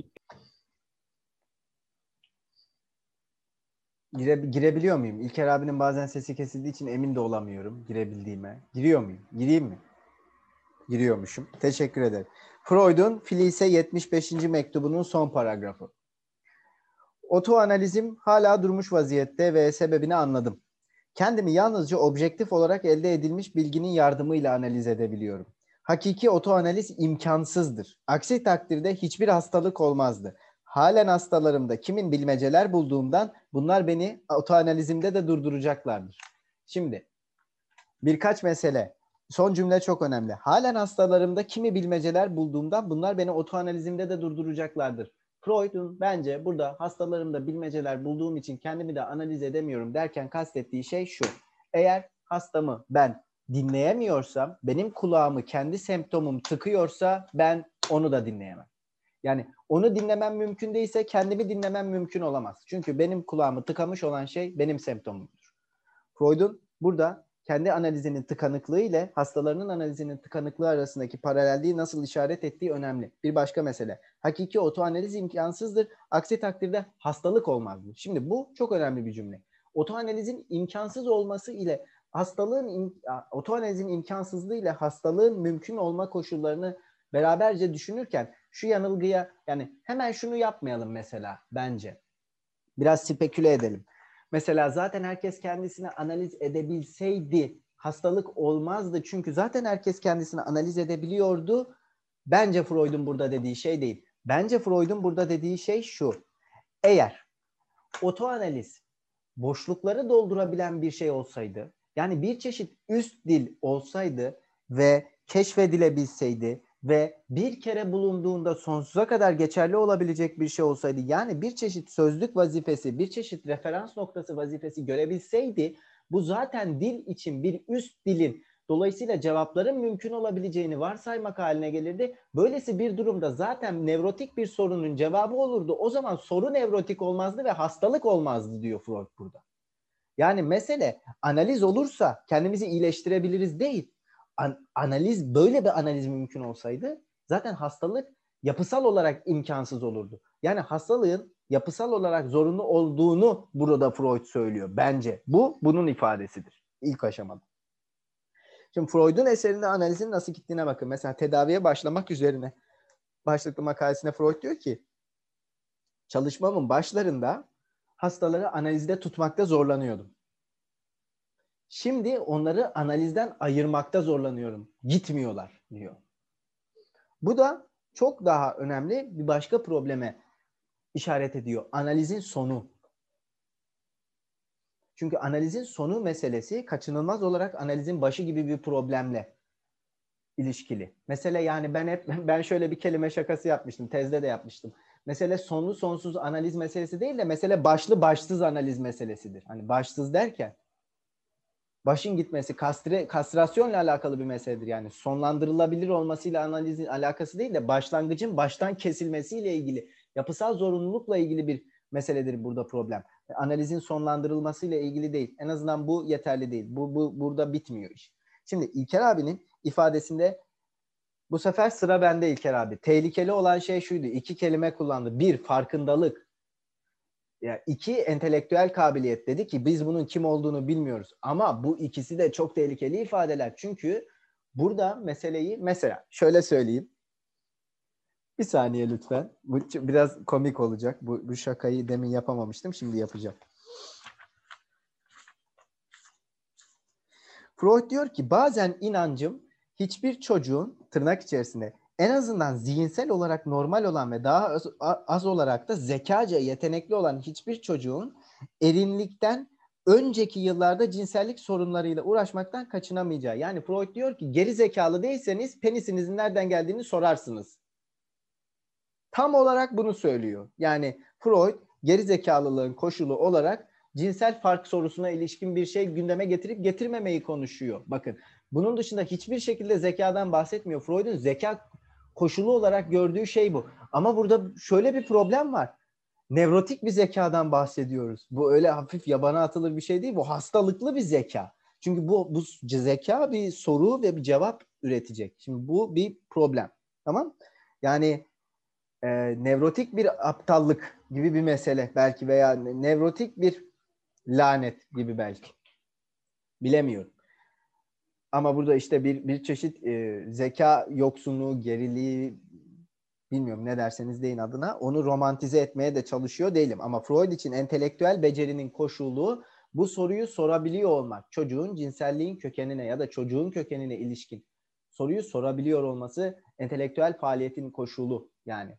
Gire, girebiliyor muyum? İlker abinin bazen sesi kesildiği için emin de olamıyorum girebildiğime. Giriyor muyum? Gireyim mi? Giriyormuşum. Teşekkür ederim. Freud'un Filize yetmiş beşinci mektubunun son paragrafı. Otoanalizim hala durmuş vaziyette ve sebebini anladım. Kendimi yalnızca objektif olarak elde edilmiş bilginin yardımıyla analiz edebiliyorum. Hakiki otoanaliz imkansızdır. Aksi takdirde hiçbir hastalık olmazdı. halen hastalarımda kimin bilmeceler bulduğumdan bunlar beni otoanalizimde de durduracaklardır. Şimdi birkaç mesele. Son cümle çok önemli. Halen hastalarımda kimi bilmeceler bulduğumdan bunlar beni otoanalizimde de durduracaklardır. Freud'un bence burada hastalarımda bilmeceler bulduğum için kendimi de analiz edemiyorum derken kastettiği şey şu. Eğer hastamı ben dinleyemiyorsam, benim kulağımı kendi semptomum tıkıyorsa ben onu da dinleyemem. Yani onu dinlemem mümkün değilse kendimi dinlemem mümkün olamaz. Çünkü benim kulağımı tıkamış olan şey benim semptomumdur. Freud'un burada kendi analizinin tıkanıklığı ile hastalarının analizinin tıkanıklığı arasındaki paralelliği nasıl işaret ettiği önemli. Bir başka mesele. Hakiki otoanaliz imkansızdır. Aksi takdirde hastalık olmazdı. Şimdi bu çok önemli bir cümle. Otoanalizin imkansız olması ile hastalığın otoanalizin imkansızlığı ile hastalığın mümkün olma koşullarını beraberce düşünürken şu yanılgıya, yani hemen şunu yapmayalım mesela bence. Biraz speküle edelim. Mesela zaten herkes kendisini analiz edebilseydi hastalık olmazdı. Çünkü zaten herkes kendisini analiz edebiliyordu. Bence Freud'un burada dediği şey değil. Bence Freud'un burada dediği şey şu. Eğer otoanaliz boşlukları doldurabilen bir şey olsaydı, yani bir çeşit üst dil olsaydı ve keşfedilebilseydi ve bir kere bulunduğunda sonsuza kadar geçerli olabilecek bir şey olsaydı, yani bir çeşit sözlük vazifesi, bir çeşit referans noktası vazifesi görebilseydi, bu zaten dil için bir üst dilin, dolayısıyla cevapların mümkün olabileceğini varsaymak haline gelirdi. Böylesi bir durumda zaten nevrotik bir sorunun cevabı olurdu. O zaman soru nevrotik olmazdı ve hastalık olmazdı diyor Freud burada. Yani mesele analiz olursa kendimizi iyileştirebiliriz değil. An- analiz, böyle bir analiz mümkün olsaydı zaten hastalık yapısal olarak imkansız olurdu. Yani hastalığın yapısal olarak zorunlu olduğunu burada Freud söylüyor bence. Bu bunun ifadesidir ilk aşamada. Şimdi Freud'un eserinde analizin nasıl gittiğine bakın. Mesela tedaviye başlamak üzerine başlıklı makalesinde Freud diyor ki çalışmamın başlarında hastaları analizde tutmakta zorlanıyordum. Şimdi onları analizden ayırmakta zorlanıyorum. Gitmiyorlar diyor. Bu da çok daha önemli bir başka probleme işaret ediyor. Analizin sonu. Çünkü analizin sonu meselesi kaçınılmaz olarak analizin başı gibi bir problemle ilişkili. Mesele, yani ben hep ben şöyle bir kelime şakası yapmıştım. Tezde de yapmıştım. Mesele sonlu sonsuz analiz meselesi değil de mesele başlı başsız analiz meselesidir. Hani başsız derken başın gitmesi, kastre, kastrasyonla alakalı bir meseledir. Yani sonlandırılabilir olmasıyla analizin alakası değil de başlangıcın baştan kesilmesiyle ilgili, yapısal zorunlulukla ilgili bir meseledir burada problem. Analizin sonlandırılmasıyla ilgili değil. En azından bu yeterli değil. Bu, bu burada bitmiyor iş. Şimdi İlker abinin ifadesinde bu sefer sıra bende İlker abi. Tehlikeli olan şey şuydu. İki kelime kullandı. Bir, farkındalık. Ya iki, entelektüel kabiliyet. Dedi ki biz bunun kim olduğunu bilmiyoruz. Ama bu ikisi de çok tehlikeli ifadeler. Çünkü burada meseleyi, mesela şöyle söyleyeyim. Bir saniye lütfen. Bu biraz komik olacak. Bu, bu şakayı demin yapamamıştım. Şimdi yapacağım. Freud diyor ki bazen inancım hiçbir çocuğun, tırnak içerisinde, en azından zihinsel olarak normal olan ve daha az, az olarak da zekaca yetenekli olan hiçbir çocuğun erinlikten önceki yıllarda cinsellik sorunlarıyla uğraşmaktan kaçınamayacağı. Yani Freud diyor ki geri zekalı değilseniz penisinizin nereden geldiğini sorarsınız. Tam olarak bunu söylüyor. Yani Freud geri zekalılığın koşulu olarak cinsel fark sorusuna ilişkin bir şey gündeme getirip getirmemeyi konuşuyor. Bakın, bunun dışında hiçbir şekilde zekadan bahsetmiyor. Freud'un zeka koşulu olarak gördüğü şey bu. Ama burada şöyle bir problem var. Nevrotik bir zekadan bahsediyoruz. Bu öyle hafif yabana atılır bir şey değil. Bu hastalıklı bir zeka. Çünkü bu, bu zeka bir soru ve bir cevap üretecek. Şimdi bu bir problem. Tamam? Yani e, nevrotik bir aptallık gibi bir mesele belki, veya nevrotik bir lanet gibi belki. Bilemiyorum. Ama burada işte bir bir çeşit e, zeka yoksunluğu, geriliği, bilmiyorum ne derseniz deyin adına, onu romantize etmeye de çalışıyor değilim. Ama Freud için entelektüel becerinin koşulu bu soruyu sorabiliyor olmak. Çocuğun cinselliğin kökenine ya da çocuğun kökenine ilişkin soruyu sorabiliyor olması entelektüel faaliyetin koşulu yani.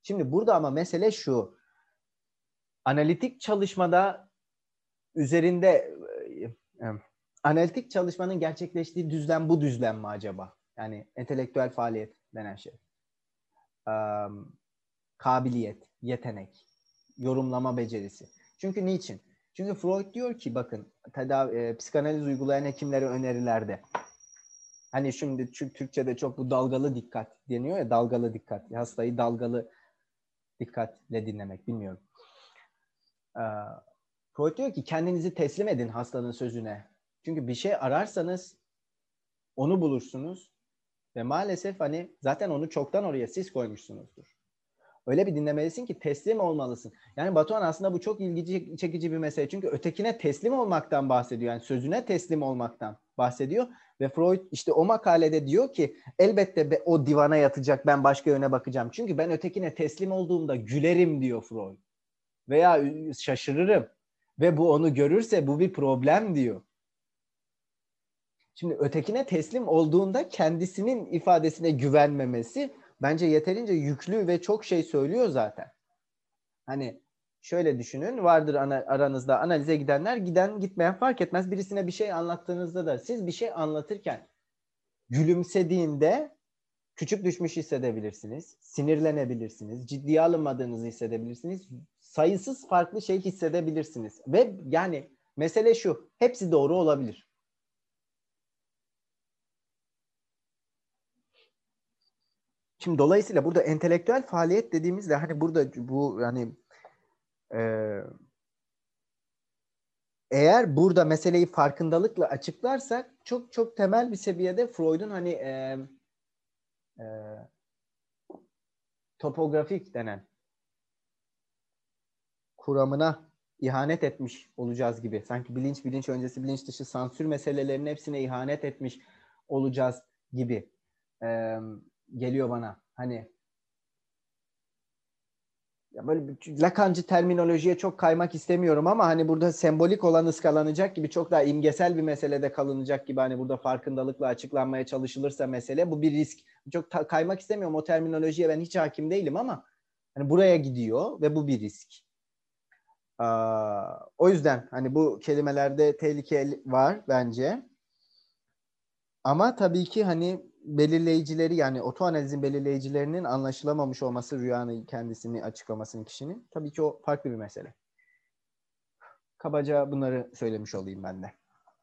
Şimdi burada ama mesele şu. Analitik çalışmada üzerinde e, analitik çalışmanın gerçekleştiği düzlem bu düzlem mi acaba? Yani entelektüel faaliyet denen şey. Um, kabiliyet, yetenek, yorumlama becerisi. Çünkü niçin? Çünkü Freud diyor ki bakın tedavi, e, psikanaliz uygulayan hekimlere önerilerde hani şimdi Türkçe'de çok bu dalgalı dikkat deniyor ya, dalgalı dikkat. Hastayı dalgalı dikkatle dinlemek, bilmiyorum. Ee, Freud diyor ki kendinizi teslim edin hastanın sözüne. Çünkü bir şey ararsanız onu bulursunuz ve maalesef hani zaten onu çoktan oraya siz koymuşsunuzdur. Öyle bir dinlemelisin ki teslim olmalısın. Yani Batuhan aslında bu çok ilgi çekici bir mesele. Çünkü ötekine teslim olmaktan bahsediyor. Yani sözüne teslim olmaktan bahsediyor. Ve Freud işte o makalede diyor ki elbette o divana yatacak, ben başka yöne bakacağım. Çünkü ben ötekine teslim olduğumda gülerim diyor Freud. Veya şaşırırım. Ve bu onu görürse bu bir problem diyor. Şimdi ötekine teslim olduğunda kendisinin ifadesine güvenmemesi bence yeterince yüklü ve çok şey söylüyor zaten. Hani şöyle düşünün, vardır aranızda analize gidenler, giden gitmeyen fark etmez. Birisine bir şey anlattığınızda da siz bir şey anlatırken gülümsediğinde küçük düşmüş hissedebilirsiniz, sinirlenebilirsiniz, ciddiye alınmadığınızı hissedebilirsiniz, sayısız farklı şey hissedebilirsiniz. Ve yani mesele şu, hepsi doğru olabilir. Şimdi dolayısıyla burada entelektüel faaliyet dediğimizde hani burada bu yani e, eğer burada meseleyi farkındalıkla açıklarsak çok çok temel bir seviyede Freud'un hani e, e, topografik denen kuramına ihanet etmiş olacağız gibi. Sanki bilinç, bilinç öncesi, bilinç dışı sansür meselelerinin hepsine ihanet etmiş olacağız gibi e, geliyor bana. Hani ya böyle bir Lacancı terminolojiye çok kaymak istemiyorum ama hani burada sembolik olan ıskalanacak gibi, çok daha imgesel bir meselede kalınacak gibi, hani burada farkındalıkla açıklanmaya çalışılırsa mesele, bu bir risk. Çok ta- kaymak istemiyorum, o terminolojiye ben hiç hakim değilim ama hani buraya gidiyor ve bu bir risk. Aa, o yüzden hani bu kelimelerde tehlike var bence. Ama tabii ki hani belirleyicileri, yani otoanalizin belirleyicilerinin anlaşılamamış olması, rüyanın kendisini açıklamasının kişinin, tabii ki o farklı bir mesele. Kabaca bunları söylemiş olayım ben de.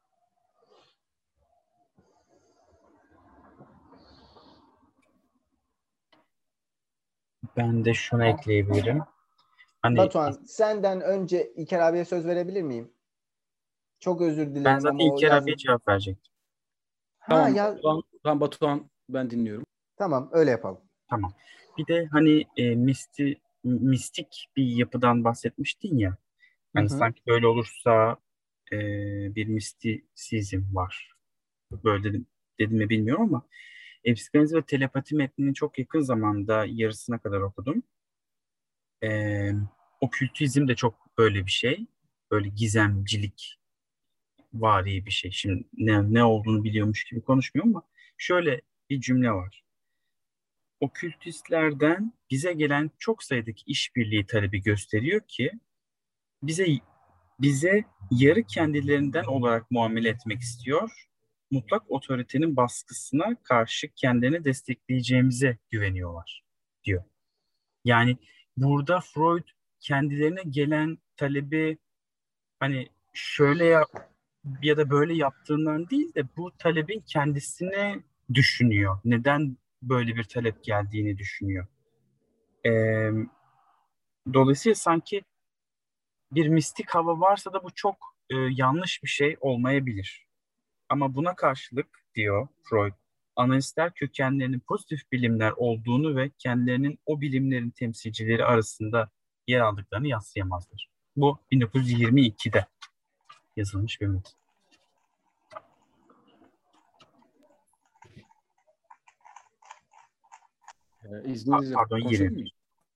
Ben de şunu ekleyebilirim. Hani Batuhan, senden önce İlker abiye söz verebilir miyim? Çok özür ben dilerim zaten ama o İlker abiye yazdı. cevap verecektim. Ha Tamam ya, Batuhan, tamam Batuhan, ben dinliyorum. tamam öyle yapalım. Tamam. Bir de hani e, misti, mistik bir yapıdan bahsetmiştin ya. Hı Hani hı. sanki böyle olursa e, bir mistisizm var. Böyle dedim, dedim mi bilmiyorum ama e, psikanaliz ve telepati metnini çok yakın zamanda yarısına kadar okudum. E, Okültizm de çok böyle bir şey. Böyle gizemcilik vari bir şey. Şimdi ne, ne olduğunu biliyormuş gibi konuşmuyorum ama şöyle bir cümle var. Okültistlerden bize gelen çok sayıdaki işbirliği talebi gösteriyor ki bize bize yarı kendilerinden olarak muamele etmek istiyor. Mutlak otoritenin baskısına karşı kendilerini destekleyeceğimize güveniyorlar diyor. Yani burada Freud kendilerine gelen talebi hani şöyle yap ya da böyle yaptığından değil de bu talebin kendisine düşünüyor. Neden böyle bir talep geldiğini düşünüyor. Ee, Dolayısıyla sanki bir mistik hava varsa da bu çok e, yanlış bir şey olmayabilir. Ama buna karşılık diyor Freud, analistler kökenlerinin pozitif bilimler olduğunu ve kendilerinin o bilimlerin temsilcileri arasında yer aldıklarını yadsıyamazlar. Bu bin dokuz yüz yirmi ikide yazılmış bir metin. Ee, Pa- izninizle Pardon konuşabilir yirmi. miyim?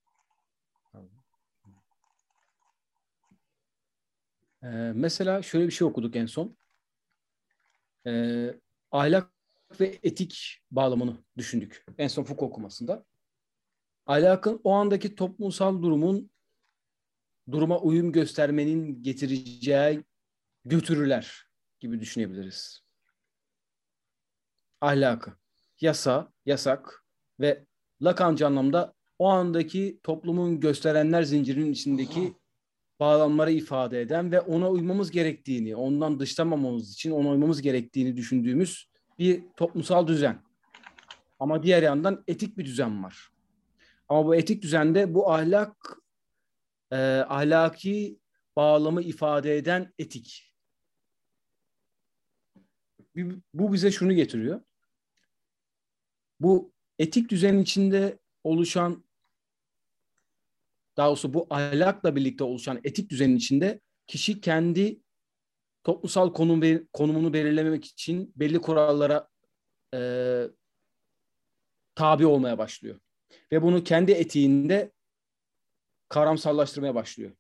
Ee, mesela şöyle bir şey okuduk en son. Ee, ahlak ve etik bağlamını düşündük. En son Foucault okumasında. Ahlakın o andaki toplumsal durumun duruma uyum göstermenin getireceği götürüler gibi düşünebiliriz. Ahlakı. Yasa, yasak ve Lacan'cı anlamda o andaki toplumun gösterenler zincirinin içindeki bağlamları ifade eden ve ona uymamız gerektiğini, ondan dışlamamamız için ona uymamız gerektiğini düşündüğümüz bir toplumsal düzen. Ama diğer yandan etik bir düzen var. Ama bu etik düzende bu ahlak, e, ahlaki bağlamı ifade eden etik. Bu bize şunu getiriyor. Bu etik düzenin içinde oluşan, daha doğrusu bu ahlakla birlikte oluşan etik düzenin içinde kişi kendi toplumsal konum, konumunu belirlemek için belli kurallara e, tabi olmaya başlıyor. Ve bunu kendi etiğinde kavramsallaştırmaya başlıyor.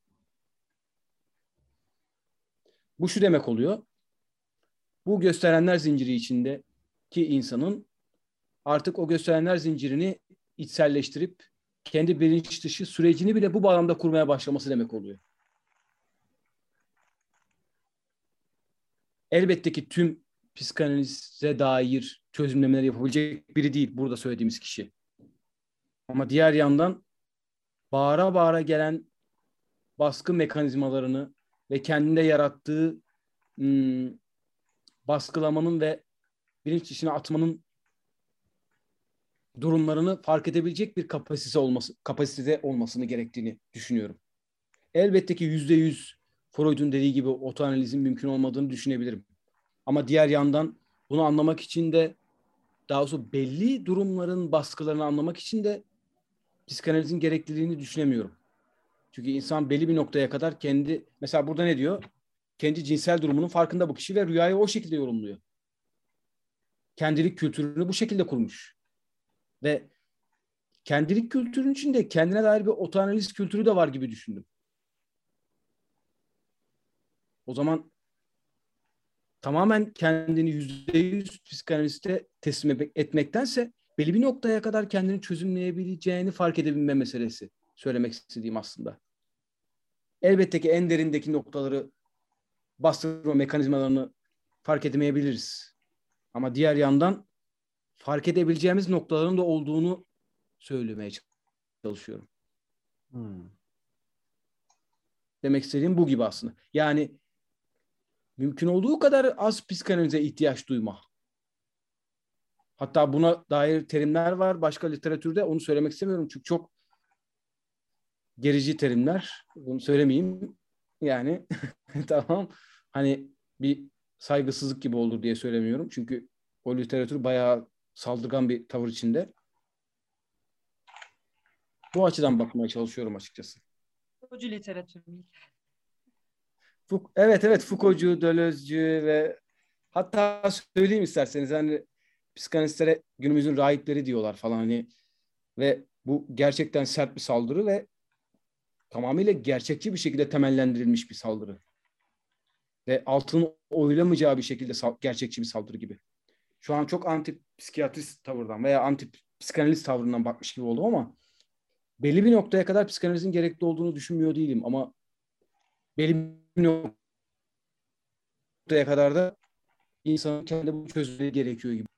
Bu şu demek oluyor. Bu gösterenler zinciri içindeki insanın artık o gösterenler zincirini içselleştirip kendi bilinç dışı sürecini bile bu bağlamda kurmaya başlaması demek oluyor. Elbette ki tüm psikanalize dair çözümlemeleri yapabilecek biri değil burada söylediğimiz kişi. Ama diğer yandan bağıra bağıra gelen baskı mekanizmalarını ve kendinde yarattığı ım, baskılamanın ve bilinç dışına atmanın durumlarını fark edebilecek bir kapasite olması, kapasite olmasını gerektiğini düşünüyorum. Elbette ki yüzde yüz Freud'un dediği gibi otoanalizin mümkün olmadığını düşünebilirim. Ama diğer yandan bunu anlamak için de, daha doğrusu belli durumların baskılarını anlamak için de psikanalizin gerekliliğini düşünemiyorum. Çünkü insan belli bir noktaya kadar kendi, mesela burada ne diyor? Kendi cinsel durumunun farkında bu kişi ve rüyayı o şekilde yorumluyor. Kendilik kültürünü bu şekilde kurmuş. Ve kendilik kültürünün içinde kendine dair bir otoanaliz kültürü de var gibi düşündüm. O zaman tamamen kendini yüzde yüz psikanaliste teslim etmektense belli bir noktaya kadar kendini çözümleyebileceğini fark edebilme meselesi söylemek istediğim aslında. Elbette ki en derindeki noktaları, bastırma mekanizmalarını fark edemeyebiliriz. Ama diğer yandan fark edebileceğimiz noktaların da olduğunu söylemeye çalışıyorum. Hmm. Demek istediğim bu gibi aslında. Yani mümkün olduğu kadar az psikanalize ihtiyaç duyma. Hatta buna dair terimler var başka literatürde. Onu söylemek istemiyorum çünkü çok gerici terimler. Bunu söylemeyeyim. Yani tamam. Hani bir saygısızlık gibi olur diye söylemiyorum. Çünkü o literatür bayağı saldırgan bir tavır içinde. Bu açıdan bakmaya çalışıyorum açıkçası. Foucault'cu literatür mü? Evet evet Foucault'cu, Deleuze'cu ve hatta söyleyeyim isterseniz hani psikanalistlere günümüzün rahipleri diyorlar falan hani ve bu gerçekten sert bir saldırı ve tamamıyla gerçekçi bir şekilde temellendirilmiş bir saldırı. Ve altının oylamayacağı bir şekilde gerçekçi bir saldırı gibi. Şu an çok anti psikiyatrist tavırdan veya anti psikanalist tavrından bakmış gibi oldum ama belli bir noktaya kadar psikanalizin gerekli olduğunu düşünmüyor değilim ama belli bir noktaya kadar da insanın kendi bu çözümleri gerekiyor gibi.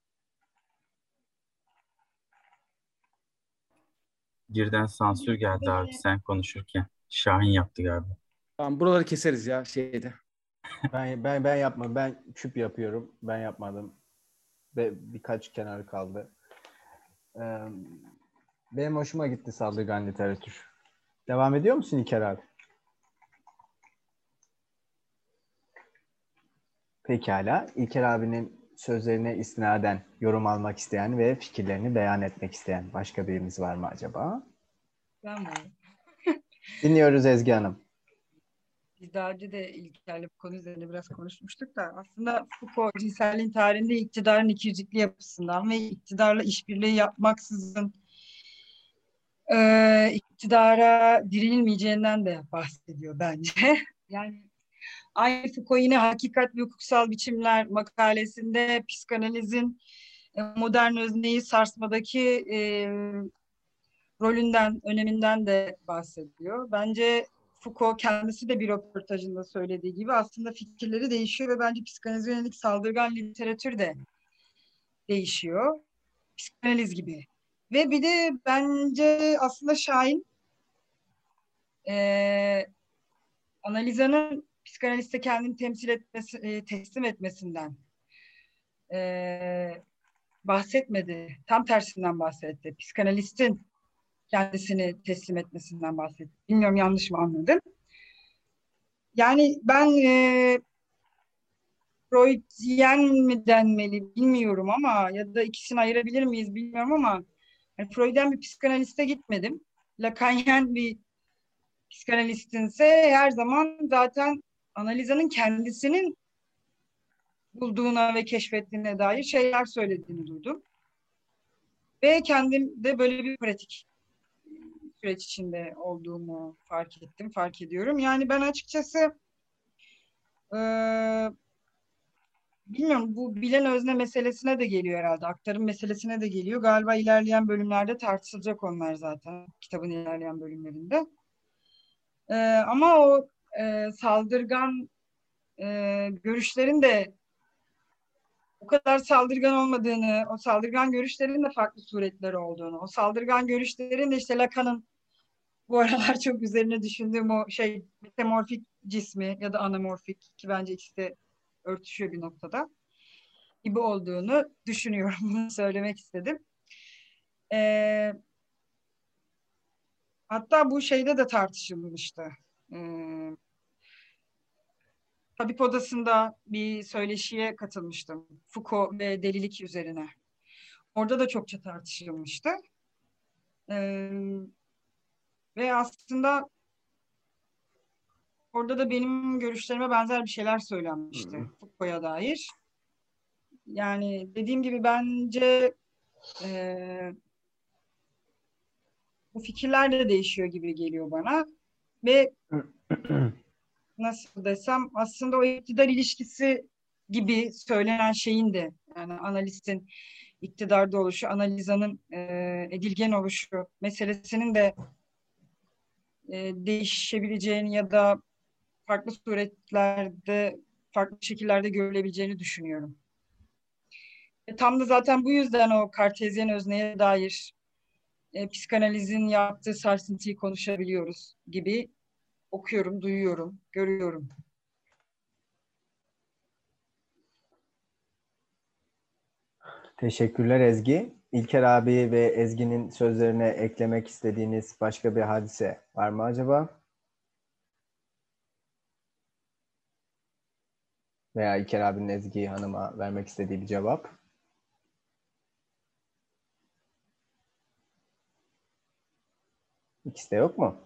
Birden sansür geldi abi sen konuşurken. Şahin yaptı galiba. Tamam buraları keseriz ya şeyde. Ben ben ben yapma. Ben küp yapıyorum. Ben yapmadım. Ve birkaç kenar kaldı. Ee, benim hoşuma gitti saldırgan literatür. Devam ediyor musun İlker abi? Pekala. İlker abinin sözlerine istinaden yorum almak isteyen ve fikirlerini beyan etmek isteyen başka birimiz var mı acaba? Ben varım. Dinliyoruz Ezgi Hanım. Biz daha önce de İlker'le bu konu üzerinde biraz konuşmuştuk da aslında Foucault cinselliğin tarihinde iktidarın ikircikli yapısından ve iktidarla işbirliği yapmaksızın e, iktidara direnilmeyeceğinden de bahsediyor bence. Yani aynı Foucault yine Hakikat ve Hukuksal Biçimler makalesinde psikanalizin e, modern özneyi sarsmadaki e, rolünden, öneminden de bahsediyor. Bence Foucault kendisi de bir röportajında söylediği gibi aslında fikirleri değişiyor ve bence psikanalize yönelik saldırgan literatür de değişiyor. Psikanaliz gibi. Ve bir de bence aslında Şahin e, Analiza'nın psikanaliste kendini temsil etmesi, e, teslim etmesinden e, bahsetmedi. Tam tersinden bahsetti. Psikanalistin kendisini teslim etmesinden bahsetti. Bilmiyorum yanlış mı anladım. Yani ben e, Freudyen mi denmeli bilmiyorum ama ya da ikisini ayırabilir miyiz bilmiyorum ama yani Freudyen bir psikanaliste gitmedim. Lacanyen bir psikanalistinse her zaman zaten Analiza'nın kendisinin bulduğuna ve keşfettiğine dair şeyler söylediğini duydum. Ve kendim de böyle bir pratik süreç içinde olduğumu fark ettim, fark ediyorum. Yani ben açıkçası e, bilmiyorum, bu bilen özne meselesine de geliyor herhalde. Aktarım meselesine de geliyor. Galiba ilerleyen bölümlerde tartışılacak onlar zaten. Kitabın ilerleyen bölümlerinde. E, ama o e, saldırgan e, görüşlerin de o kadar saldırgan olmadığını, o saldırgan görüşlerin de farklı suretleri olduğunu, o saldırgan görüşlerin de işte Lacan'ın bu aralar çok üzerine düşündüğüm o şey metamorfik cismi ya da anamorfik, ki bence ikisi de örtüşüyor bir noktada gibi olduğunu düşünüyorum. Bunu söylemek istedim. Ee, hatta bu şeyde de tartışılmıştı. Ee, Tabip Odası'nda bir söyleşiye katılmıştım. Foucault ve delilik üzerine. Orada da çokça tartışılmıştı. Ee, ve aslında orada da benim görüşlerime benzer bir şeyler söylenmişti Foucault'a dair. Yani dediğim gibi bence e, bu fikirler de değişiyor gibi geliyor bana. Ve nasıl desem aslında o iktidar ilişkisi gibi söylenen şeyin de yani analistin iktidarda oluşu, Analiza'nın e, edilgen oluşu meselesinin de e, değişebileceğini ya da farklı suretlerde, farklı şekillerde görülebileceğini düşünüyorum. E, tam da zaten bu yüzden o Kartezyen özneye dair e, psikanalizin yaptığı sarsıntıyı konuşabiliyoruz gibi okuyorum, duyuyorum, görüyorum. Teşekkürler Ezgi. İlker abi ve Ezgi'nin sözlerine eklemek istediğiniz başka bir hadise var mı acaba? Veya İlker abinin Ezgi Hanım'a vermek istediği bir cevap? İkisi de yok mu?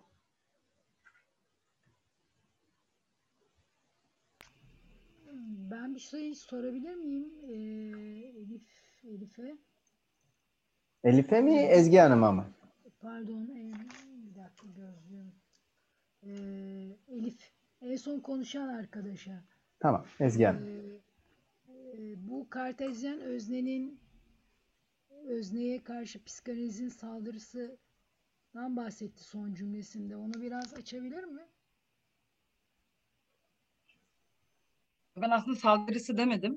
Ben bir şey sorabilir miyim ee, Elif, Elif'e? Elif'e mi, Ezgi Hanım'a mı? Pardon, e, bir dakika gözlüğüm. Ee, Elif, en son konuşan arkadaşa. Tamam, Ezgi Hanım. Ee, e, bu Kartezyen öznenin özneye karşı psikanalizin saldırısından bahsetti son cümlesinde. Onu biraz açabilir mi? Ben aslında saldırısı demedim.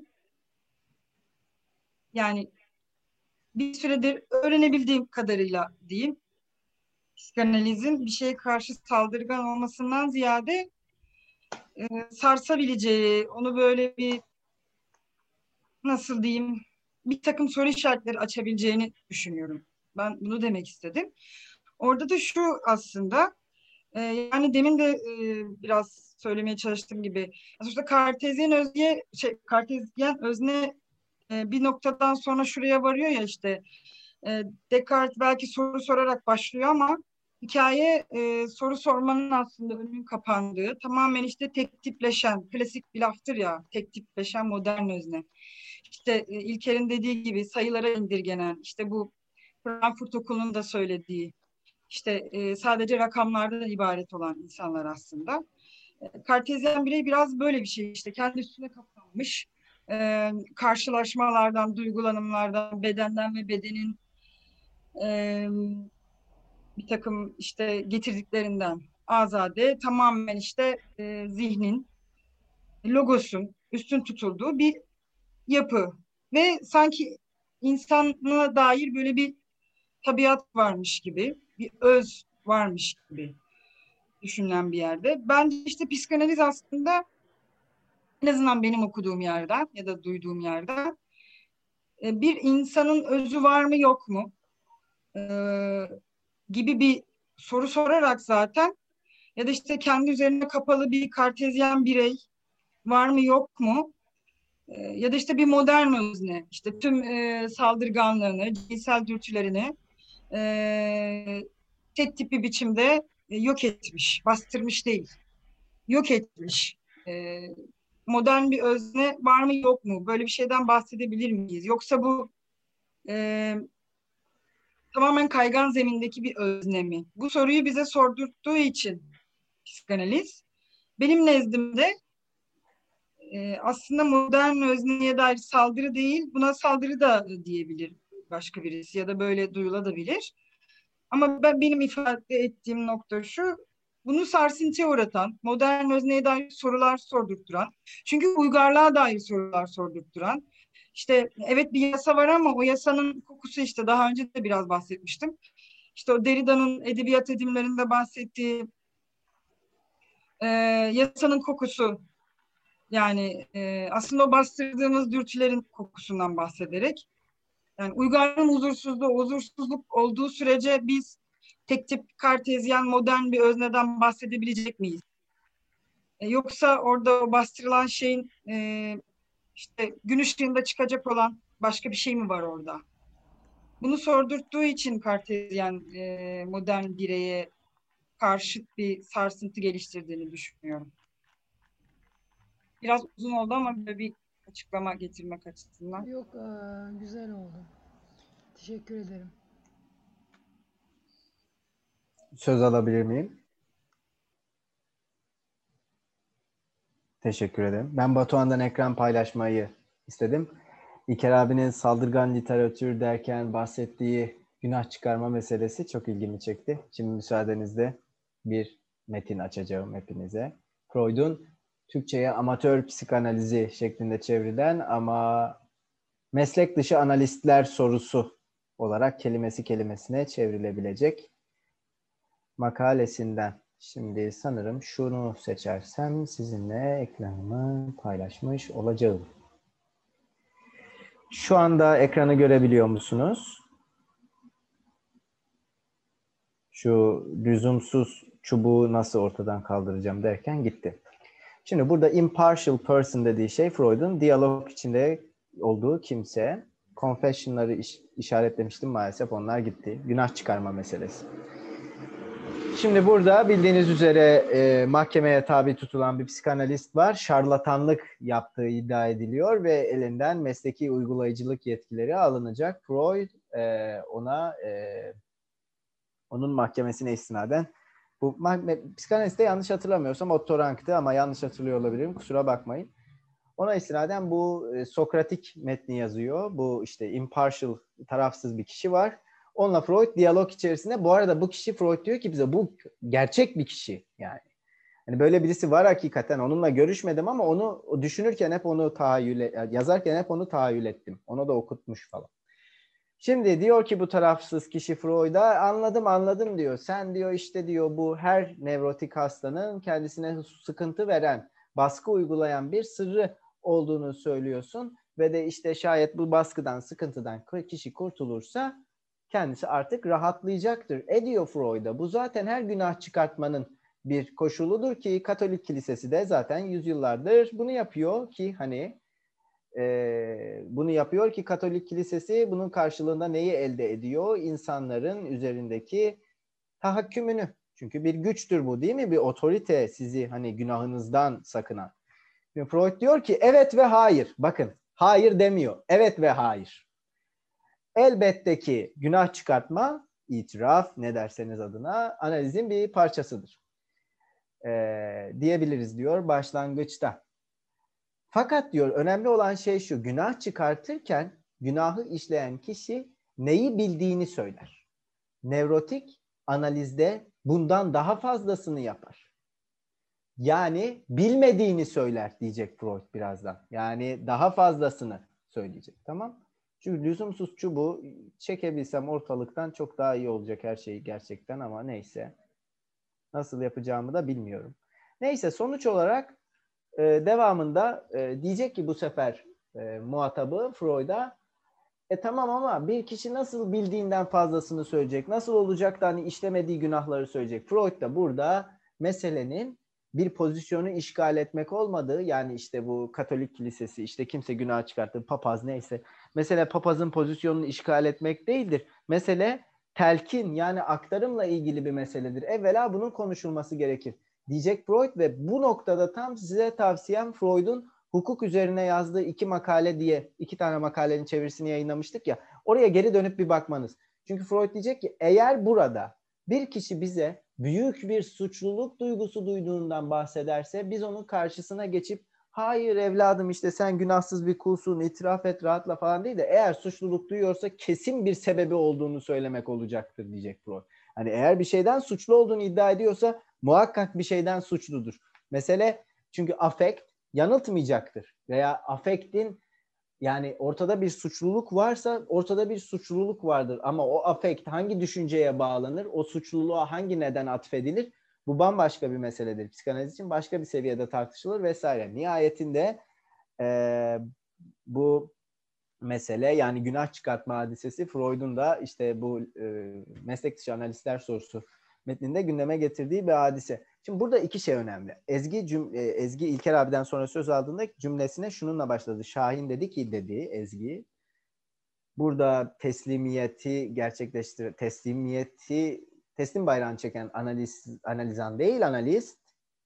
Yani bir süredir öğrenebildiğim kadarıyla diyeyim, psikanalizin bir şeye karşı saldırgan olmasından ziyade e, sarsabileceği, onu böyle bir nasıl diyeyim, bir takım soru işaretleri açabileceğini düşünüyorum. Ben bunu demek istedim. Orada da şu aslında, e, yani demin de e, biraz söylemeye çalıştığım gibi, aslında Kartezyen özne, şey, Kartezyen özne e, bir noktadan sonra şuraya varıyor ya işte, e, Descartes belki soru sorarak başlıyor ama hikaye e, soru sormanın aslında önünün kapandığı, tamamen işte tek tipleşen, klasik bir laftır ya, tek tipleşen modern özne. İşte e, İlker'in dediği gibi sayılara indirgenen, işte bu Frankfurt Okulu'nun da söylediği, işte e, sadece rakamlardan ibaret olan insanlar aslında. E, Kartezyen birey biraz böyle bir şey, işte kendi üstüne kapanmış, e, karşılaşmalardan, duygulanımlardan, bedenden ve bedenin e, bir takım işte getirdiklerinden azade, tamamen işte e, zihnin, logosun üstün tutulduğu bir yapı ve sanki insana dair böyle bir tabiat varmış gibi, bir öz varmış gibi düşünülen bir yerde. Bence işte psikanaliz aslında, en azından benim okuduğum yerden ya da duyduğum yerden, bir insanın özü var mı yok mu ee, gibi bir soru sorarak zaten, ya da işte kendi üzerine kapalı bir kartezyen birey var mı yok mu, ee, ya da işte bir modern özne işte tüm e, saldırganlığını, cinsel dürtülerini e, tek tip bir biçimde e, yok etmiş, bastırmış değil, yok etmiş. E, modern bir özne var mı yok mu? Böyle bir şeyden bahsedebilir miyiz? Yoksa bu e, tamamen kaygan zemindeki bir özne mi? Bu soruyu bize sordurttuğu için psikanaliz, benim nezdimde e, aslında modern özneye dair saldırı değil, buna saldırı da diyebilir başka birisi ya da böyle duyulabilir. Ama ben benim ifade ettiğim nokta şu: bunu sarsıntıya uğratan, modern özneye dair sorular sordurtturan, çünkü uygarlığa dair sorular sordurtturan, işte evet bir yasa var ama o yasanın kokusu, işte daha önce de biraz bahsetmiştim. İşte o Derrida'nın edebiyat edimlerinde bahsettiği e, yasanın kokusu, yani e, aslında o bastırdığımız dürtülerin kokusundan bahsederek, yani uygarlığın huzursuzluğu, huzursuzluk olduğu sürece biz tek tip kartezyen modern bir özneden bahsedebilecek miyiz? E, yoksa orada o bastırılan şeyin e, işte gün ışığında çıkacak olan başka bir şey mi var orada? Bunu sordurttuğu için kartezyen e, modern bireye karşıt bir sarsıntı geliştirdiğini düşünüyorum. Biraz uzun oldu ama böyle bir açıklama getirmek açısından. Yok, aa, güzel oldu. Teşekkür ederim. Söz alabilir miyim? Teşekkür ederim. Ben Batuhan'dan ekran paylaşmayı istedim. İlker abinin saldırgan literatür derken bahsettiği günah çıkarma meselesi çok ilgimi çekti. Şimdi müsaadenizle bir metin açacağım hepinize. Freud'un Türkçe'ye amatör psikanalizi şeklinde çevrilen ama meslek dışı analistler sorusu olarak kelimesi kelimesine çevrilebilecek makalesinden. Şimdi sanırım şunu seçersem sizinle ekranımı paylaşmış olacağım. Şu anda ekranı görebiliyor musunuz? Şu lüzumsuz çubuğu nasıl ortadan kaldıracağım derken gitti. Şimdi burada impartial person dediği şey Freud'un diyalog içinde olduğu kimse. Confession'ları iş, işaretlemiştim, maalesef onlar gitti. Günah çıkarma meselesi. Şimdi burada bildiğiniz üzere e, mahkemeye tabi tutulan bir psikanalist var. Şarlatanlık yaptığı iddia ediliyor ve elinden mesleki uygulayıcılık yetkileri alınacak. Freud e, ona e, onun mahkemesine istinaden, bu psikanaliste yanlış hatırlamıyorsam Otto Rank'tı ama yanlış hatırlıyor olabilirim, kusura bakmayın. Ona istinaden bu e, Sokratik metni yazıyor. Bu işte impartial, tarafsız bir kişi var. Onunla Freud diyalog içerisinde. Bu arada bu kişi, Freud diyor ki bize, bu gerçek bir kişi yani. Hani böyle birisi var hakikaten. Onunla görüşmedim ama onu düşünürken hep onu tahayyül, yazarken hep onu tahayyül ettim. Onu da okutmuş falan. Şimdi diyor ki bu tarafsız kişi Freud'a, anladım anladım diyor. Sen diyor işte diyor bu her nevrotik hastanın kendisine sıkıntı veren, baskı uygulayan bir sırrı olduğunu söylüyorsun. Ve de işte şayet bu baskıdan, sıkıntıdan kişi kurtulursa kendisi artık rahatlayacaktır. E diyor Freud'a, bu zaten her günah çıkartmanın bir koşuludur ki Katolik Kilisesi de zaten yüzyıllardır bunu yapıyor ki hani e, bunu yapıyor ki Katolik Kilisesi bunun karşılığında neyi elde ediyor? İnsanların üzerindeki tahakkümünü. Çünkü bir güçtür bu, değil mi? Bir otorite, sizi hani günahınızdan sakınan. Şimdi Freud diyor ki evet ve hayır. Bakın, hayır demiyor. Evet ve hayır. Elbette ki günah çıkartma, itiraf, ne derseniz adına, analizin bir parçasıdır. Ee, diyebiliriz diyor başlangıçta. Fakat diyor önemli olan şey şu: günah çıkartırken günahı işleyen kişi neyi bildiğini söyler. Nevrotik analizde bundan daha fazlasını yapar. Yani bilmediğini söyler diyecek Freud birazdan. Yani daha fazlasını söyleyecek. Tamam? Çünkü lüzumsuz çubuğu çekebilsem ortalıktan çok daha iyi olacak her şeyi gerçekten, ama neyse. Nasıl yapacağımı da bilmiyorum. Neyse, sonuç olarak e, devamında e, diyecek ki bu sefer e, muhatabı Freud'a, e tamam ama bir kişi nasıl bildiğinden fazlasını söyleyecek? Nasıl olacak da hani işlemediği günahları söyleyecek? Freud da burada meselenin bir pozisyonu işgal etmek olmadığı, yani işte bu Katolik kilisesi, işte kimse günah çıkarttı, papaz neyse. Mesele papazın pozisyonunu işgal etmek değildir. Mesele telkin, yani aktarımla ilgili bir meseledir. Evvela bunun konuşulması gerekir diyecek Freud ve bu noktada tam size tavsiyem Freud'un hukuk üzerine yazdığı iki makale diye iki tane makalenin çevirisini yayınlamıştık ya, oraya geri dönüp bir bakmanız. Çünkü Freud diyecek ki eğer burada bir kişi bize büyük bir suçluluk duygusu duyduğundan bahsederse biz onun karşısına geçip hayır evladım işte sen günahsız bir kulsun, itiraf et rahatla falan değil de eğer suçluluk duyuyorsa kesin bir sebebi olduğunu söylemek olacaktır diyecek Freud. Hani eğer bir şeyden suçlu olduğunu iddia ediyorsa muhakkak bir şeyden suçludur. Mesele çünkü afekt yanıltmayacaktır. Veya afektin, yani ortada bir suçluluk varsa ortada bir suçluluk vardır. Ama o afekt hangi düşünceye bağlanır? O suçluluğa hangi neden atfedilir? Bu bambaşka bir meseledir. Psikanaliz için başka bir seviyede tartışılır vesaire. Nihayetinde e, bu mesele, yani günah çıkartma hadisesi Freud'un da işte bu e, meslek dışı analistler sorusu metninde gündeme getirdiği bir hadise. Şimdi burada iki şey önemli. Ezgi cüm, e, Ezgi İlker abiden sonra söz aldığında cümlesine şununla başladı. Şahin dedi ki dediği Ezgi, burada teslimiyeti gerçekleştir, teslimiyeti teslim bayrağını çeken analiz, analizan değil analist,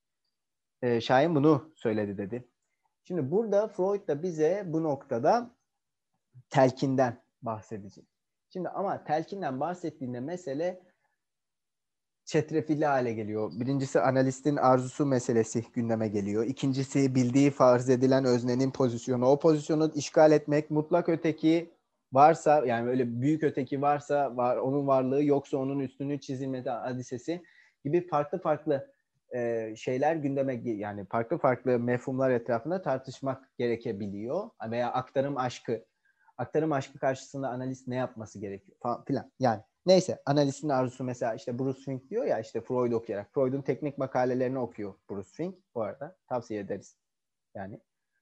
e, Şahin bunu söyledi dedi. Şimdi burada Freud da bize bu noktada telkinden bahsedecek. Şimdi ama telkinden bahsettiğinde mesele çetrefilli hale geliyor. Birincisi analistin arzusu meselesi gündeme geliyor. İkincisi bildiği farz edilen öznenin pozisyonu. O pozisyonu işgal etmek, mutlak öteki varsa, yani öyle büyük öteki varsa var, onun varlığı, yoksa onun üstünü çizilmesi hadisesi gibi farklı farklı e, şeyler gündeme, yani farklı farklı mefhumlar etrafında tartışmak gerekebiliyor. Veya aktarım aşkı. Aktarım aşkı karşısında analist ne yapması gerekiyor falan filan. Yani neyse, analistin arzusu mesela işte Bruce Fink diyor ya, işte Freud okuyarak. Freud'un teknik makalelerini okuyor Bruce Fink. Bu arada tavsiye ederiz. Yani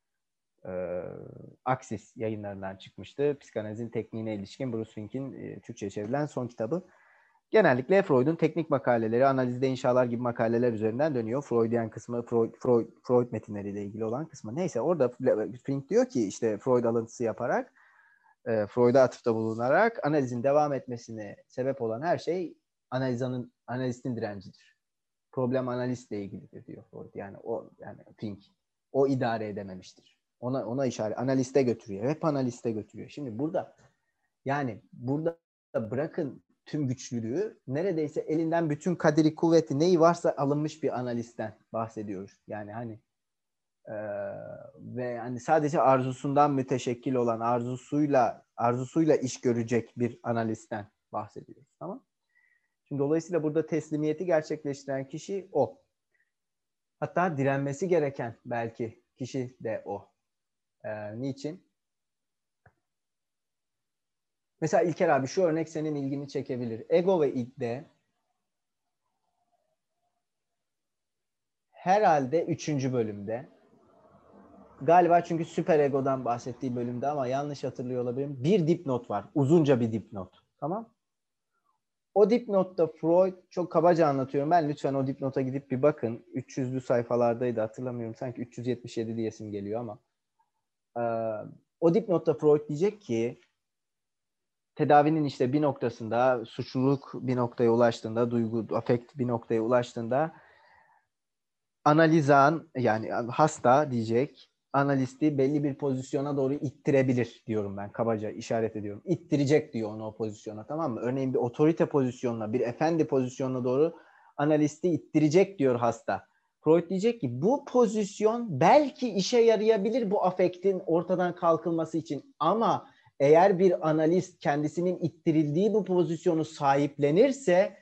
e, Aksis yayınlarından çıkmıştı. Psikanalizin tekniğine ilişkin Bruce Fink'in e, Türkçe'ye çevrilen son kitabı. Genellikle Freud'un teknik makaleleri, analizde inşalar gibi makaleler üzerinden dönüyor. Freudian kısmı, Freud, Freud, Freud metinleriyle ilgili olan kısmı. Neyse, orada Fink diyor ki işte Freud alıntısı yaparak, e, Freud'a atıfta bulunarak analizin devam etmesine sebep olan her şey analizanın, analistin direncidir. Problem analistle ilgilidir diyor Freud. Yani o, yani Fink o idare edememiştir. Ona ona işaret, analiste götürüyor. Hep analiste götürüyor. Şimdi burada, yani burada bırakın tüm güçlülüğü, neredeyse elinden bütün kaderi kuvveti neyi varsa alınmış bir analistten bahsediyoruz. Yani hani e, ve hani sadece arzusundan müteşekkil olan, arzusuyla arzusuyla iş görecek bir analistten bahsediyoruz. Tamam? Şimdi dolayısıyla burada teslimiyeti gerçekleştiren kişi o. Hatta direnmesi gereken belki kişi de o. E, niçin? Mesela İlker abi, şu örnek senin ilgini çekebilir. Ego ve idde herhalde üçüncü bölümde, galiba çünkü süper egodan bahsettiği bölümde ama yanlış hatırlıyor olabilirim. Bir dipnot var. Uzunca bir dipnot. Tamam. O dipnotta Freud, çok kabaca anlatıyorum ben. Lütfen o dipnota gidip bir bakın. üç yüzlü sayfalardaydı, hatırlamıyorum. Sanki üç yüz yetmiş yedi diyesim geliyor ama. Ee, o dipnotta Freud diyecek ki tedavinin işte bir noktasında, suçluluk bir noktaya ulaştığında, duygu, afekt bir noktaya ulaştığında analizan, yani hasta diyecek, analisti belli bir pozisyona doğru ittirebilir diyorum ben, kabaca işaret ediyorum. İttirecek diyor onu o pozisyona, tamam mı? Örneğin bir otorite pozisyonuna, bir efendi pozisyonuna doğru analisti ittirecek diyor hasta. Freud diyecek ki bu pozisyon belki işe yarayabilir bu afektin ortadan kalkılması için, ama eğer bir analist kendisinin ittirildiği bu pozisyonu sahiplenirse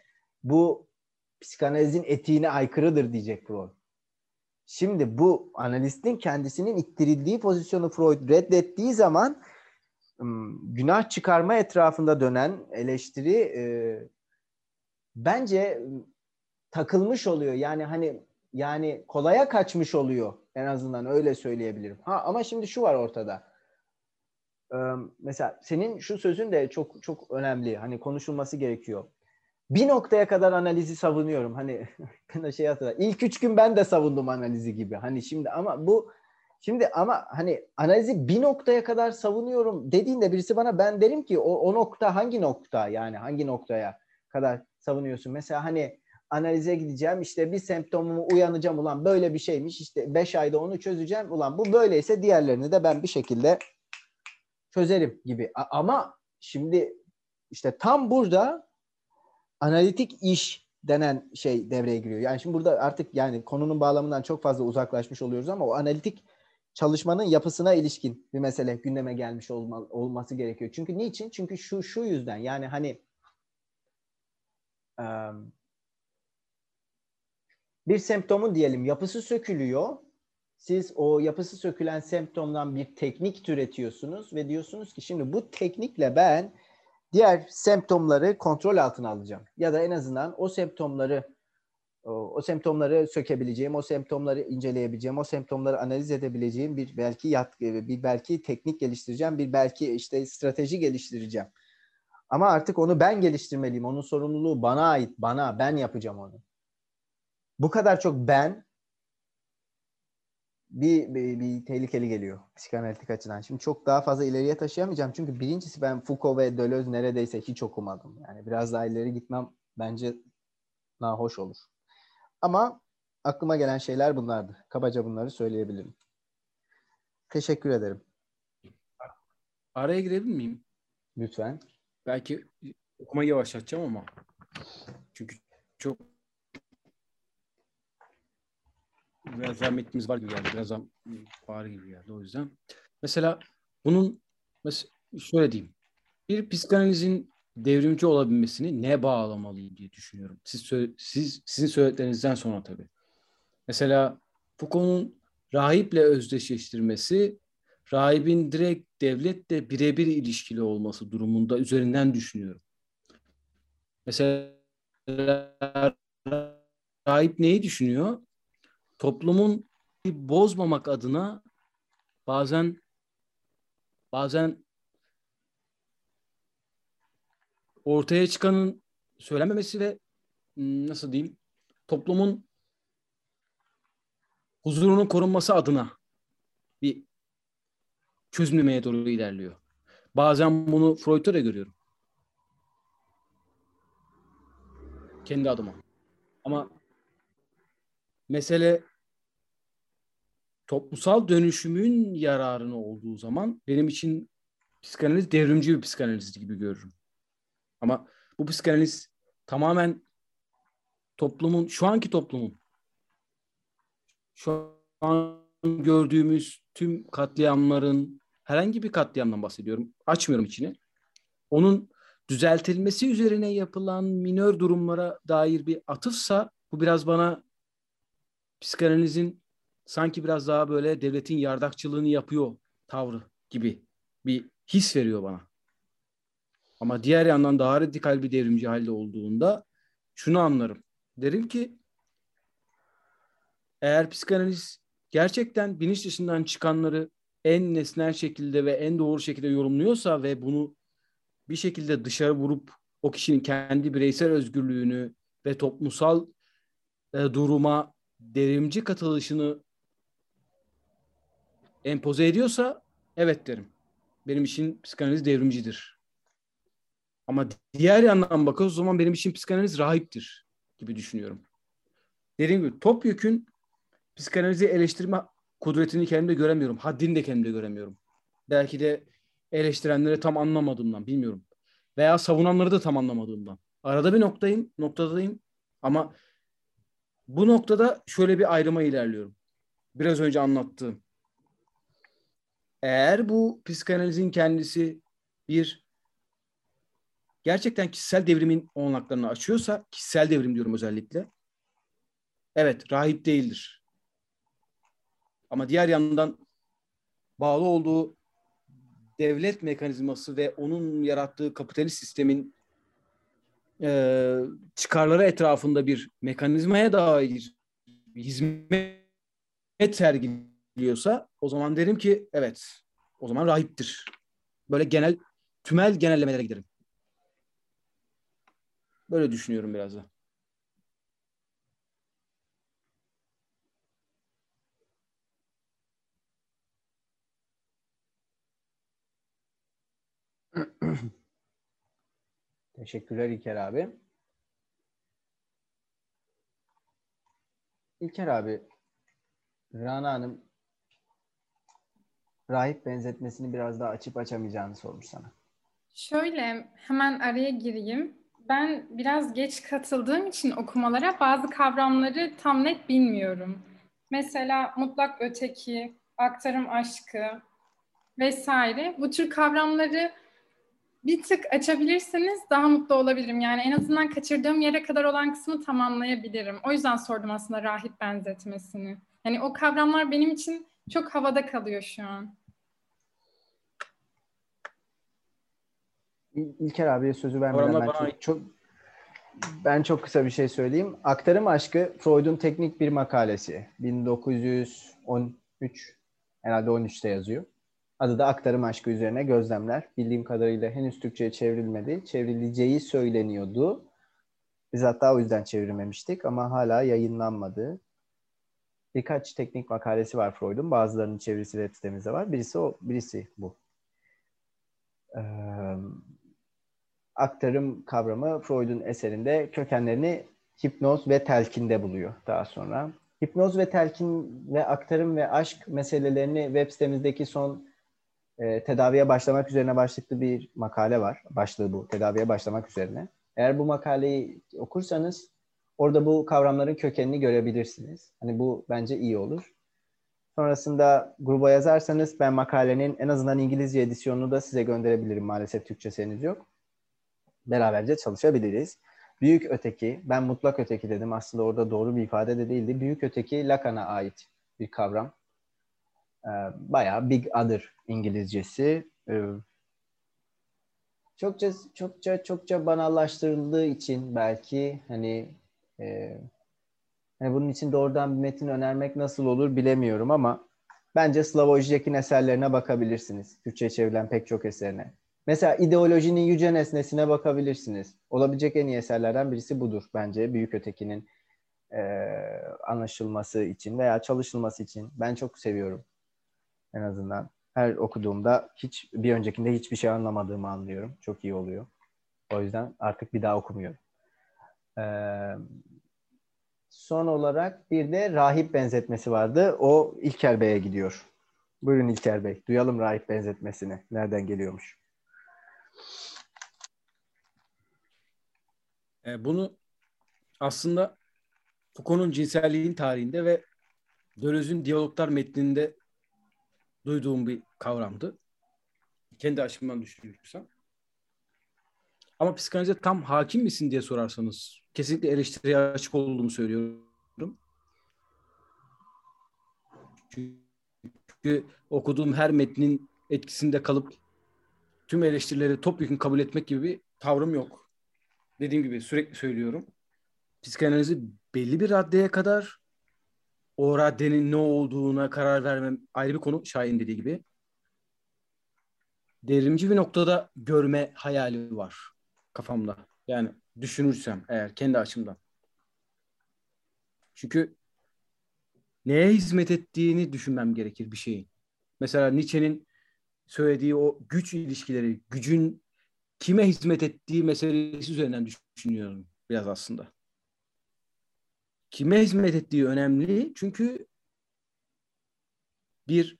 bu psikanalizin etiğine aykırıdır diyecek Freud. Şimdi bu analistin kendisinin ittirildiği pozisyonu Freud reddettiği zaman günah çıkarma etrafında dönen eleştiri e, bence takılmış oluyor. Yani hani yani kolaya kaçmış oluyor. En azından öyle söyleyebilirim. Ha ama şimdi şu var ortada. Ee, mesela senin şu sözün de çok çok önemli. Hani konuşulması gerekiyor. Bir noktaya kadar analizi savunuyorum. Hani ben şey hatırlıyorum. İlk üç gün ben de savundum analizi gibi. Hani şimdi ama bu şimdi ama hani analizi bir noktaya kadar savunuyorum dediğinde birisi bana ben derim ki o, o nokta hangi nokta, yani hangi noktaya kadar savunuyorsun? Mesela hani analize gideceğim, işte bir semptomumu uyanacağım, ulan böyle bir şeymiş, işte beş ayda onu çözeceğim, ulan bu böyleyse diğerlerini de ben bir şekilde çözerim gibi. A- ama şimdi işte tam burada analitik iş denen şey devreye giriyor. Yani şimdi burada artık yani konunun bağlamından çok fazla uzaklaşmış oluyoruz ama o analitik çalışmanın yapısına ilişkin bir mesele gündeme gelmiş olma, olması gerekiyor. Çünkü niçin? Çünkü şu şu yüzden yani hani um, bir semptomun diyelim yapısı sökülüyor. Siz o yapısı sökülen semptomdan bir teknik türetiyorsunuz ve diyorsunuz ki şimdi bu teknikle ben diğer semptomları kontrol altına alacağım. Ya da en azından o semptomları o, o semptomları sökebileceğim, o semptomları inceleyebileceğim, o semptomları analiz edebileceğim bir belki yat, bir belki teknik geliştireceğim, bir belki işte strateji geliştireceğim. Ama artık onu ben geliştirmeliyim. Onun sorumluluğu bana ait. Bana, ben yapacağım onu. Bu kadar çok ben bir, bir, bir tehlikeli geliyor psikanalitik açıdan. Şimdi çok daha fazla ileriye taşıyamayacağım. Çünkü birincisi ben Foucault ve Deleuze neredeyse hiç okumadım. Yani biraz daha ileri gitmem bence nahoş olur. Ama aklıma gelen şeyler bunlardı. Kabaca bunları söyleyebilirim. Teşekkür ederim. Araya girebilir miyim? Lütfen. Belki okumayı yavaşlatacağım ama çünkü çok biraz daha metnimiz var gibi geldi. Biraz daha bağır gibi geldi o yüzden. Mesela bunun mesela şöyle diyeyim. Bir psikanalizin devrimci olabilmesini ne bağlamalıyım diye düşünüyorum. Siz, siz sizin söylediklerinizden sonra tabii. Mesela Foucault'un rahiple özdeşleştirmesi, rahibin direkt devletle birebir ilişkili olması durumunda üzerinden düşünüyorum. Mesela rahip neyi düşünüyor? Toplumun bozmamak adına bazen bazen ortaya çıkanın söylenmemesi ve nasıl diyeyim, toplumun huzurunun korunması adına bir çözümlemeye doğru ilerliyor. Bazen bunu Freud'da da görüyorum. Kendi adıma. Ama mesele toplumsal dönüşümün yararına olduğu zaman benim için psikanaliz devrimci bir psikanaliz gibi görürüm. Ama bu psikanaliz tamamen toplumun, şu anki toplumun, şu an gördüğümüz tüm katliamların, herhangi bir katliamdan bahsediyorum. Açmıyorum içini. Onun düzeltilmesi üzerine yapılan minör durumlara dair bir atıfsa bu biraz bana psikanalizin sanki biraz daha böyle devletin yardakçılığını yapıyor tavrı gibi bir his veriyor bana. Ama diğer yandan daha radikal bir devrimci halde olduğunda şunu anlarım. Derim ki eğer psikanaliz gerçekten bilinç dışından çıkanları en nesnel şekilde ve en doğru şekilde yorumluyorsa ve bunu bir şekilde dışarı vurup o kişinin kendi bireysel özgürlüğünü ve toplumsal e, duruma devrimci katılışını empoze ediyorsa evet derim. Benim için psikanaliz devrimcidir. Ama diğer yandan bakıyoruz o zaman benim için psikanaliz rahiptir gibi düşünüyorum. Dediğim gibi topyekün psikanalizi eleştirme kudretini kendimde göremiyorum. Haddini de kendimde göremiyorum. Belki de eleştirenleri tam anlamadığımdan bilmiyorum. Veya savunanları da tam anlamadığımdan. Arada bir noktayım, noktadayım ama bu noktada şöyle bir ayrıma ilerliyorum. Biraz önce anlattığım. Eğer bu psikanalizin kendisi bir gerçekten kişisel devrimin olanaklarını açıyorsa, kişisel devrim diyorum özellikle, evet rahip değildir. Ama diğer yandan bağlı olduğu devlet mekanizması ve onun yarattığı kapitalist sistemin e, çıkarları etrafında bir mekanizmaya dair bir hizmet sergiliyorsa o zaman derim ki evet, o zaman rahiptir. Böyle genel, tümel genellemelere giderim. Böyle düşünüyorum biraz da. Teşekkürler İlker abi. İlker abi, Rana Hanım rahip benzetmesini biraz daha açıp açamayacağını sormuş sana. Şöyle hemen araya gireyim. Ben biraz geç katıldığım için okumalara bazı kavramları tam net bilmiyorum. Mesela mutlak öteki, aktarım aşkı vesaire. Bu tür kavramları bir tık açabilirseniz daha mutlu olabilirim. Yani en azından kaçırdığım yere kadar olan kısmı tamamlayabilirim. O yüzden sordum aslında rahip benzetmesini. Yani o kavramlar benim için çok havada kalıyor şu an. İlker abiye sözü vermeden Kavramlar ben bana çok, çok ben çok kısa bir şey söyleyeyim. Aktarım aşkı Freud'un teknik bir makalesi. bin dokuz yüz on üç, herhalde on üçte yazıyor. Adı da aktarım aşkı üzerine gözlemler. Bildiğim kadarıyla henüz Türkçe'ye çevrilmedi. Çevrileceği söyleniyordu. Biz hatta o yüzden çevirmemiştik ama hala yayınlanmadı. Birkaç teknik makalesi var Freud'un. Bazılarının çevirisi web sitemizde var. Birisi o, birisi bu. Ee, aktarım kavramı Freud'un eserinde kökenlerini hipnoz ve telkinde buluyor daha sonra. Hipnoz ve telkin ve aktarım ve aşk meselelerini web sitemizdeki son e, tedaviye başlamak üzerine başlıklı bir makale var. Başlığı bu, tedaviye başlamak üzerine. Eğer bu makaleyi okursanız orada bu kavramların kökenini görebilirsiniz. Hani bu bence iyi olur. Sonrasında gruba yazarsanız ben makalenin en azından İngilizce edisyonunu da size gönderebilirim. Maalesef Türkçesi henüz yok. Beraberce çalışabiliriz. Büyük öteki, ben mutlak öteki dedim. Aslında orada doğru bir ifade de değildi. Büyük öteki Lacan'a ait bir kavram. Ee, bayağı big other İngilizcesi. Ee, çokça çokça çokça banallaştırıldığı için belki hani e, yani bunun için doğrudan bir metin önermek nasıl olur bilemiyorum ama bence Slavoj Žižek'in eserlerine bakabilirsiniz. Türkçe'ye çevrilen pek çok eserine. Mesela ideolojinin yüce nesnesine bakabilirsiniz. Olabilecek en iyi eserlerden birisi budur bence. Büyük ötekinin e, anlaşılması için veya çalışılması için. Ben çok seviyorum en azından. Her okuduğumda hiç bir öncekinde hiçbir şey anlamadığımı anlıyorum. Çok iyi oluyor. O yüzden artık bir daha okumuyorum. Ee, son olarak bir de rahip benzetmesi vardı. O İlker Bey'e gidiyor. Buyurun İlker Bey. Duyalım rahip benzetmesini. Nereden geliyormuş? e, bunu aslında Foucault'un cinselliğin tarihinde ve Deleuze'ün diyaloglar metninde duyduğum bir kavramdı. Kendi açımdan düşünürsem. Ama psikanalize tam hakim misin diye sorarsanız kesinlikle eleştiriye açık olduğumu söylüyorum. Çünkü okuduğum her metnin etkisinde kalıp tüm eleştirileri topyekun kabul etmek gibi bir tavrım yok. Dediğim gibi sürekli söylüyorum. Psikanalizi belli bir raddeye kadar, o raddenin ne olduğuna karar vermem ayrı bir konu, Şahin dediği gibi. Devrimci bir noktada görme hayali var kafamda. Yani düşünürsem eğer kendi açımdan. Çünkü neye hizmet ettiğini düşünmem gerekir bir şeyin. Mesela Nietzsche'nin söylediği o güç ilişkileri, gücün kime hizmet ettiği meselesi üzerinden düşünüyorum biraz aslında. Kime hizmet ettiği önemli çünkü bir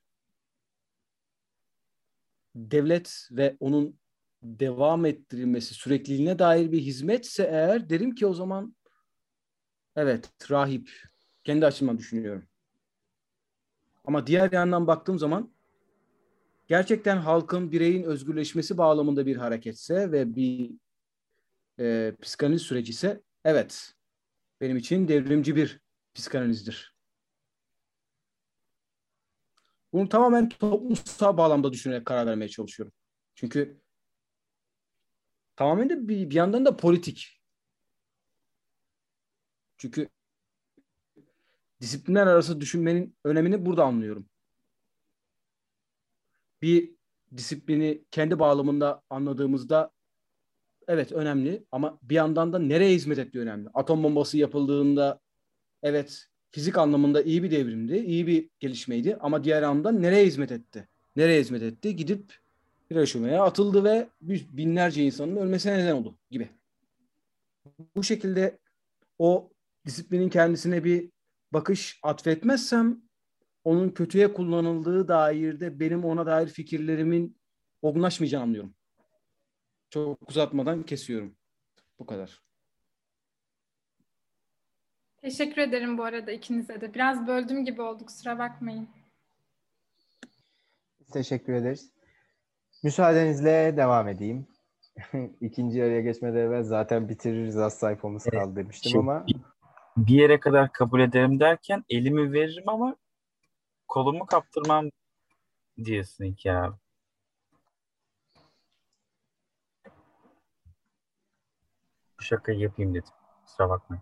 devlet ve onun devam ettirilmesi, sürekliliğine dair bir hizmetse eğer derim ki o zaman evet, rahip. Kendi açımdan düşünüyorum. Ama diğer yandan baktığım zaman gerçekten halkın, bireyin özgürleşmesi bağlamında bir hareketse ve bir e, psikanaliz süreci ise evet benim için devrimci bir psikanalizdir. Bunu tamamen toplumsal bağlamda düşünerek karar vermeye çalışıyorum. Çünkü tamamen de bir, bir yandan da politik. Çünkü disiplinler arası düşünmenin önemini burada anlıyorum. Bir disiplini kendi bağlamında anladığımızda evet önemli ama bir yandan da nereye hizmet ettiği önemli. Atom bombası yapıldığında evet fizik anlamında iyi bir devrimdi, iyi bir gelişmeydi ama diğer yandan nereye hizmet etti? Nereye hizmet etti? Gidip Hiroşima'ya atıldı ve binlerce insanın ölmesine neden oldu gibi. Bu şekilde o disiplinin kendisine bir bakış atfetmezsem onun kötüye kullanıldığı dairde benim ona dair fikirlerimin olgunlaşmayacağını anlıyorum. Çok uzatmadan kesiyorum. Bu kadar. Teşekkür ederim bu arada ikinize de. Biraz böldüm gibi oldu, kusura bakmayın. Teşekkür ederiz. Müsaadenizle devam edeyim. İkinci yarıya geçmeden evvel zaten bitiririz, az sayfamız kaldı demiştim Şey, ama bir yere kadar kabul ederim derken elimi veririm ama kolumu kaptırmam diyorsun İlker abi. Bu şakayı yapayım dedim. Kusura bakmayın.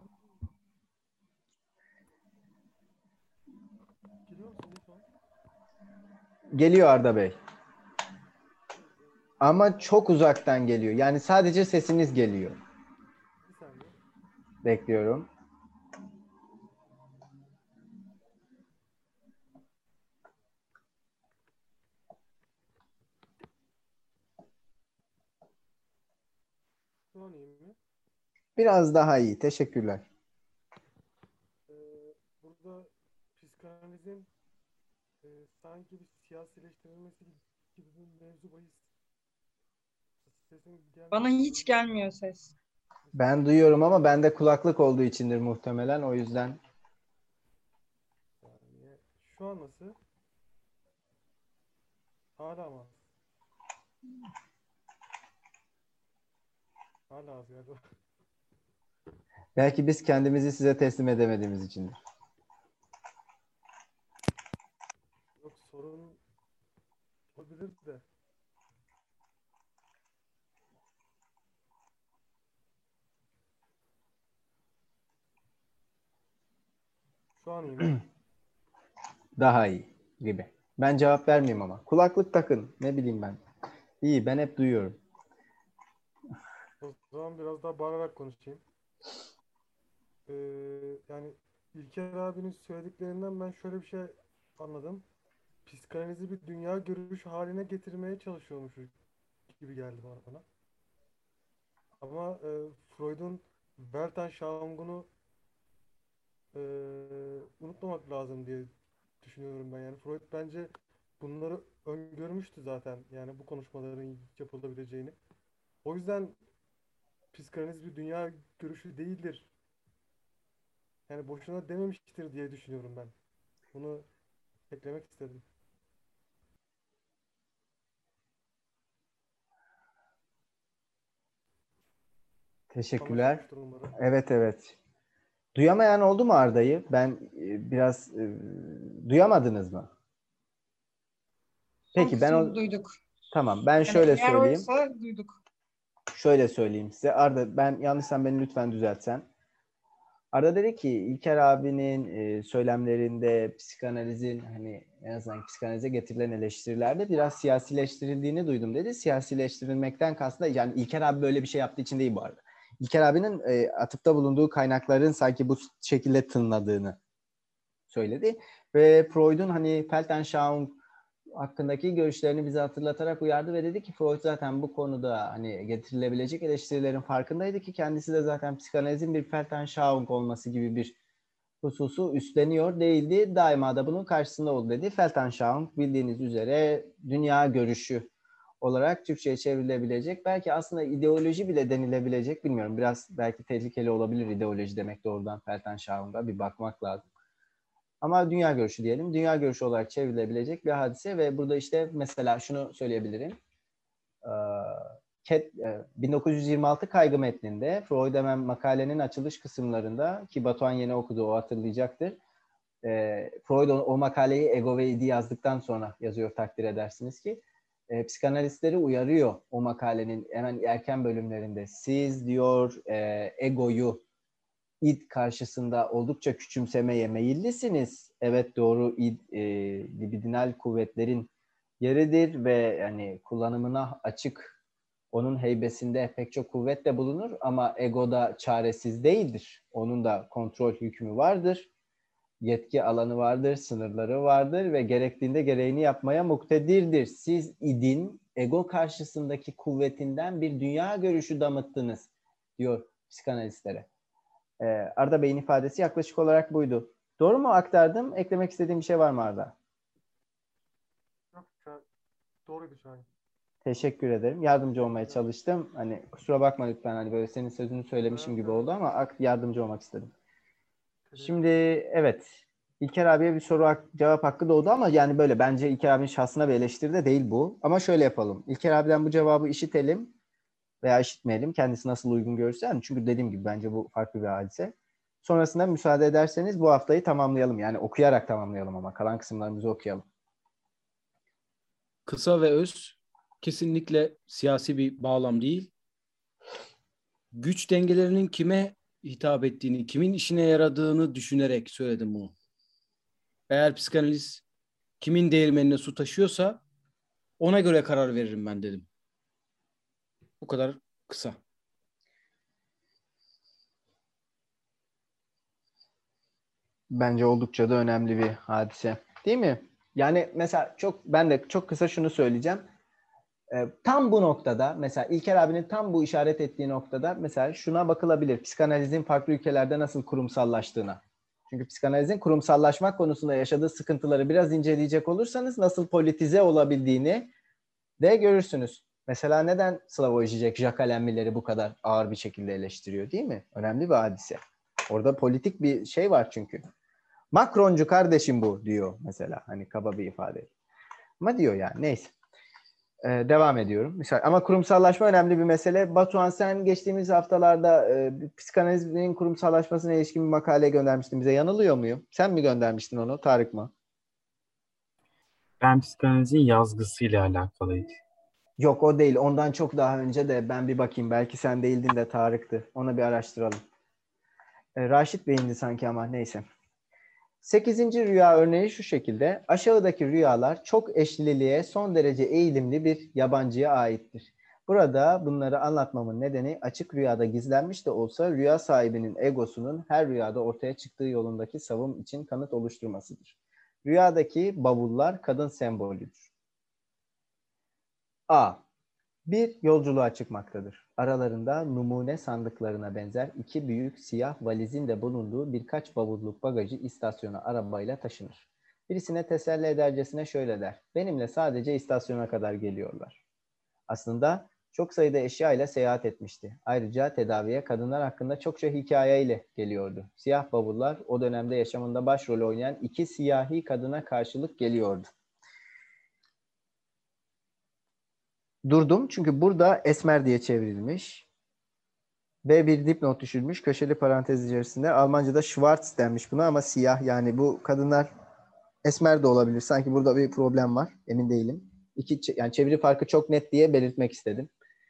geliyor Arda Bey. Ama çok uzaktan geliyor. Yani sadece sesiniz geliyor. Bekliyorum. Biraz daha iyi. Teşekkürler. Ee, burada psikanalizin e, sanki bir siyasileştirilmesi gibi bir mevzu bahis. Sesin gelmiyor. Bana hiç gelmiyor ses. Ben duyuyorum ama bende kulaklık olduğu içindir muhtemelen. O yüzden Yani, şu an nasıl? Hala mı? Hala az galiba. belki biz kendimizi size teslim edemediğimiz içindir. Yok, sorun olabilir de. Şu an iyi mi? Daha iyi gibi. Ben cevap vermeyeyim ama. Kulaklık takın. Ne bileyim ben. İyi, ben hep duyuyorum. O zaman biraz daha bağırarak konuşayım. Ee, yani İlker abinin söylediklerinden ben şöyle bir şey anladım. Psikanalizi bir dünya görüşü haline getirmeye çalışıyormuş gibi geldi bana. Ama e, Freud'un Weltanschauung'unu e, unutmamak lazım diye düşünüyorum ben. Yani Freud bence bunları öngörmüştü zaten. Yani bu konuşmaların yapılabileceğini. O yüzden psikanaliz bir dünya görüşü değildir. Yani boşuna dememiştir diye düşünüyorum ben. Bunu eklemek istedim. Teşekkürler. Anlaşılmıştır umarım. Evet evet. Duyamayan oldu mu Arda'yı? Ben e, biraz e, duyamadınız mı? Son Peki ben o kısmını duyduk. tamam ben Yani şöyle eğer söyleyeyim. oysa duyduk. Şöyle söyleyeyim size. Arda ben yanlışsam beni lütfen düzeltsen. Arda dedi ki İlker abinin e, söylemlerinde psikanalizin hani en azından psikanalize getirilen eleştirilerde biraz siyasileştirildiğini duydum dedi. Siyasileştirilmekten kastı yani İlker abi böyle bir şey yaptığı için değil bu arada. İlker abinin e, atıfta bulunduğu kaynakların sanki bu şekilde tınladığını söyledi. Ve Freud'un hani Weltanschauung hakkındaki görüşlerini bize hatırlatarak uyardı ve dedi ki Freud zaten bu konuda hani getirilebilecek eleştirilerin farkındaydı ki kendisi de zaten psikanalizin bir Weltanschauung olması gibi bir hususu üstleniyor değildi. Daima da bunun karşısında oldu dedi. Weltanschauung bildiğiniz üzere dünya görüşü olarak Türkçe'ye çevrilebilecek. Belki aslında ideoloji bile denilebilecek. Bilmiyorum. Biraz belki tehlikeli olabilir ideoloji demek doğrudan Weltanschauung'a bir bakmak lazım. Ama dünya görüşü diyelim. Dünya görüşü olarak çevrilebilecek bir hadise ve burada işte mesela şunu söyleyebilirim. bin dokuz yüz yirmi altı kaygı metninde Freud hemen makalenin açılış kısımlarında, ki Batuhan yeni okudu, o hatırlayacaktır. E, Freud o, o makaleyi Ego ve İd'i yazdıktan sonra yazıyor, takdir edersiniz ki. E, psikanalistleri uyarıyor o makalenin hemen erken bölümlerinde. Siz diyor e, egoyu id karşısında oldukça küçümsemeye meyillisiniz. Evet, doğru, id e, libidinal kuvvetlerin yeridir ve yani kullanımına açık, onun heybesinde pek çok kuvvet de bulunur ama ego da çaresiz değildir. Onun da kontrol hükmü vardır. Yetki alanı vardır, sınırları vardır ve gerektiğinde gereğini yapmaya muktedirdir. Siz idin ego karşısındaki kuvvetinden bir dünya görüşü damıttınız diyor psikanalistlere. Ee, Arda Bey'in ifadesi yaklaşık olarak buydu. Doğru mu aktardım? Eklemek istediğim bir şey var mı Arda? Yok, doğruydu Şahin. Teşekkür ederim. Yardımcı olmaya çalıştım. Hani kusura bakma lütfen, hani böyle senin sözünü söylemişim Evet, gibi evet. oldu ama yardımcı olmak istedim. Şimdi evet, İlker abiye bir soru hak- cevap hakkı doğdu ama yani böyle bence İlker abinin şahsına bir eleştiri de değil bu. Ama şöyle yapalım. İlker abiden bu cevabı işitelim veya işitmeyelim. Kendisi nasıl uygun görürse. Yani çünkü dediğim gibi bence bu farklı bir hadise. Sonrasında müsaade ederseniz bu haftayı tamamlayalım. Yani okuyarak tamamlayalım ama kalan kısımlarımızı okuyalım. Kısa ve öz, kesinlikle siyasi bir bağlam değil. Güç dengelerinin kime hitap ettiğini, kimin işine yaradığını düşünerek söyledim bunu. Eğer psikanaliz kimin değirmenine su taşıyorsa ona göre karar veririm ben dedim. Bu kadar kısa. Bence oldukça da önemli bir hadise. Değil mi? Yani mesela çok ben de çok kısa şunu söyleyeceğim. Ee, tam bu noktada mesela İlker abinin tam bu işaret ettiği noktada mesela şuna bakılabilir. Psikanalizin farklı ülkelerde nasıl kurumsallaştığına. Çünkü psikanalizin kurumsallaşmak konusunda yaşadığı sıkıntıları biraz inceleyecek olursanız nasıl politize olabildiğini de görürsünüz. Mesela neden Slavoj Žižek, Jacques Allenby'leri bu kadar ağır bir şekilde eleştiriyor, değil mi? Önemli bir hadise. Orada politik bir şey var çünkü. Macroncu kardeşim bu diyor mesela. Hani kaba bir ifade. Ama diyor yani. Neyse. Ee, devam ediyorum. Mesela, ama kurumsallaşma önemli bir mesele. Batuhan, sen geçtiğimiz haftalarda e, psikanalizmin kurumsallaşmasına ilişkin bir makale göndermiştin bize. Yanılıyor muyum? Sen mi göndermiştin onu? Tarık mı? Ben psikanalizin yazgısıyla alakalıydı. Yok, o değil. Ondan çok daha önce de ben bir bakayım. Belki sen değildin de Tarık'tı. Onu bir araştıralım. Ee, Raşit Bey'indi sanki ama neyse. Sekizinci rüya örneği şu şekilde. Aşağıdaki rüyalar çok eşliliğe son derece eğilimli bir yabancıya aittir. Burada bunları anlatmamın nedeni açık rüyada gizlenmiş de olsa rüya sahibinin egosunun her rüyada ortaya çıktığı yolundaki savım için kanıt oluşturmasıdır. Rüyadaki bavullar kadın sembolüdür. A. Bir yolculuğa çıkmaktadır. Aralarında numune sandıklarına benzer iki büyük siyah valizin de bulunduğu birkaç bavulluk bagajı istasyona arabayla taşınır. Birisine teselli edercesine şöyle der. Benimle sadece istasyona kadar geliyorlar. Aslında çok sayıda eşya ile seyahat etmişti. Ayrıca tedaviye kadınlar hakkında çokça hikayeyle geliyordu. Siyah bavullar o dönemde yaşamında başrol oynayan iki siyahi kadına karşılık geliyordu. Durdum çünkü burada esmer diye çevrilmiş ve bir dipnot düşülmüş köşeli parantez içerisinde. Almanca'da Schwarz denmiş buna ama siyah, yani bu kadınlar esmer de olabilir. Sanki burada bir problem var. Emin değilim. İki, yani çeviri farkı çok net diye belirtmek istedim.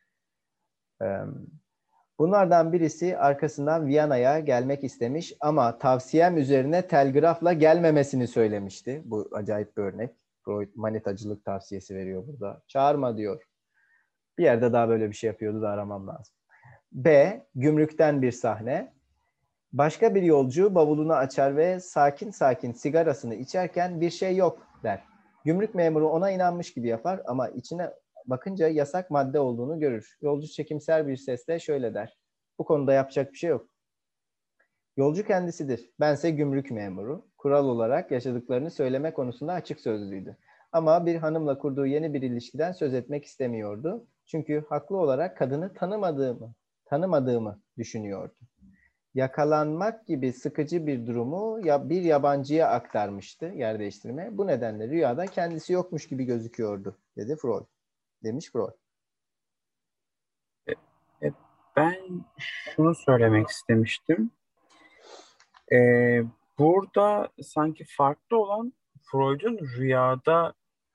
Bunlardan birisi arkasından Viyana'ya gelmek istemiş ama tavsiyem üzerine telgrafla gelmemesini söylemişti. Bu acayip bir örnek. Freud manitacılık tavsiyesi veriyor burada. Çağırma diyor. Bir yerde daha böyle bir şey yapıyordu da aramam lazım. B. Gümrükten bir sahne. Başka bir yolcu bavulunu açar ve sakin sakin sigarasını içerken bir şey yok der. Gümrük memuru ona inanmış gibi yapar ama içine bakınca yasak madde olduğunu görür. Yolcu çekimser bir sesle şöyle der. Bu konuda yapacak bir şey yok. Yolcu kendisidir. Bense gümrük memuru. Kural olarak yaşadıklarını söyleme konusunda açık sözlüydü. Ama bir hanımla kurduğu yeni bir ilişkiden söz etmek istemiyordu. Çünkü haklı olarak kadını tanımadığımı, tanımadığımı düşünüyordu. Yakalanmak gibi sıkıcı bir durumu ya bir yabancıya aktarmıştı, yer değiştirme. Bu nedenle rüyada kendisi yokmuş gibi gözüküyordu, dedi Freud. Demiş Freud. Ben şunu söylemek istemiştim. Ee, burada sanki farklı olan Freud'un rüyada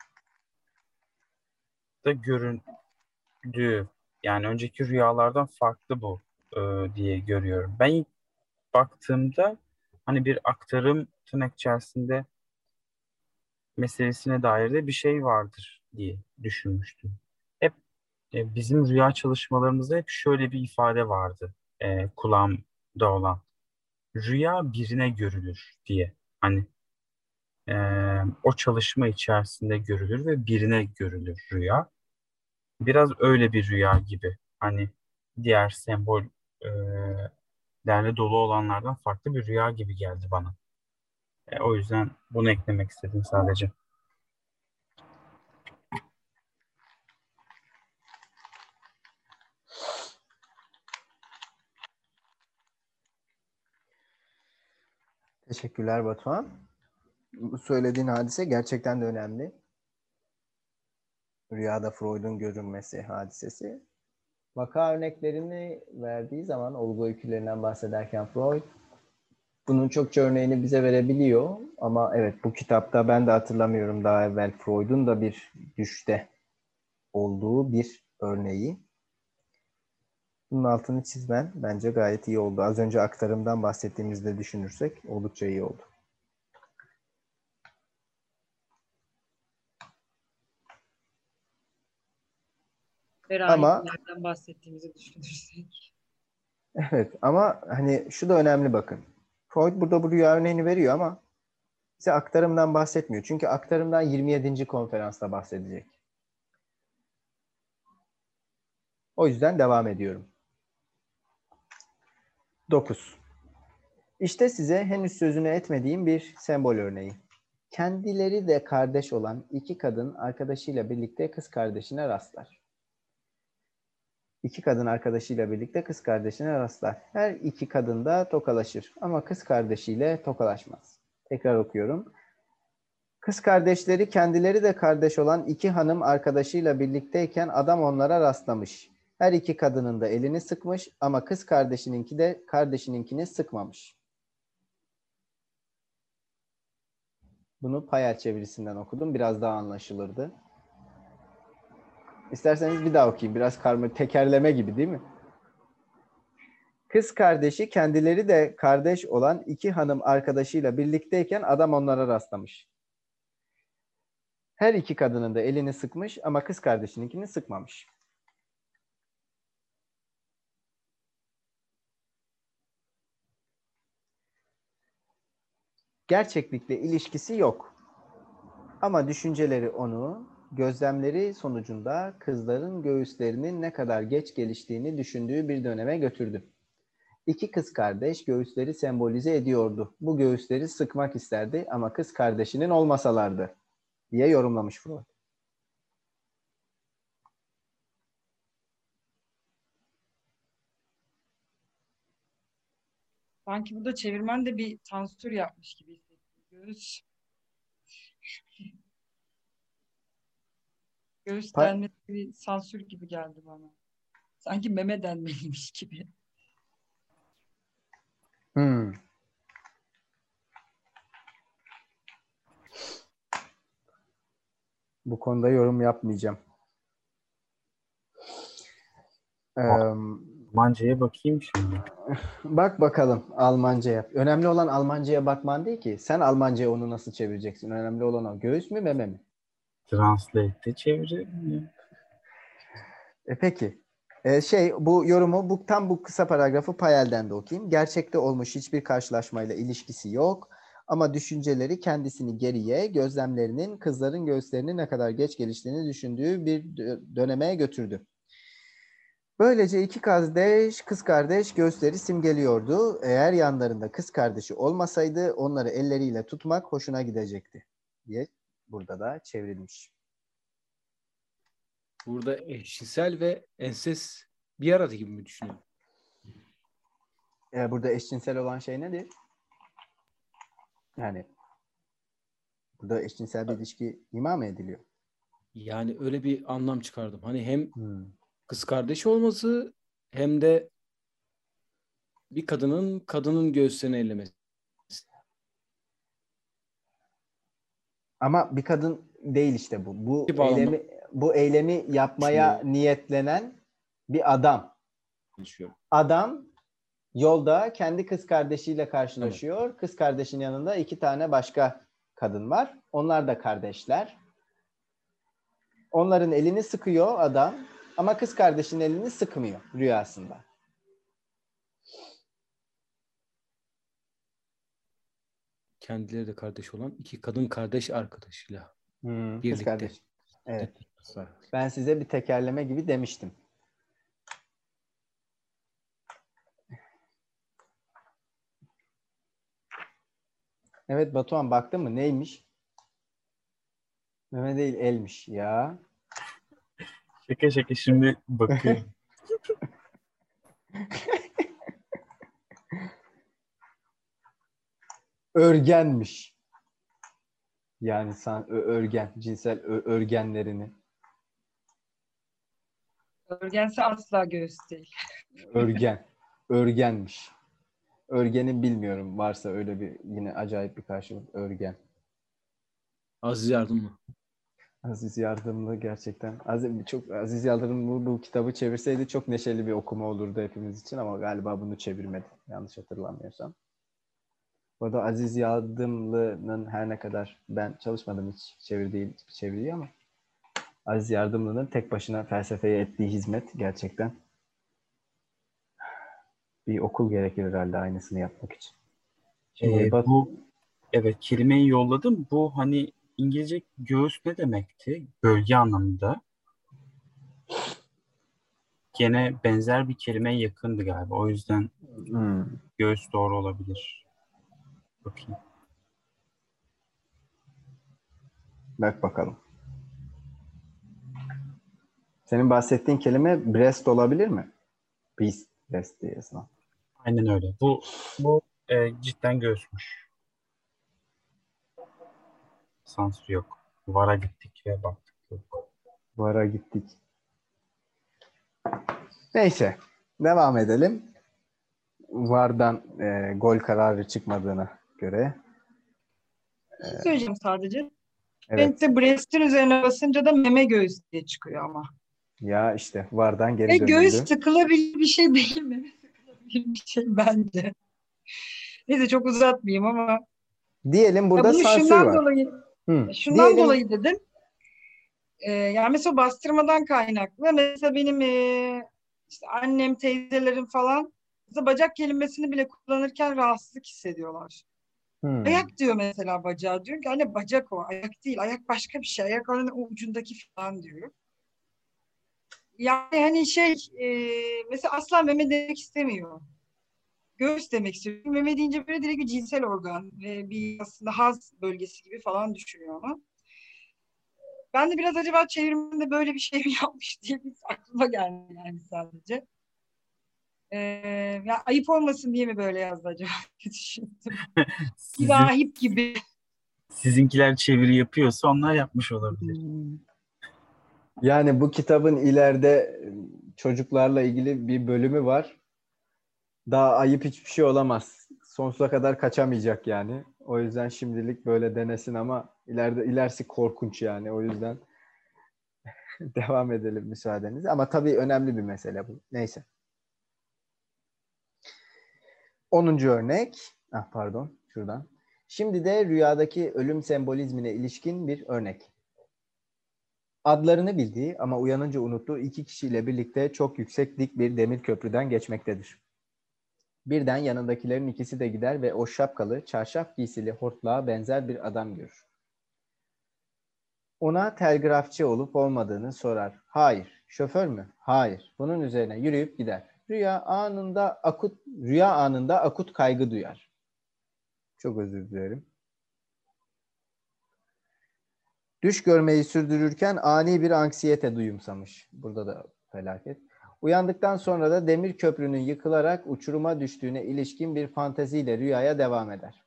da göründüğü, yani önceki rüyalardan farklı bu e, diye görüyorum. Ben ilk baktığımda hani bir aktarım tırnak içerisinde meselesine dair de bir şey vardır diye düşünmüştüm. Hep e, bizim rüya çalışmalarımızda hep şöyle bir ifade vardı e, kulağımda olan. Rüya birine görülür diye. Hani e, o çalışma içerisinde görülür ve birine görülür rüya. Biraz öyle bir rüya gibi. Hani diğer sembol e, lerle dolu olanlardan farklı bir rüya gibi geldi bana. E, o yüzden bunu eklemek istedim sadece. Teşekkürler Batuhan. Bu söylediğin hadise gerçekten de önemli. Rüyada Freud'un görünmesi hadisesi. Vaka örneklerini verdiği zaman olgu öykülerinden bahsederken Freud bunun çokça örneğini bize verebiliyor. Ama evet, bu kitapta ben de hatırlamıyorum daha evvel Freud'un da bir düşte olduğu bir örneği. Bunun altını çizmen bence gayet iyi oldu. Az önce aktarımdan bahsettiğimizde düşünürsek oldukça iyi oldu. Ama Nereden bahsettiğimizi düşünürsek. evet, ama hani şu da önemli bakın. Freud burada bu rüya örneğini veriyor ama bize aktarımdan bahsetmiyor. Çünkü aktarımdan yirmi yedinci konferansta bahsedecek. O yüzden devam ediyorum. dokuz. İşte size henüz sözünü etmediğim bir sembol örneği. Kendileri de kardeş olan iki kadın arkadaşıyla birlikte kız kardeşine rastlar. İki kadın arkadaşıyla birlikte kız kardeşine rastlar. Her iki kadın da tokalaşır ama kız kardeşiyle tokalaşmaz. Tekrar okuyorum. Kız kardeşleri kendileri de kardeş olan iki hanım arkadaşıyla birlikteyken adam onlara rastlamış. Her iki kadının da elini sıkmış ama kız kardeşininki de kardeşininkini sıkmamış. Bunu Payel çevirisinden okudum. Biraz daha anlaşılırdı. İsterseniz bir daha okuyayım. Biraz karma, tekerleme gibi değil mi? Kız kardeşi kendileri de kardeş olan iki hanım arkadaşıyla birlikteyken adam onlara rastlamış. Her iki kadının da elini sıkmış ama kız kardeşininkini sıkmamış. Gerçeklikle ilişkisi yok. Ama düşünceleri onu, gözlemleri sonucunda kızların göğüslerinin ne kadar geç geliştiğini düşündüğü bir döneme götürdü. İki kız kardeş göğüsleri sembolize ediyordu. Bu göğüsleri sıkmak isterdi ama kız kardeşinin olmasalardı diye yorumlamış Freud. Sanki burada çevirmen de bir sansür yapmış gibi hissettim. Göğüs, göğüs Pa- denmesi bir sansür gibi geldi bana. Sanki meme denmeliymiş gibi. Hmm. Bu konuda yorum yapmayacağım. Ee, Almanca'ya bakayım şimdi. Bak bakalım Almanca'ya. Önemli olan Almanca'ya bakman değil ki. Sen Almanca'ya onu nasıl çevireceksin? Önemli olan o. Göğüs mü meme mi? Translate'de çevirelim. E peki. E şey bu yorumu bu tam bu kısa paragrafı Payel'den de okuyayım. Gerçekte olmuş hiçbir karşılaşmayla ilişkisi yok. Ama düşünceleri kendisini geriye, gözlemlerinin kızların göğüslerinin ne kadar geç geliştiğini düşündüğü bir döneme götürdü. Böylece iki kardeş, kız kardeş göğüsleri simgeliyordu. Eğer yanlarında kız kardeşi olmasaydı onları elleriyle tutmak hoşuna gidecekti diye burada da çevrilmiş. Burada eşcinsel ve ensest bir arada gibi mi düşünüyor? Ee, burada eşcinsel olan şey nedir? Yani burada eşcinsel bir ilişki ima mı ediliyor? Yani öyle bir anlam çıkardım. Hani hem Hmm. kız kardeş olması hem de bir kadının kadının göğüslerini ellemesi. Ama bir kadın değil işte bu. Bu Bir bağlamda eylemi bu eylemi yapmaya düşünüyorum. niyetlenen bir adam. Konuşuyorum. Adam yolda kendi kız kardeşiyle karşılaşıyor. Kız kardeşin yanında iki tane başka kadın var. Onlar da kardeşler. Onların elini sıkıyor adam ama kız kardeşin elini sıkmıyor rüyasında. Kendileri de kardeş olan iki kadın kardeş arkadaşıyla Hmm, kız birlikte. kardeş. Evet. Ben size bir tekerleme gibi demiştim. Evet Batuhan baktın mı? Neymiş? Meme değil elmiş ya. Şaka şaka şimdi bakıyorum. Örgenmiş. Yani san, ö- örgen, cinsel ö- örgenlerini. Örgense asla göğüs değil. Örgen. Örgenmiş. Örgenin bilmiyorum. Varsa öyle bir yine acayip bir karşılık. Örgen. Aziz Yardımlı. Aziz Yardımlı gerçekten. Aziz, çok Aziz Yardımlı bu kitabı çevirseydi çok neşeli bir okuma olurdu hepimiz için ama galiba bunu çevirmedi. Yanlış hatırlamıyorsam. Bu arada Aziz Yardımlı'nın her ne kadar ben çalışmadım hiç çevirdiği çeviriyi ama Aziz Yardımlı'nın tek başına felsefeye ettiği hizmet gerçekten bir okul gerekir herhalde aynısını yapmak için. Şimdi Ee, bak bu evet kelimeyi yolladım. Bu hani İngilizce göğüs ne demekti? Bölge anlamında. Gene benzer bir kelimeye yakındı galiba. O yüzden hmm, göğüs doğru olabilir. Bakayım. bak bakalım. Senin bahsettiğin kelime breast olabilir mi? Beast, breast diye yazılan. Aynen öyle. Bu bu e, cidden göğüsmüş. Sansür yok. Vara gittik ve baktık yok. Vara gittik. Neyse. Devam edelim. Vardan e, gol kararı çıkmadığına göre. Bir şey söyleyeceğim sadece. Evet. Bent'te breast'in üzerine basınca da meme göğüs diye çıkıyor ama. Ya işte vardan Ve geri göğüs dönüldü. sıkılabilir bir şey değil mi? Sıkılabilir bir şey bence. Neyse çok uzatmayayım ama Diyelim ya burada bunu sansür şundan var. dolayı Hı. şundan Diyelim dolayı dedim. Ee, yani mesela bastırmadan kaynaklı. Mesela benim e, işte annem, teyzelerim falan mesela bacak kelimesini bile kullanırken rahatsızlık hissediyorlar. hı. Ayak diyor mesela bacağı. Diyor ki anne bacak o. Ayak değil. Ayak başka bir şey. Ayak onun o ucundaki falan diyor. Yani hani şey e, mesela asla meme demek istemiyor. Göğüs demek istiyor. Meme deyince böyle direkt bir cinsel organ ve bir aslında haz bölgesi gibi falan düşünüyor ama. Ben de biraz acaba çevirmende böyle bir şey mi yapmış diye bir aklıma geldi yani sadece. Ee, ya ayıp olmasın diye mi böyle yazdı acaba diye düşündüm. Bir Sizin rahip gibi. sizinkiler çeviri yapıyorsa onlar yapmış olabilir. Yani bu kitabın ileride çocuklarla ilgili bir bölümü var. Daha ayıp hiçbir şey olamaz. Sonsuza kadar kaçamayacak yani. O yüzden şimdilik böyle denesin ama ileride ilerisi korkunç yani. O yüzden devam edelim müsaadenizle. Ama tabii önemli bir mesele bu. Neyse. onuncu örnek. Ah pardon. Şuradan. Şimdi de rüyadaki ölüm sembolizmine ilişkin bir örnek. Adlarını bildiği ama uyanınca unuttuğu iki kişiyle birlikte çok yüksek dik bir demir köprüden geçmektedir. Birden yanındakilerin ikisi de gider ve o şapkalı, çarşaf giysili hortlağa benzer bir adam görür. Ona telgrafçı olup olmadığını sorar. Hayır. Şoför mü? Hayır. Bunun üzerine yürüyüp gider. Rüya anında akut rüya anında akut kaygı duyar. Çok özür dilerim. Düş görmeyi sürdürürken ani bir anksiyete duyumsamış. Burada da felaket. Uyandıktan sonra da demir köprünün yıkılarak uçuruma düştüğüne ilişkin bir fanteziyle rüyaya devam eder.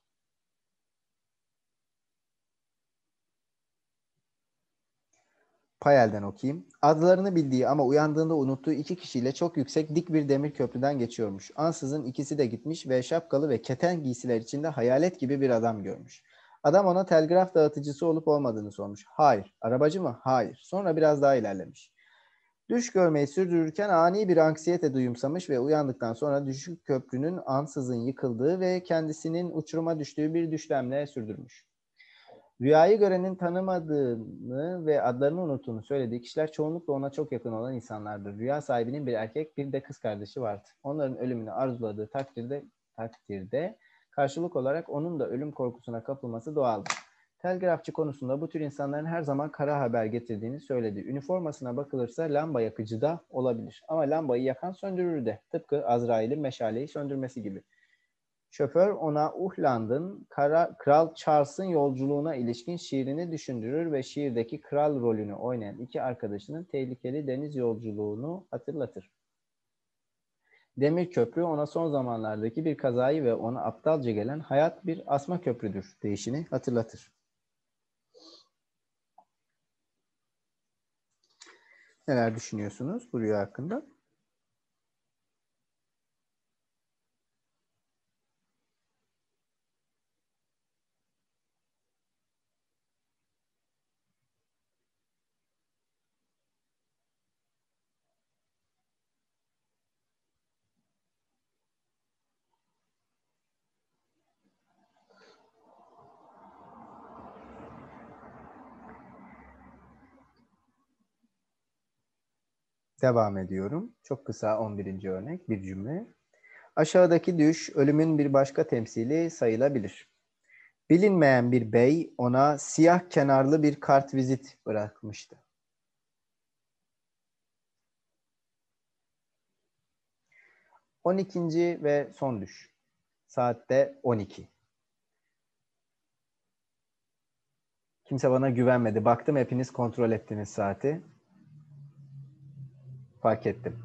Payel'den okuyayım. Adlarını bildiği ama uyandığında unuttuğu iki kişiyle çok yüksek dik bir demir köprüden geçiyormuş. Ansızın ikisi de gitmiş ve şapkalı ve keten giysiler içinde hayalet gibi bir adam görmüş. Adam ona telgraf dağıtıcısı olup olmadığını sormuş. Hayır. Arabacı mı? Hayır. Sonra biraz daha ilerlemiş. Düş görmeyi sürdürürken ani bir anksiyete duyumsamış ve uyandıktan sonra düşük köprünün ansızın yıkıldığı ve kendisinin uçuruma düştüğü bir düşlemle sürdürmüş. Rüyayı görenin tanımadığını ve adlarını unuttuğunu söylediği kişiler çoğunlukla ona çok yakın olan insanlardır. Rüya sahibinin bir erkek, bir de kız kardeşi vardı. Onların ölümünü arzuladığı takdirde, takdirde karşılık olarak onun da ölüm korkusuna kapılması doğaldır. Telgrafçı konusunda bu tür insanların her zaman kara haber getirdiğini söyledi. Üniformasına bakılırsa lamba yakıcı da olabilir. Ama lambayı yakan söndürür de. Tıpkı Azrail'in meşaleyi söndürmesi gibi. Şoför ona Uhland'ın Kral Charles'ın yolculuğuna ilişkin şiirini düşündürür ve şiirdeki kral rolünü oynayan iki arkadaşının tehlikeli deniz yolculuğunu hatırlatır. Demir köprü ona son zamanlardaki bir kazayı ve ona aptalca gelen hayat bir asma köprüdür deyişini hatırlatır. Neler düşünüyorsunuz bu rüya hakkında? Devam ediyorum. Çok kısa on birinci örnek bir cümle. Aşağıdaki düş ölümün bir başka temsili sayılabilir. Bilinmeyen bir bey ona siyah kenarlı bir kartvizit bırakmıştı. on ikinci ve son düş. Saatte on iki. Kimse bana güvenmedi. Baktım hepiniz kontrol ettiniz saati. Fark ettim.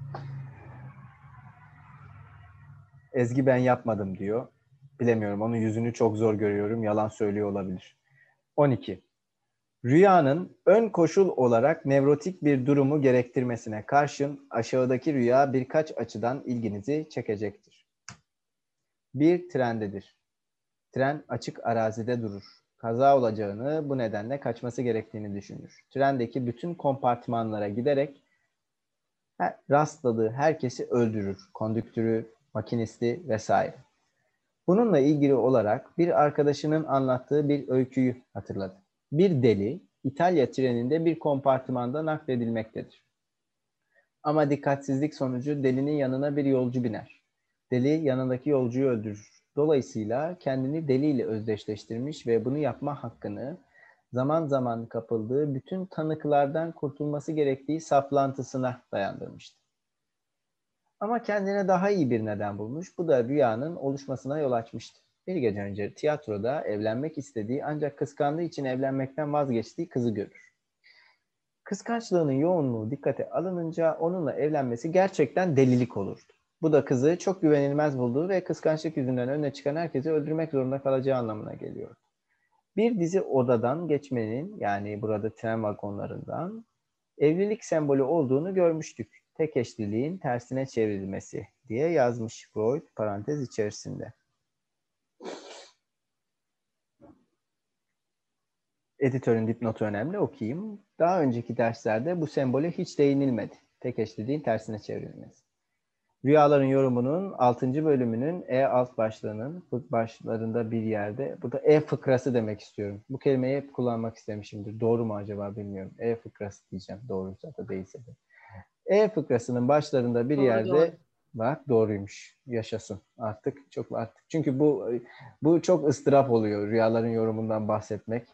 Ezgi ben yapmadım diyor. Bilemiyorum. Onun yüzünü çok zor görüyorum. Yalan söylüyor olabilir. on iki. Rüyanın ön koşul olarak nevrotik bir durumu gerektirmesine karşın aşağıdaki rüya birkaç açıdan ilginizi çekecektir. Bir trendedir. Tren açık arazide durur. Kaza olacağını, bu nedenle kaçması gerektiğini düşünür. Trendeki bütün kompartmanlara giderek rastladığı herkesi öldürür. Kondüktörü, makinisti vesaire. Bununla ilgili olarak bir arkadaşının anlattığı bir öyküyü hatırladı. Bir deli İtalya treninde bir kompartımanda nakledilmektedir. Ama dikkatsizlik sonucu delinin yanına bir yolcu biner. Deli yanındaki yolcuyu öldürür. Dolayısıyla kendini deliyle özdeşleştirmiş ve bunu yapma hakkını zaman zaman kapıldığı bütün tanıklardan kurtulması gerektiği saplantısına dayandırmıştı. Ama kendine daha iyi bir neden bulmuş. Bu da rüyanın oluşmasına yol açmıştı. Bir gece önce tiyatroda evlenmek istediği ancak kıskandığı için evlenmekten vazgeçtiği kızı görür. Kıskançlığının yoğunluğu dikkate alınınca onunla evlenmesi gerçekten delilik olurdu. Bu da kızı çok güvenilmez bulduğu ve kıskançlık yüzünden önüne çıkan herkesi öldürmek zorunda kalacağı anlamına geliyordu. Bir dizi odadan geçmenin, yani burada tren vagonlarından, evlilik sembolü olduğunu görmüştük. Tek eşliliğin tersine çevrilmesi diye yazmış Freud parantez içerisinde. Editörün dipnotu önemli, okuyayım. Daha önceki derslerde bu sembole hiç değinilmedi. Tek eşliliğin tersine çevrilmesi. Rüyaların yorumunun altıncı bölümünün E alt başlığının başlarında bir yerde, burada E fıkrası demek istiyorum. Bu kelimeyi hep kullanmak istemişimdir. Doğru mu acaba bilmiyorum. E fıkrası diyeceğim. Doğruysa da değilse de. E fıkrasının başlarında bir Doğru, yerde doğru. bak doğruymuş. Yaşasın. Artık çok artık. Çünkü bu bu çok ıstırap oluyor rüyaların yorumundan bahsetmek.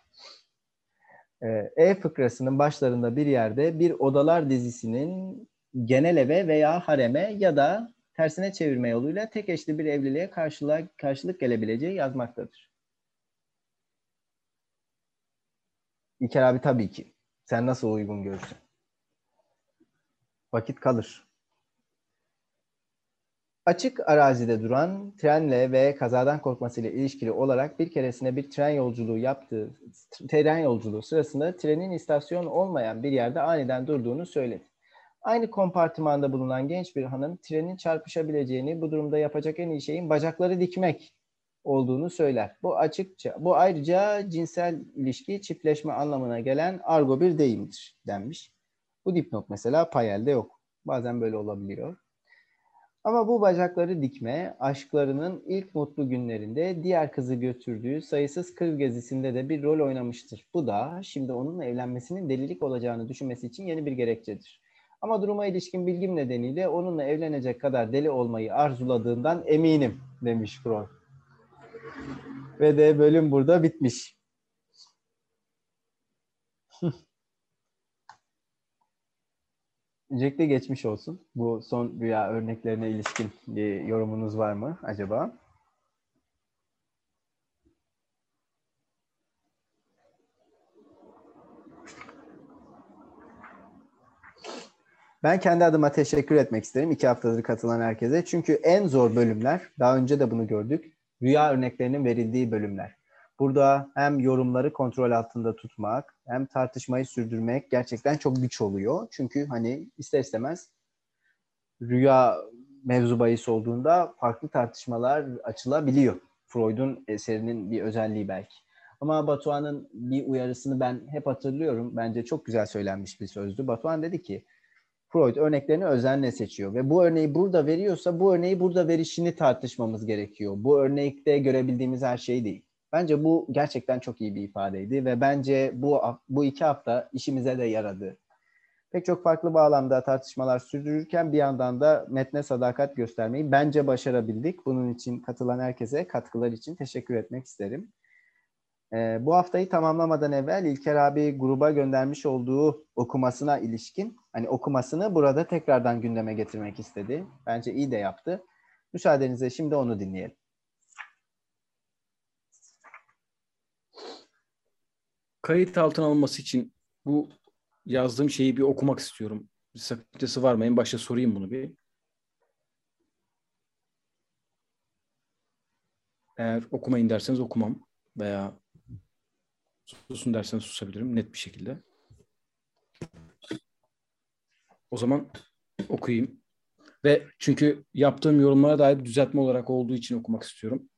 E fıkrasının başlarında bir yerde bir odalar dizisinin genel eve veya hareme ya da tersine çevirme yoluyla tek eşli bir evliliğe karşılık, karşılık gelebileceği yazmaktadır. İlker abi tabii ki. Sen nasıl uygun görürsen. Vakit kalır. Açık arazide duran trenle ve kazadan korkmasıyla ilişkili olarak bir keresinde bir tren yolculuğu yaptığı, tren yolculuğu sırasında trenin istasyon olmayan bir yerde aniden durduğunu söyledi. Aynı kompartımanda bulunan genç bir hanım trenin çarpışabileceğini, bu durumda yapacak en iyi şeyin bacakları dikmek olduğunu söyler. Bu açıkça, bu ayrıca cinsel ilişki, çiftleşme anlamına gelen argo bir deyimdir denmiş. Bu dipnot mesela Payel'de yok. Bazen böyle olabiliyor. Ama bu bacakları dikme, aşklarının ilk mutlu günlerinde diğer kızı götürdüğü sayısız kır gezisinde de bir rol oynamıştır. Bu da şimdi onunla evlenmesinin delilik olacağını düşünmesi için yeni bir gerekçedir. Ama duruma ilişkin bilgim nedeniyle onunla evlenecek kadar deli olmayı arzuladığından eminim demiş Freud. Ve de bölüm burada bitmiş. Öncelikle geçmiş olsun. Bu son rüya örneklerine ilişkin bir yorumunuz var mı acaba? Ben kendi adıma teşekkür etmek isterim iki haftadır katılan herkese. Çünkü en zor bölümler, daha önce de bunu gördük, rüya örneklerinin verildiği bölümler. Burada hem yorumları kontrol altında tutmak, hem tartışmayı sürdürmek gerçekten çok güç oluyor. Çünkü hani ister istemez rüya mevzu bahis olduğunda farklı tartışmalar açılabiliyor. Freud'un eserinin bir özelliği belki. Ama Batuhan'ın bir uyarısını ben hep hatırlıyorum. Bence çok güzel söylenmiş bir sözdü. Batuhan dedi ki, Freud örneklerini özenle seçiyor ve bu örneği burada veriyorsa bu örneği burada verişini tartışmamız gerekiyor. Bu örnekte görebildiğimiz her şey değil. Bence bu gerçekten çok iyi bir ifadeydi ve bence bu bu iki hafta işimize de yaradı. Pek çok farklı bağlamda tartışmalar sürdürürken bir yandan da metne sadakat göstermeyi bence başarabildik. Bunun için katılan herkese katkılar için teşekkür etmek isterim. Ee, bu haftayı tamamlamadan evvel İlker abi gruba göndermiş olduğu okumasına ilişkin, hani okumasını burada tekrardan gündeme getirmek istedi. Bence iyi de yaptı. Müsaadenizle şimdi onu dinleyelim. Kayıt altına alınması için bu yazdığım şeyi bir okumak istiyorum. Bir sakıncası var mı? En başta sorayım bunu bir. Eğer okumayın derseniz okumam veya susun derseniz susabilirim net bir şekilde. O zaman okuyayım. Ve çünkü yaptığım yorumlara dair bir düzeltme olarak olduğu için okumak istiyorum.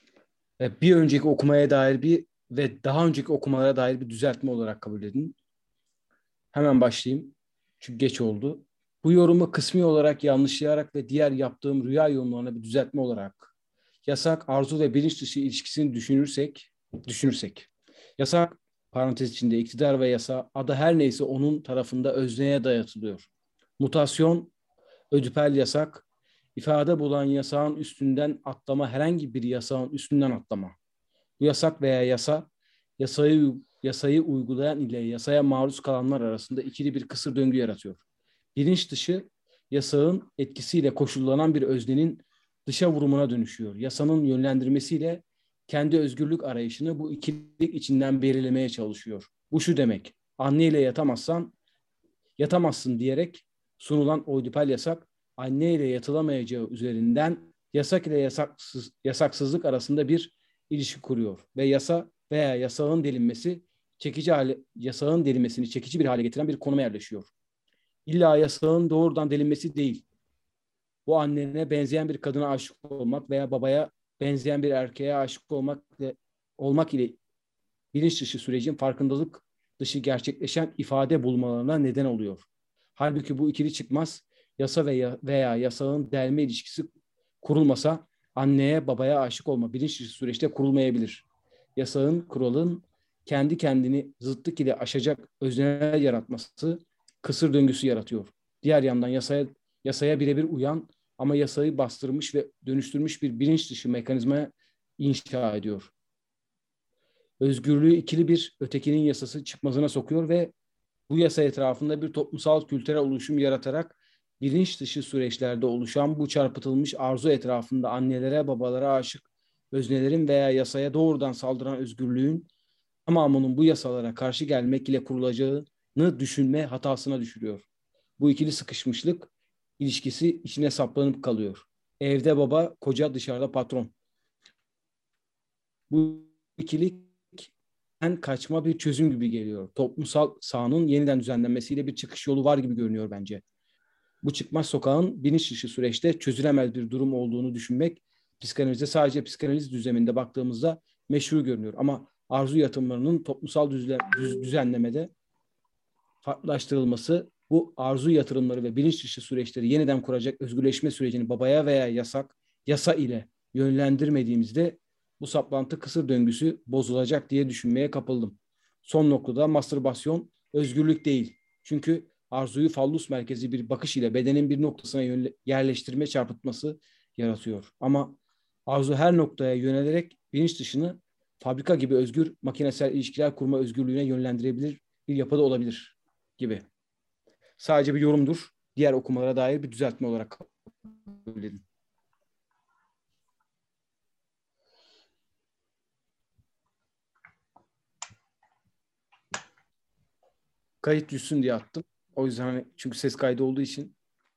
Bir önceki okumaya dair bir ve daha önceki okumalara dair bir düzeltme olarak kabul edin. Hemen başlayayım. Çünkü geç oldu. Bu yorumu kısmi olarak yanlışlayarak ve diğer yaptığım rüya yorumlarına bir düzeltme olarak yasak, arzu ve bilinç dışı ilişkisini düşünürsek, düşünürsek. Yasak, parantez içinde iktidar ve yasa, adı her neyse onun tarafında özneye dayatılıyor. Mutasyon, ödipel yasak, ifade bulan yasağın üstünden atlama, herhangi bir yasağın üstünden atlama. Bu yasak veya yasa, yasayı, yasayı uygulayan ile yasaya maruz kalanlar arasında ikili bir kısır döngü yaratıyor. Bilinç dışı, yasağın etkisiyle koşullanan bir öznenin dışa vurumuna dönüşüyor. Yasanın yönlendirmesiyle kendi özgürlük arayışını bu ikilik içinden belirlemeye çalışıyor. Bu şu demek, anne ile yatamazsan, yatamazsın diyerek sunulan oidipal yasak, anne ile yatılamayacağı üzerinden yasak ile yasaksız, yasaksızlık arasında bir ilişki kuruyor. Ve yasa veya yasağın delinmesi, çekici hale, yasağın delinmesini çekici bir hale getiren bir konuma yerleşiyor. İlla yasağın doğrudan delinmesi değil. Bu annene benzeyen bir kadına aşık olmak veya babaya benzeyen bir erkeğe aşık olmak ile, olmak ile bilinç dışı sürecin farkındalık dışı gerçekleşen ifade bulmalarına neden oluyor. Halbuki bu ikili çıkmaz, yasa veya, veya yasağın delme ilişkisi kurulmasa anneye babaya aşık olma bilinç dışı süreçte kurulmayabilir. Yasağın, kuralın kendi kendini zıtlık ile aşacak özneler yaratması kısır döngüsü yaratıyor. Diğer yandan yasaya, yasaya birebir uyan ama yasayı bastırmış ve dönüştürmüş bir bilinç dışı mekanizma inşa ediyor. Özgürlüğü ikili bir ötekinin yasası çıkmazına sokuyor ve bu yasa etrafında bir toplumsal kültürel oluşum yaratarak bilinç dışı süreçlerde oluşan bu çarpıtılmış arzu etrafında annelere, babalara aşık öznelerin veya yasaya doğrudan saldıran özgürlüğün tamamının bu yasalara karşı gelmek ile kurulacağını düşünme hatasına düşürüyor. Bu ikili sıkışmışlık ilişkisi içine saplanıp kalıyor. evde baba, koca dışarıda patron. Bu ikilikten kaçma bir çözüm gibi geliyor. Toplumsal sahanın yeniden düzenlenmesiyle bir çıkış yolu var gibi görünüyor bence. Bu çıkmaz sokağın bilinç dışı süreçte çözülemez bir durum olduğunu düşünmek, psikanalize sadece psikanaliz düzleminde baktığımızda meşru görünüyor. Ama arzu yatırımlarının toplumsal düzle, düz, düzenlemede farklılaştırılması, bu arzu yatırımları ve bilinç dışı süreçleri yeniden kuracak özgürleşme sürecini babaya veya yasak, yasa ile yönlendirmediğimizde bu saplantı kısır döngüsü bozulacak diye düşünmeye kapıldım. Son noktada mastürbasyon özgürlük değil. Çünkü arzuyu fallus merkezi bir bakış ile bedenin bir noktasına yerleştirme çarpıtması yaratıyor. Ama arzu her noktaya yönelerek bilinç dışını fabrika gibi özgür makinesel ilişkiler kurma özgürlüğüne yönlendirebilir bir yapıda olabilir gibi. Sadece bir yorumdur. Diğer okumalara dair bir düzeltme olarak kabul edin. Kayıt düşsün diye attım. O yüzden hani çünkü ses kaydı olduğu için.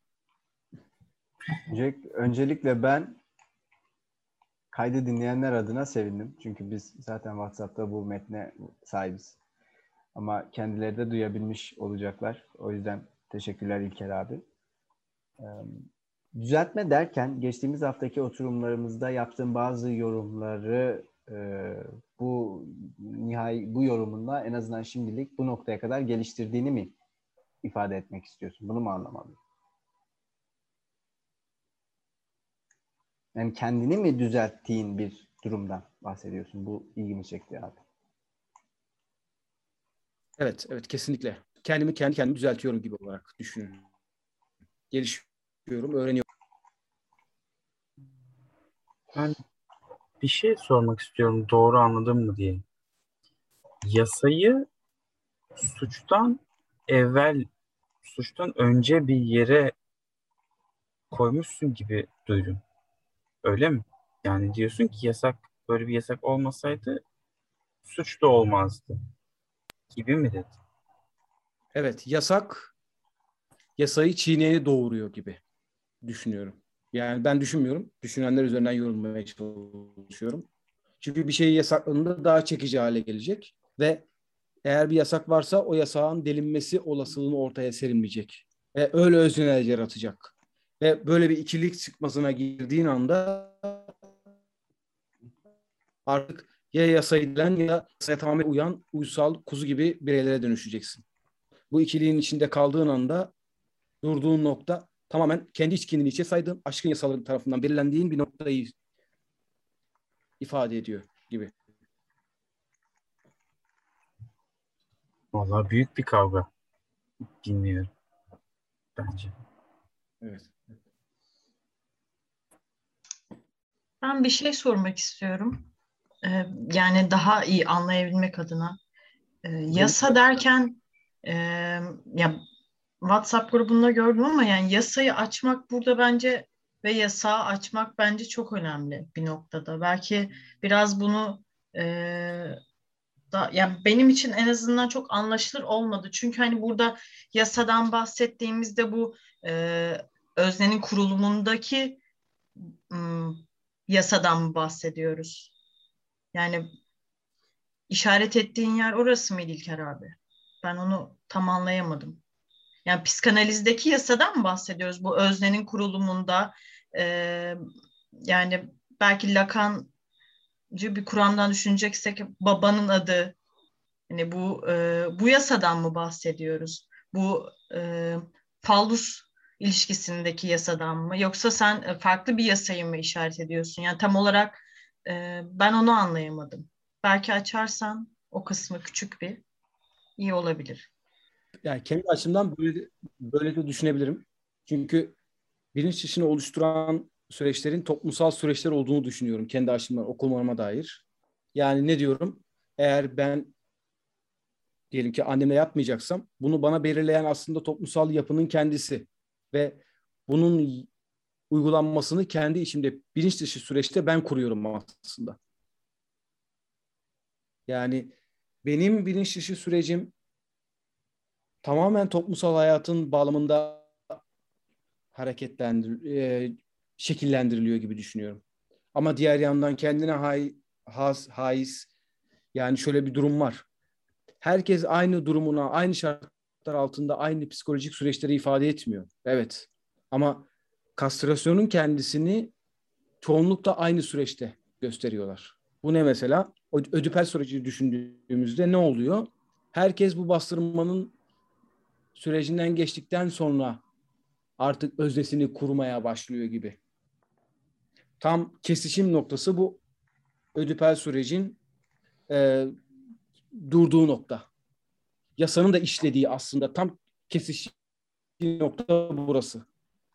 Öncelikle ben kaydı dinleyenler adına sevindim. Çünkü biz zaten WhatsApp'ta bu metne sahibiz. Ama kendileri de duyabilmiş olacaklar. O yüzden teşekkürler İlker abi. Ee, düzeltme derken geçtiğimiz haftaki oturumlarımızda yaptığım bazı yorumları e, bu nihai bu yorumunla en azından şimdilik bu noktaya kadar geliştirdiğini mi ifade etmek istiyorsun? Bunu mu anlamalıyım? Yani kendini mi düzelttiğin bir durumdan bahsediyorsun? Bu ilgimi çekti abi. Evet, evet kesinlikle. Kendimi kendi kendimi düzeltiyorum gibi olarak düşünüyorum. Gelişiyorum, öğreniyorum. Ben bir şey sormak istiyorum, doğru anladım mı diye. Yasayı suçtan evvel, suçtan önce bir yere koymuşsun gibi duydum. Öyle mi? Yani diyorsun ki yasak, böyle bir yasak olmasaydı suç da olmazdı gibi mi dedin? Evet, yasak yasayı çiğneyeni doğuruyor gibi düşünüyorum. Yani ben düşünmüyorum. Düşünenler üzerinden yorumlamaya çalışıyorum. Çünkü bir şeyi yasakladığında daha çekici hale gelecek ve eğer bir yasak varsa o yasağın delinmesi olasılığını ortaya serilmeyecek. Ve öyle öznel yaratacak. Ve böyle bir ikilik çıkmasına girdiğin anda artık ya yasayı dilen ya yasaya tamamen uyan, uysal, kuzu gibi bireylere dönüşeceksin. Bu ikiliğin içinde kaldığın anda durduğun nokta tamamen kendi içkindiliği içe saydığın aşkın yasaları tarafından belirlendiğin bir noktayı ifade ediyor gibi. Vallahi büyük bir kavga. Bilmiyorum. Bence. Evet. Ben bir şey sormak istiyorum. Ee, yani daha iyi anlayabilmek adına. Ee, yasa derken e, ya WhatsApp grubunda gördüm ama yani yasayı açmak burada bence ve yasağı açmak bence çok önemli bir noktada. Belki biraz bunu e, da, yani benim için en azından çok anlaşılır olmadı. Çünkü hani burada yasadan bahsettiğimizde bu e, öznenin kurulumundaki m, yasadan mı bahsediyoruz? Yani işaret ettiğin yer orası mıydı İlker abi? Ben onu tam anlayamadım. Yani psikanalizdeki yasadan mı bahsediyoruz? Bu öznenin kurulumunda e, yani belki Lacan'cı bir kuramdan düşüneceksek babanın adı, hani bu e, bu yasadan mı bahsediyoruz? Bu e, Fallus ilişkisindeki yasadan mı? Yoksa sen e, farklı bir yasayı mı işaret ediyorsun? Yani tam olarak e, ben onu anlayamadım. Belki açarsan o kısmı küçük bir iyi olabilir. Yani kendi açımdan böyle, böyle de düşünebilirim. Çünkü bilinç dışını oluşturan süreçlerin toplumsal süreçler olduğunu düşünüyorum. Kendi açımdan okumama dair. Yani ne diyorum? Eğer ben diyelim ki annemle yatmayacaksam bunu bana belirleyen aslında toplumsal yapının kendisi. Ve bunun uygulanmasını kendi içimde bilinç dışı süreçte ben kuruyorum aslında. Yani benim bilinç dışı sürecim tamamen toplumsal hayatın bağlamında hareketlendir, e, şekillendiriliyor gibi düşünüyorum. Ama diğer yandan kendine hay, has, haiz, yani şöyle bir durum var. Herkes aynı durumuna, aynı şartlar altında aynı psikolojik süreçleri ifade etmiyor. Evet. Ama kastrasyonun kendisini çoğunlukla aynı süreçte gösteriyorlar. Bu ne mesela? Ödipal süreci düşündüğümüzde ne oluyor? Herkes bu bastırmanın sürecinden geçtikten sonra artık öznesini kurmaya başlıyor gibi. Tam kesişim noktası bu ödipal sürecin e, durduğu nokta. Yasanın da işlediği aslında tam kesişim nokta burası.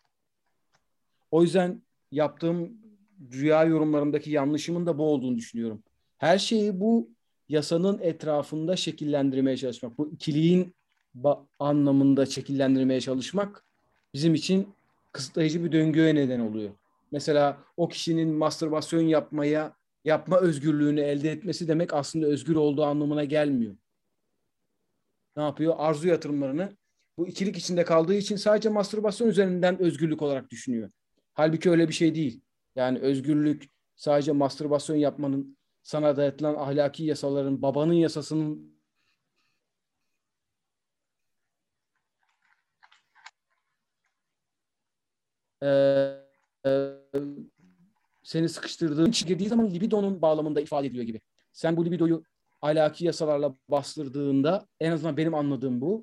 O yüzden yaptığım rüya yorumlarındaki yanlışımın da bu olduğunu düşünüyorum. Her şeyi bu yasanın etrafında şekillendirmeye çalışmak, bu ikiliğin anlamında şekillendirmeye çalışmak bizim için kısıtlayıcı bir döngüye neden oluyor. Mesela o kişinin mastürbasyon yapmaya, yapma özgürlüğünü elde etmesi demek aslında özgür olduğu anlamına gelmiyor. Ne yapıyor? Arzu yatırımlarını bu ikilik içinde kaldığı için sadece mastürbasyon üzerinden özgürlük olarak düşünüyor. Halbuki öyle bir şey değil. Yani özgürlük sadece mastürbasyon yapmanın, sana dayatılan ahlaki yasaların, babanın yasasının e, e, seni sıkıştırdığı için girdiği zaman libidonun bağlamında ifade ediliyor gibi. Sen bu libidoyu ahlaki yasalarla bastırdığında, en azından benim anladığım bu,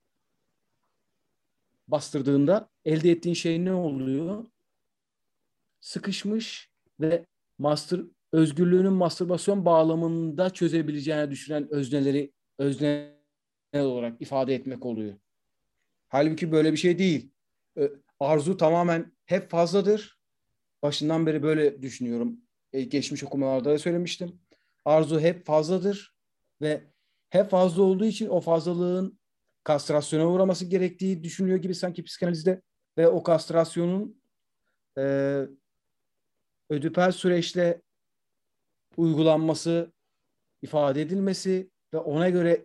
bastırdığında elde ettiğin şey ne oluyor? Sıkışmış ve master, özgürlüğünün mastürbasyon bağlamında çözebileceğini düşünen özneleri özne olarak ifade etmek oluyor. Halbuki böyle bir şey değil. Arzu tamamen hep fazladır. Başından beri böyle düşünüyorum. Geçmiş okumalarda da söylemiştim. Arzu hep fazladır ve hep fazla olduğu için o fazlalığın kastrasyona uğraması gerektiği düşünülüyor gibi sanki psikanalizde ve o kastrasyonun e, ödipal süreçte uygulanması, ifade edilmesi ve ona göre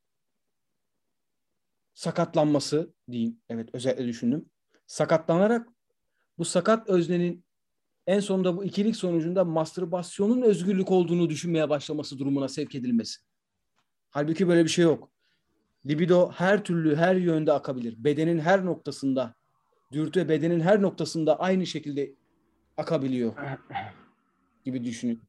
sakatlanması diyeyim. Evet, özellikle düşündüm. Sakatlanarak bu sakat öznenin en sonunda bu ikilik sonucunda mastürbasyonun özgürlük olduğunu düşünmeye başlaması durumuna sevk edilmesi. Halbuki böyle bir şey yok. Libido her türlü, her yönde akabilir. Bedenin her noktasında, dürtü bedenin her noktasında aynı şekilde akabiliyor gibi düşünün.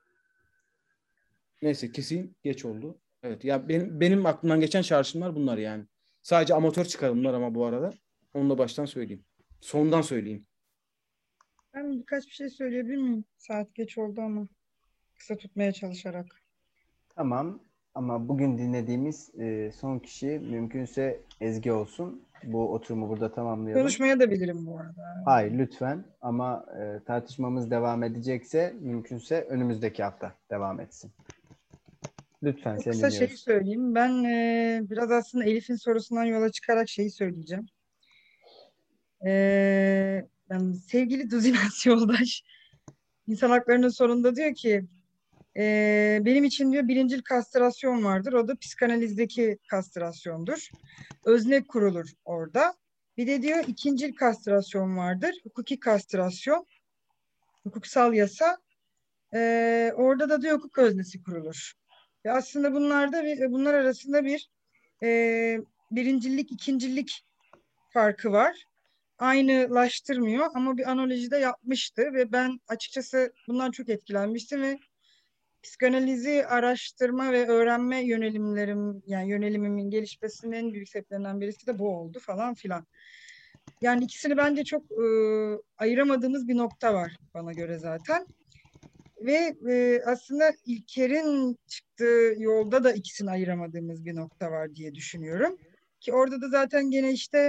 Neyse keseyim, geç oldu. Evet ya benim benim aklımdan geçen çağrışımlar bunlar yani. Sadece amatör çıkarımlar ama bu arada. Onu da baştan söyleyeyim. Sondan söyleyeyim. Ben birkaç bir şey söyleyebilir miyim? Saat geç oldu ama kısa tutmaya çalışarak. Tamam ama bugün dinlediğimiz e, son kişi mümkünse Ezgi olsun. Bu oturumu burada tamamlayalım. Konuşmaya da bilirim bu arada. Hayır lütfen ama e, tartışmamız devam edecekse mümkünse önümüzdeki hafta devam etsin. Lütfen seni Kısa dinliyoruz. şeyi söyleyeyim. Ben e, biraz aslında Elif'in sorusundan yola çıkarak şeyi söyleyeceğim. E, yani sevgili Duzinas Yoldaş insan haklarının sonunda diyor ki e, benim için diyor birincil kastrasyon vardır. O da psikanalizdeki kastrasyondur. Özne kurulur orada. Bir de diyor ikincil kastrasyon vardır. Hukuki kastrasyon. Hukuksal yasa. E, orada da diyor hukuk öznesi kurulur. Ve aslında bunlarda bir, bunlar arasında bir e, birincilik, ikincilik farkı var. Aynılaştırmıyor ama bir analojide yapmıştı ve ben açıkçası bundan çok etkilenmiştim ve psikanalizi araştırma ve öğrenme yönelimlerim, yani yönelimimin gelişmesinin en büyük sebeplerinden birisi de bu oldu falan filan. Yani ikisini bence çok e, ayıramadığımız bir nokta var bana göre zaten. Ve e, aslında İlker'in çıktığı yolda da ikisini ayıramadığımız bir nokta var diye düşünüyorum. Ki orada da zaten gene işte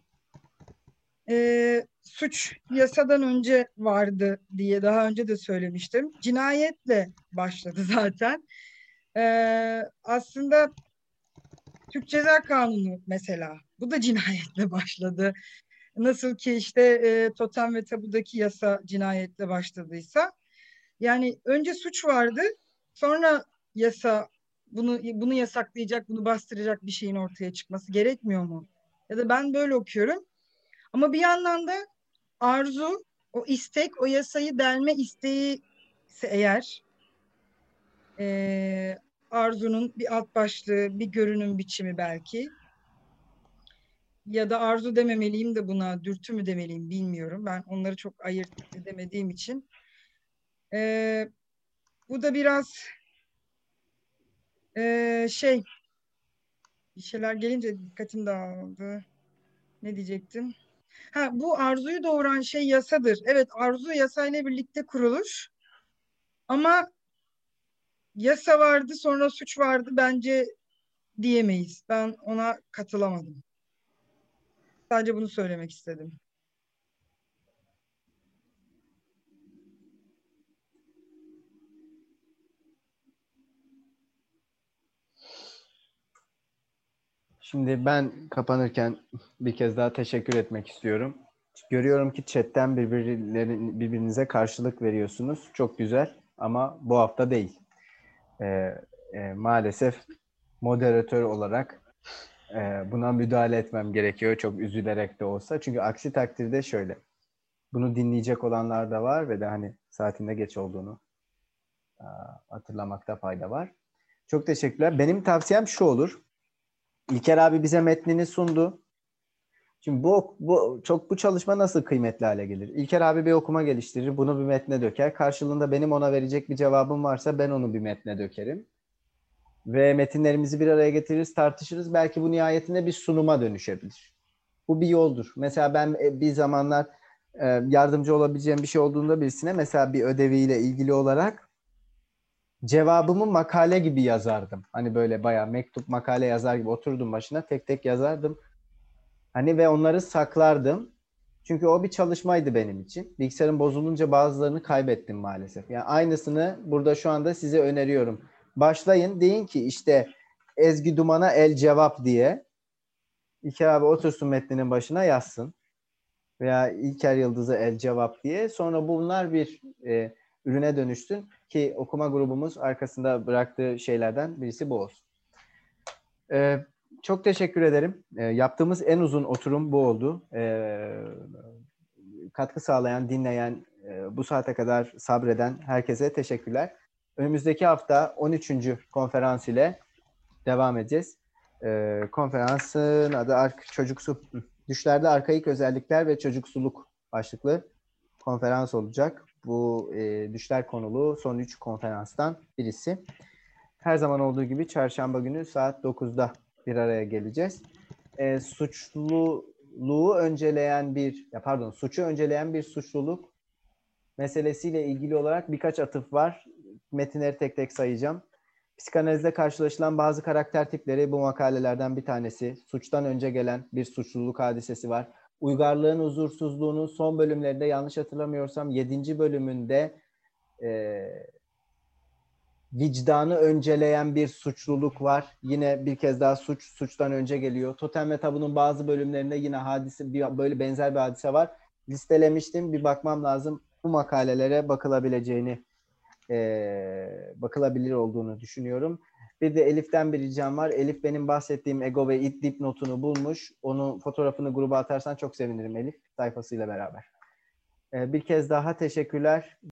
e, suç yasadan önce vardı diye daha önce de söylemiştim. Cinayetle başladı zaten. E, aslında Türk Ceza Kanunu mesela bu da cinayetle başladı. Nasıl ki işte e, Totem ve Tabu'daki yasa cinayetle başladıysa. Yani önce suç vardı, sonra yasa bunu bunu yasaklayacak, bunu bastıracak bir şeyin ortaya çıkması gerekmiyor mu? Ya da ben böyle okuyorum. Ama bir yandan da arzu O istek, o yasayı delme isteği ise eğer e, arzunun bir alt başlığı, bir görünüm biçimi belki. Ya da arzu dememeliyim de buna, dürtü mü demeliyim bilmiyorum. Ben onları çok ayırt edemediğim için. E, bu da biraz e, şey, bir şeyler gelince dikkatim dağıldı. Ne diyecektim? Ha, bu arzuyu doğuran şey yasadır. Evet, arzu yasayla birlikte kurulur. Ama yasa vardı, sonra suç vardı bence diyemeyiz. Ben ona katılamadım. Sadece bunu söylemek istedim. Şimdi ben kapanırken bir kez daha teşekkür etmek istiyorum. Görüyorum ki chatten birbirlerin, birbirinize karşılık veriyorsunuz. Çok güzel ama bu hafta değil. Ee, e, maalesef moderatör olarak e, buna müdahale etmem gerekiyor. Çok üzülerek de olsa. Çünkü aksi takdirde şöyle. Bunu dinleyecek olanlar da var ve de hani saatinde geç olduğunu e, hatırlamakta fayda var. Çok teşekkürler. Benim tavsiyem şu olur. İlker abi bize metnini sundu. Şimdi bu, bu çok bu çalışma nasıl kıymetli hale gelir? İlker abi bir okuma geliştirir, bunu bir metne döker. Karşılığında benim ona verecek bir cevabım varsa ben onu bir metne dökerim. Ve metinlerimizi bir araya getiririz, tartışırız. Belki bu nihayetinde bir sunuma dönüşebilir. Bu bir yoldur. Mesela ben bir zamanlar yardımcı olabileceğim bir şey olduğunda birisine mesela bir ödeviyle ilgili olarak cevabımı makale gibi yazardım. Hani böyle bayağı mektup makale yazar gibi oturdum başına tek tek yazardım. Hani ve onları saklardım. Çünkü o bir çalışmaydı benim için. Bilgisayarım bozulunca bazılarını kaybettim maalesef. Yani aynısını burada şu anda size öneriyorum. Başlayın, deyin ki işte Ezgi Duman'a el cevap diye. İlker abi otursun metninin başına yazsın. Veya İlker Yıldız'a el cevap diye. Sonra bunlar bir e, ürüne dönüşsün ki okuma grubumuz arkasında bıraktığı şeylerden birisi bu olsun. Evet. Çok teşekkür ederim. E, yaptığımız en uzun oturum bu oldu. E, katkı sağlayan, dinleyen, e, bu saate kadar sabreden herkese teşekkürler. Önümüzdeki hafta on üçüncü konferans ile devam edeceğiz. E, konferansın adı Ark Çocuksu Düşlerde Arkaik Özellikler ve Çocuksuluk başlıklı konferans olacak. Bu e, düşler konulu son üç konferanstan birisi. Her zaman olduğu gibi çarşamba günü saat dokuzda bir araya geleceğiz. E, suçluluğu önceleyen bir, ya pardon, suçu önceleyen bir suçluluk meselesiyle ilgili olarak birkaç atıf var. Metinleri tek tek sayacağım. Psikanalizde karşılaşılan bazı karakter tipleri bu makalelerden bir tanesi. Suçtan önce gelen bir suçluluk hadisesi var. Uygarlığın huzursuzluğunun son bölümlerinde, yanlış hatırlamıyorsam yedinci bölümünde e, vicdanı önceleyen bir suçluluk var. Yine bir kez daha suç suçtan önce geliyor. Totem ve Tabu'nun bazı bölümlerinde yine hadise bir, böyle benzer bir hadise var. Listelemiştim. Bir bakmam lazım. Bu makalelere bakılabileceğini e, bakılabilir olduğunu düşünüyorum. Bir de Elif'ten bir ricam var. Elif benim bahsettiğim Ego ve It dipnotunu bulmuş. Onun fotoğrafını gruba atarsan çok sevinirim Elif. Sayfasıyla beraber. E, bir kez daha teşekkürler.